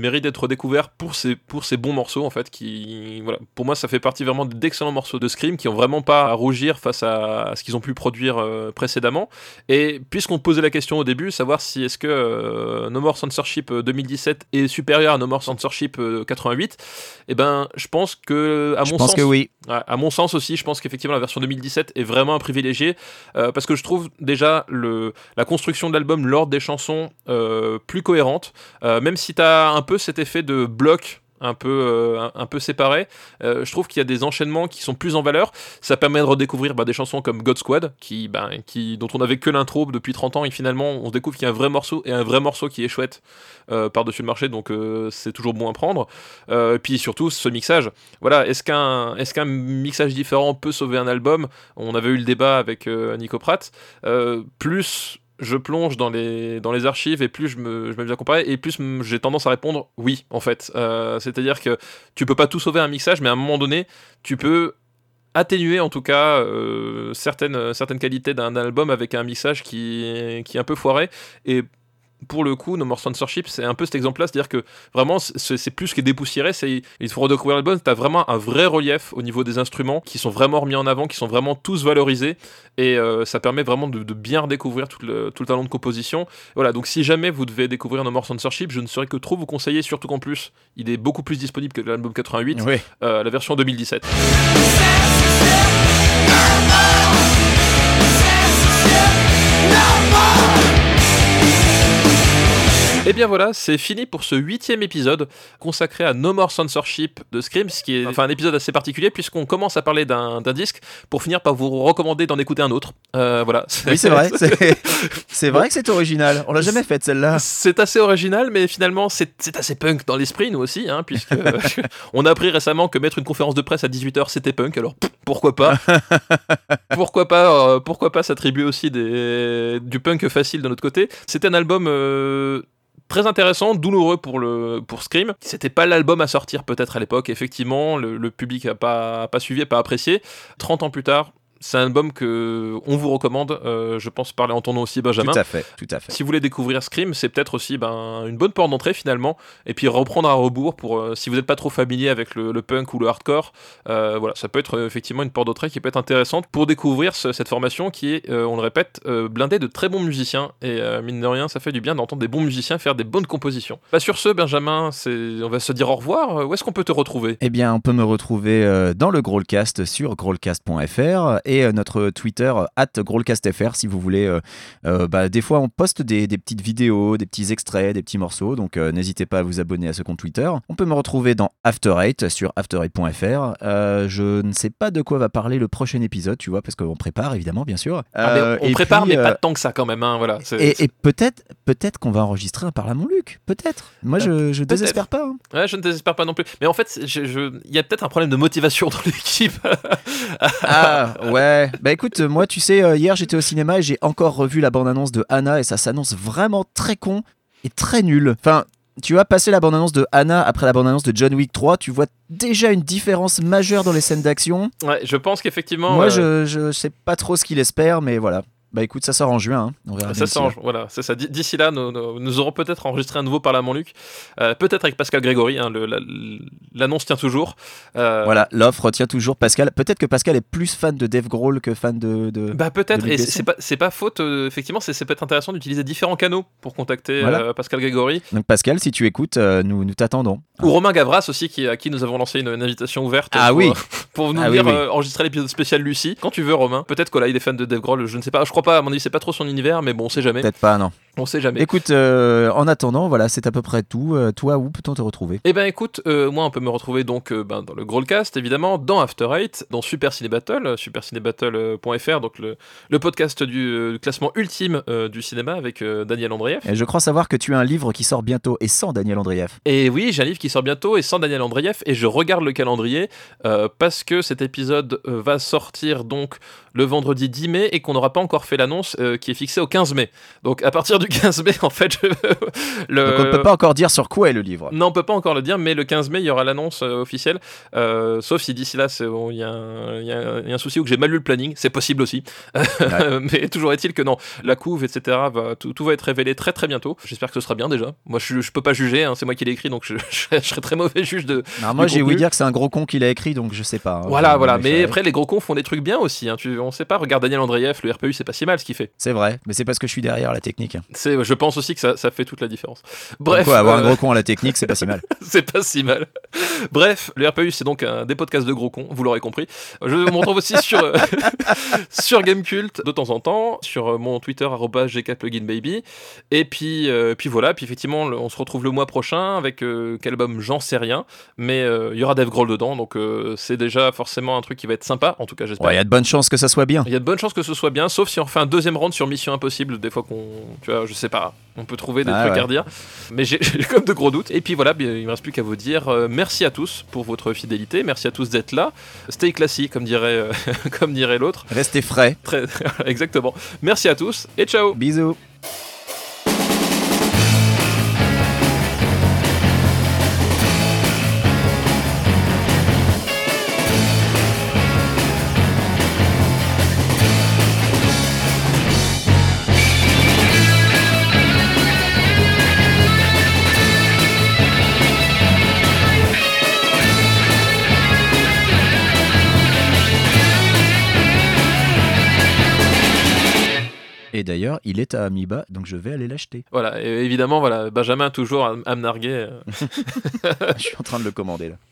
mérite d'être découvert pour ses, pour ses bons morceaux en fait. Qui, voilà, pour moi, ça fait partie vraiment d'excellents morceaux de Scream qui ont vraiment pas à rougir face à, à ce qu'ils ont pu produire euh, précédemment. Et puisqu'on posait la question au début, savoir si est-ce que euh, No More Censorship deux mille dix-sept est supérieur à No More Censorship euh, quatre-vingt-huit, et ben, je pense que, à Je mon pense sens, que oui. à mon sens aussi, je pense qu'effectivement la version deux mille dix-sept est vraiment un privilégié euh, parce que je trouve déjà le, la construction de l'album, l'ordre des chansons euh, plus cohérente, euh, même si t'as un peu cet effet de bloc un peu, euh, un, un peu séparé, euh, je trouve qu'il y a des enchaînements qui sont plus en valeur. Ça permet de redécouvrir bah, des chansons comme God Squad qui, bah, qui, dont on avait que l'intro depuis trente ans et finalement on se découvre qu'il y a un vrai morceau et un vrai morceau qui est chouette euh, par-dessus le marché, donc euh, c'est toujours bon à prendre. Euh, et puis surtout ce mixage, voilà, est-ce qu'un, est-ce qu'un mixage différent peut sauver un album? On avait eu le débat avec euh, Nico Pratt, euh, plus je plonge dans les, dans les archives et plus je me, je m'amuse à comparer et plus m- j'ai tendance à répondre oui en fait. Euh, c'est-à-dire que tu peux pas tout sauver un mixage, mais à un moment donné tu peux atténuer en tout cas euh, certaines, certaines qualités d'un album avec un mixage qui, qui est un peu foiré. Et pour le coup, No More Censorship, c'est un peu cet exemple-là, c'est-à-dire que vraiment, c'est, c'est plus que dépoussiéré, c'est, il faut redécouvrir l'album, t'as vraiment un vrai relief au niveau des instruments, qui sont vraiment remis en avant, qui sont vraiment tous valorisés, et euh, ça permet vraiment de, de bien redécouvrir tout le, tout le talent de composition. Voilà, donc si jamais vous devez découvrir No More Censorship, je ne saurais que trop vous conseiller, surtout qu'en plus, il est beaucoup plus disponible que l'album quatre-vingt-huit, Oui. euh, la version deux mille dix-sept. Et bien voilà, c'est fini pour ce huitième épisode consacré à No More Censorship de Scream, ce qui est enfin un épisode assez particulier puisqu'on commence à parler d'un, d'un disque pour finir par vous recommander d'en écouter un autre. Euh, voilà. Oui, c'est vrai. C'est, c'est vrai que c'est original. On l'a jamais fait celle-là. C'est assez original, mais finalement c'est, c'est assez punk dans l'esprit, nous aussi, hein, puisque euh, on a appris récemment que mettre une conférence de presse à dix-huit heures c'était punk, alors pff, pourquoi pas Pourquoi pas euh, Pourquoi pas s'attribuer aussi des, du punk facile de notre côté. C'est un album euh, très intéressant, douloureux pour, le, pour Scream. C'était pas l'album à sortir peut-être à l'époque, effectivement, le, le public a pas, a pas suivi, a pas apprécié. trente ans plus tard, c'est un album que on vous recommande, euh, je pense parler en ton nom aussi, Benjamin. Tout à fait, tout à fait. Si vous voulez découvrir Scream, c'est peut-être aussi ben, une bonne porte d'entrée finalement, et puis reprendre à rebours pour euh, si vous n'êtes pas trop familier avec le, le punk ou le hardcore, euh, voilà, ça peut être euh, effectivement une porte d'entrée qui peut être intéressante pour découvrir ce, cette formation qui est, euh, on le répète, euh, blindée de très bons musiciens, et euh, mine de rien, ça fait du bien d'entendre des bons musiciens faire des bonnes compositions. Bah, sur ce, Benjamin, c'est... on va se dire au revoir. Où est-ce qu'on peut te retrouver ? Eh bien, on peut me retrouver euh, dans le Growlcast sur growlcast point f r et euh, notre Twitter euh, arobase growlcastfr si vous voulez. Euh, euh, bah, des fois, on poste des, des petites vidéos, des petits extraits, des petits morceaux, donc euh, n'hésitez pas à vous abonner à ce compte Twitter. On peut me retrouver dans After Eight sur after eight point f r. Euh, je ne sais pas de quoi va parler le prochain épisode, tu vois, parce qu'on prépare évidemment, bien sûr. Ah, mais Euh, on et prépare, puis, mais euh, pas tant que ça quand même. Hein, voilà. C'est, Et, c'est... et peut-être, peut-être qu'on va enregistrer un Parle à mon Luc, peut-être. Moi, je, je peut-être. désespère pas. hein. Ouais, je ne désespère pas non plus. Mais en fait, je, je... il y a peut-être un problème de motivation dans l'équipe. Ah ouais, bah écoute, moi tu sais, euh, hier j'étais au cinéma et j'ai encore revu la bande-annonce de Anna et ça s'annonce vraiment très con et très nul. Enfin, tu vois, passer la bande-annonce de Anna après la bande-annonce de John Wick trois, tu vois déjà une différence majeure dans les scènes d'action. Ouais, je pense qu'effectivement. Moi euh... je, je sais pas trop ce qu'il espère, mais voilà. Bah écoute, ça sort en juin, hein. On verra bien Ça d'ici sort, là. voilà, c'est ça. D- D'ici là, nous, nous, nous aurons peut-être enregistré un nouveau Parle à mon Luc, euh, peut-être avec Pascal Grégory. Hein, le, la, l'annonce tient toujours. Euh, Voilà, l'offre tient toujours Pascal. Peut-être que Pascal est plus fan de Dave Grohl que fan de. de... Bah peut-être. de Luc Et c'est, Besson. c'est pas, c'est pas faute. Euh, effectivement, c'est, c'est peut-être intéressant d'utiliser différents canaux pour contacter Voilà. euh, Pascal Grégory. Donc Pascal, si tu écoutes, euh, nous, nous t'attendons. Ou Romain Gavras aussi, qui, à qui nous avons lancé une, une invitation ouverte. Ah pour, oui. euh, pour nous Ah oui, venir oui. euh, enregistrer l'épisode spécial Lucie. Quand tu veux, Romain. Peut-être que là, il est fan de Dave Grohl. Je ne sais pas. Je crois pas. À mon avis, c'est pas trop son univers, mais bon, on sait jamais. Peut-être pas, non. On sait jamais. Écoute, euh, en attendant, voilà, c'est à peu près tout. Euh, toi, où peut-on te retrouver ? Eh ben écoute, euh, moi on peut me retrouver donc euh, ben, dans le Growlcast évidemment, dans After Eight, dans Super Ciné Battle, euh, super ciné battle point f r, donc le, le podcast du, euh, du classement ultime euh, du cinéma avec euh, Daniel Andrieff. Et je crois savoir que tu as un livre qui sort bientôt et sans Daniel Andrieff. Et oui, j'ai un livre qui sort bientôt et sans Daniel Andrieff, et je regarde le calendrier euh, parce que cet épisode euh, va sortir donc le vendredi dix mai et qu'on n'aura pas encore fait l'annonce euh, qui est fixée au quinze mai. Donc à partir du quinze mai, en fait, je- le... Donc on ne peut pas encore dire sur quoi est le livre. Non, on peut pas encore le dire, mais le quinze mai, il y aura l'annonce euh, officielle. Euh, sauf si d'ici là, c'est- bon, il y, a un- il y a un il y a un souci ou que j'ai mal lu le planning, c'est possible aussi. Mais toujours est-il que non, la couve, et cetera, va, tout, tout va être révélé très très bientôt. J'espère que ce sera bien déjà. Moi, je, je peux pas juger, hein, c'est moi qui l'ai écrit, donc je, je, je serais très mauvais juge de. Alors moi du j'ai ouï contenu. dire que c'est un gros con qui l'a écrit, donc je sais pas. hein. Voilà, Je- voilà. je Mais savais. après, les gros cons font des trucs bien aussi. Hein. Tu, on sait pas. Regarde Daniel Andreev, le R P U, c'est pas si mal ce qu'il fait. C'est vrai, mais c'est parce que je suis derrière la technique. C'est, je pense aussi que ça, ça fait toute la différence. Comme Bref, quoi, avoir un euh, gros con à la technique, c'est pas si mal. c'est pas si mal. Bref, le R P U, c'est donc un des podcasts de gros cons, vous l'aurez compris. Je me retrouve aussi sur, euh, sur Gamecult de temps en temps, sur euh, mon Twitter, arobase G K Plugin Baby. Et puis, euh, puis voilà, puis effectivement, le- on se retrouve le mois prochain avec euh, quel album, j'en sais rien. Mais euh, il y aura Dave Grohl dedans, donc euh, c'est déjà forcément un truc qui va être sympa, en tout cas, j'espère. Il y a de bonnes chances que ça soit bien. Il y a de bonnes chances que ce soit bien, sauf si on fait un deuxième round sur Mission Impossible, des fois qu'on, tu vois, je sais pas, on peut trouver des Ah trucs ouais. à redire, mais j'ai, j'ai comme de gros doutes. Et puis voilà, bien, il me reste plus qu'à vous dire euh, merci à tous pour votre fidélité, merci à tous d'être là, stay classy comme dirait, euh, comme dirait l'autre. Restez frais. Très, exactement. Merci à tous et ciao. Bisous. Et d'ailleurs, il est à Amiiba, donc je vais aller l'acheter. Voilà, et évidemment, voilà, Benjamin toujours à, à me narguer. euh, Je suis en train de le commander là.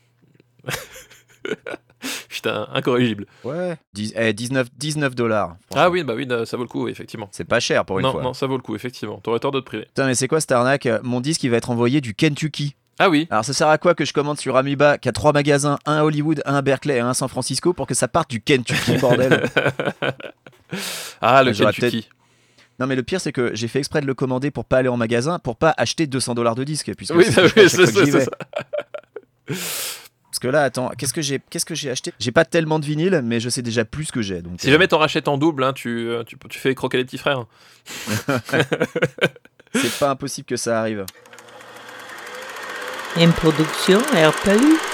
Putain, incorrigible. Ouais. dix, eh, dix-neuf dollars. Ah oui, bah oui, ça vaut le coup, effectivement. C'est pas cher pour une non, fois. non, ça vaut le coup, effectivement. T'aurais tort de te priver. Putain, mais c'est quoi cette arnaque? Mon disque, il va être envoyé du Kentucky. Ah oui, Alors ça sert à quoi que je commande sur Amiiba, qui a trois magasins, un à Hollywood, un à Berkeley et un à San Francisco, pour que ça parte du Kentucky, bordel? ah le J'aurais Kentucky. Non mais le pire c'est que j'ai fait exprès de le commander pour pas aller en magasin, pour pas acheter deux cents dollars de disque, puisque Oui, c'est bah ce que oui, je fais à chaque c'est fois que ça, j'y c'est vais. Parce que là, attends, qu'est-ce que j'ai, qu'est-ce que j'ai acheté? J'ai pas tellement de vinyle, mais je sais déjà plus ce que j'ai. Donc, Si euh, jamais t'en rachètes en double, hein, tu, euh, tu, tu fais croquer les petits frères. c'est pas impossible que ça arrive. Une production R P U.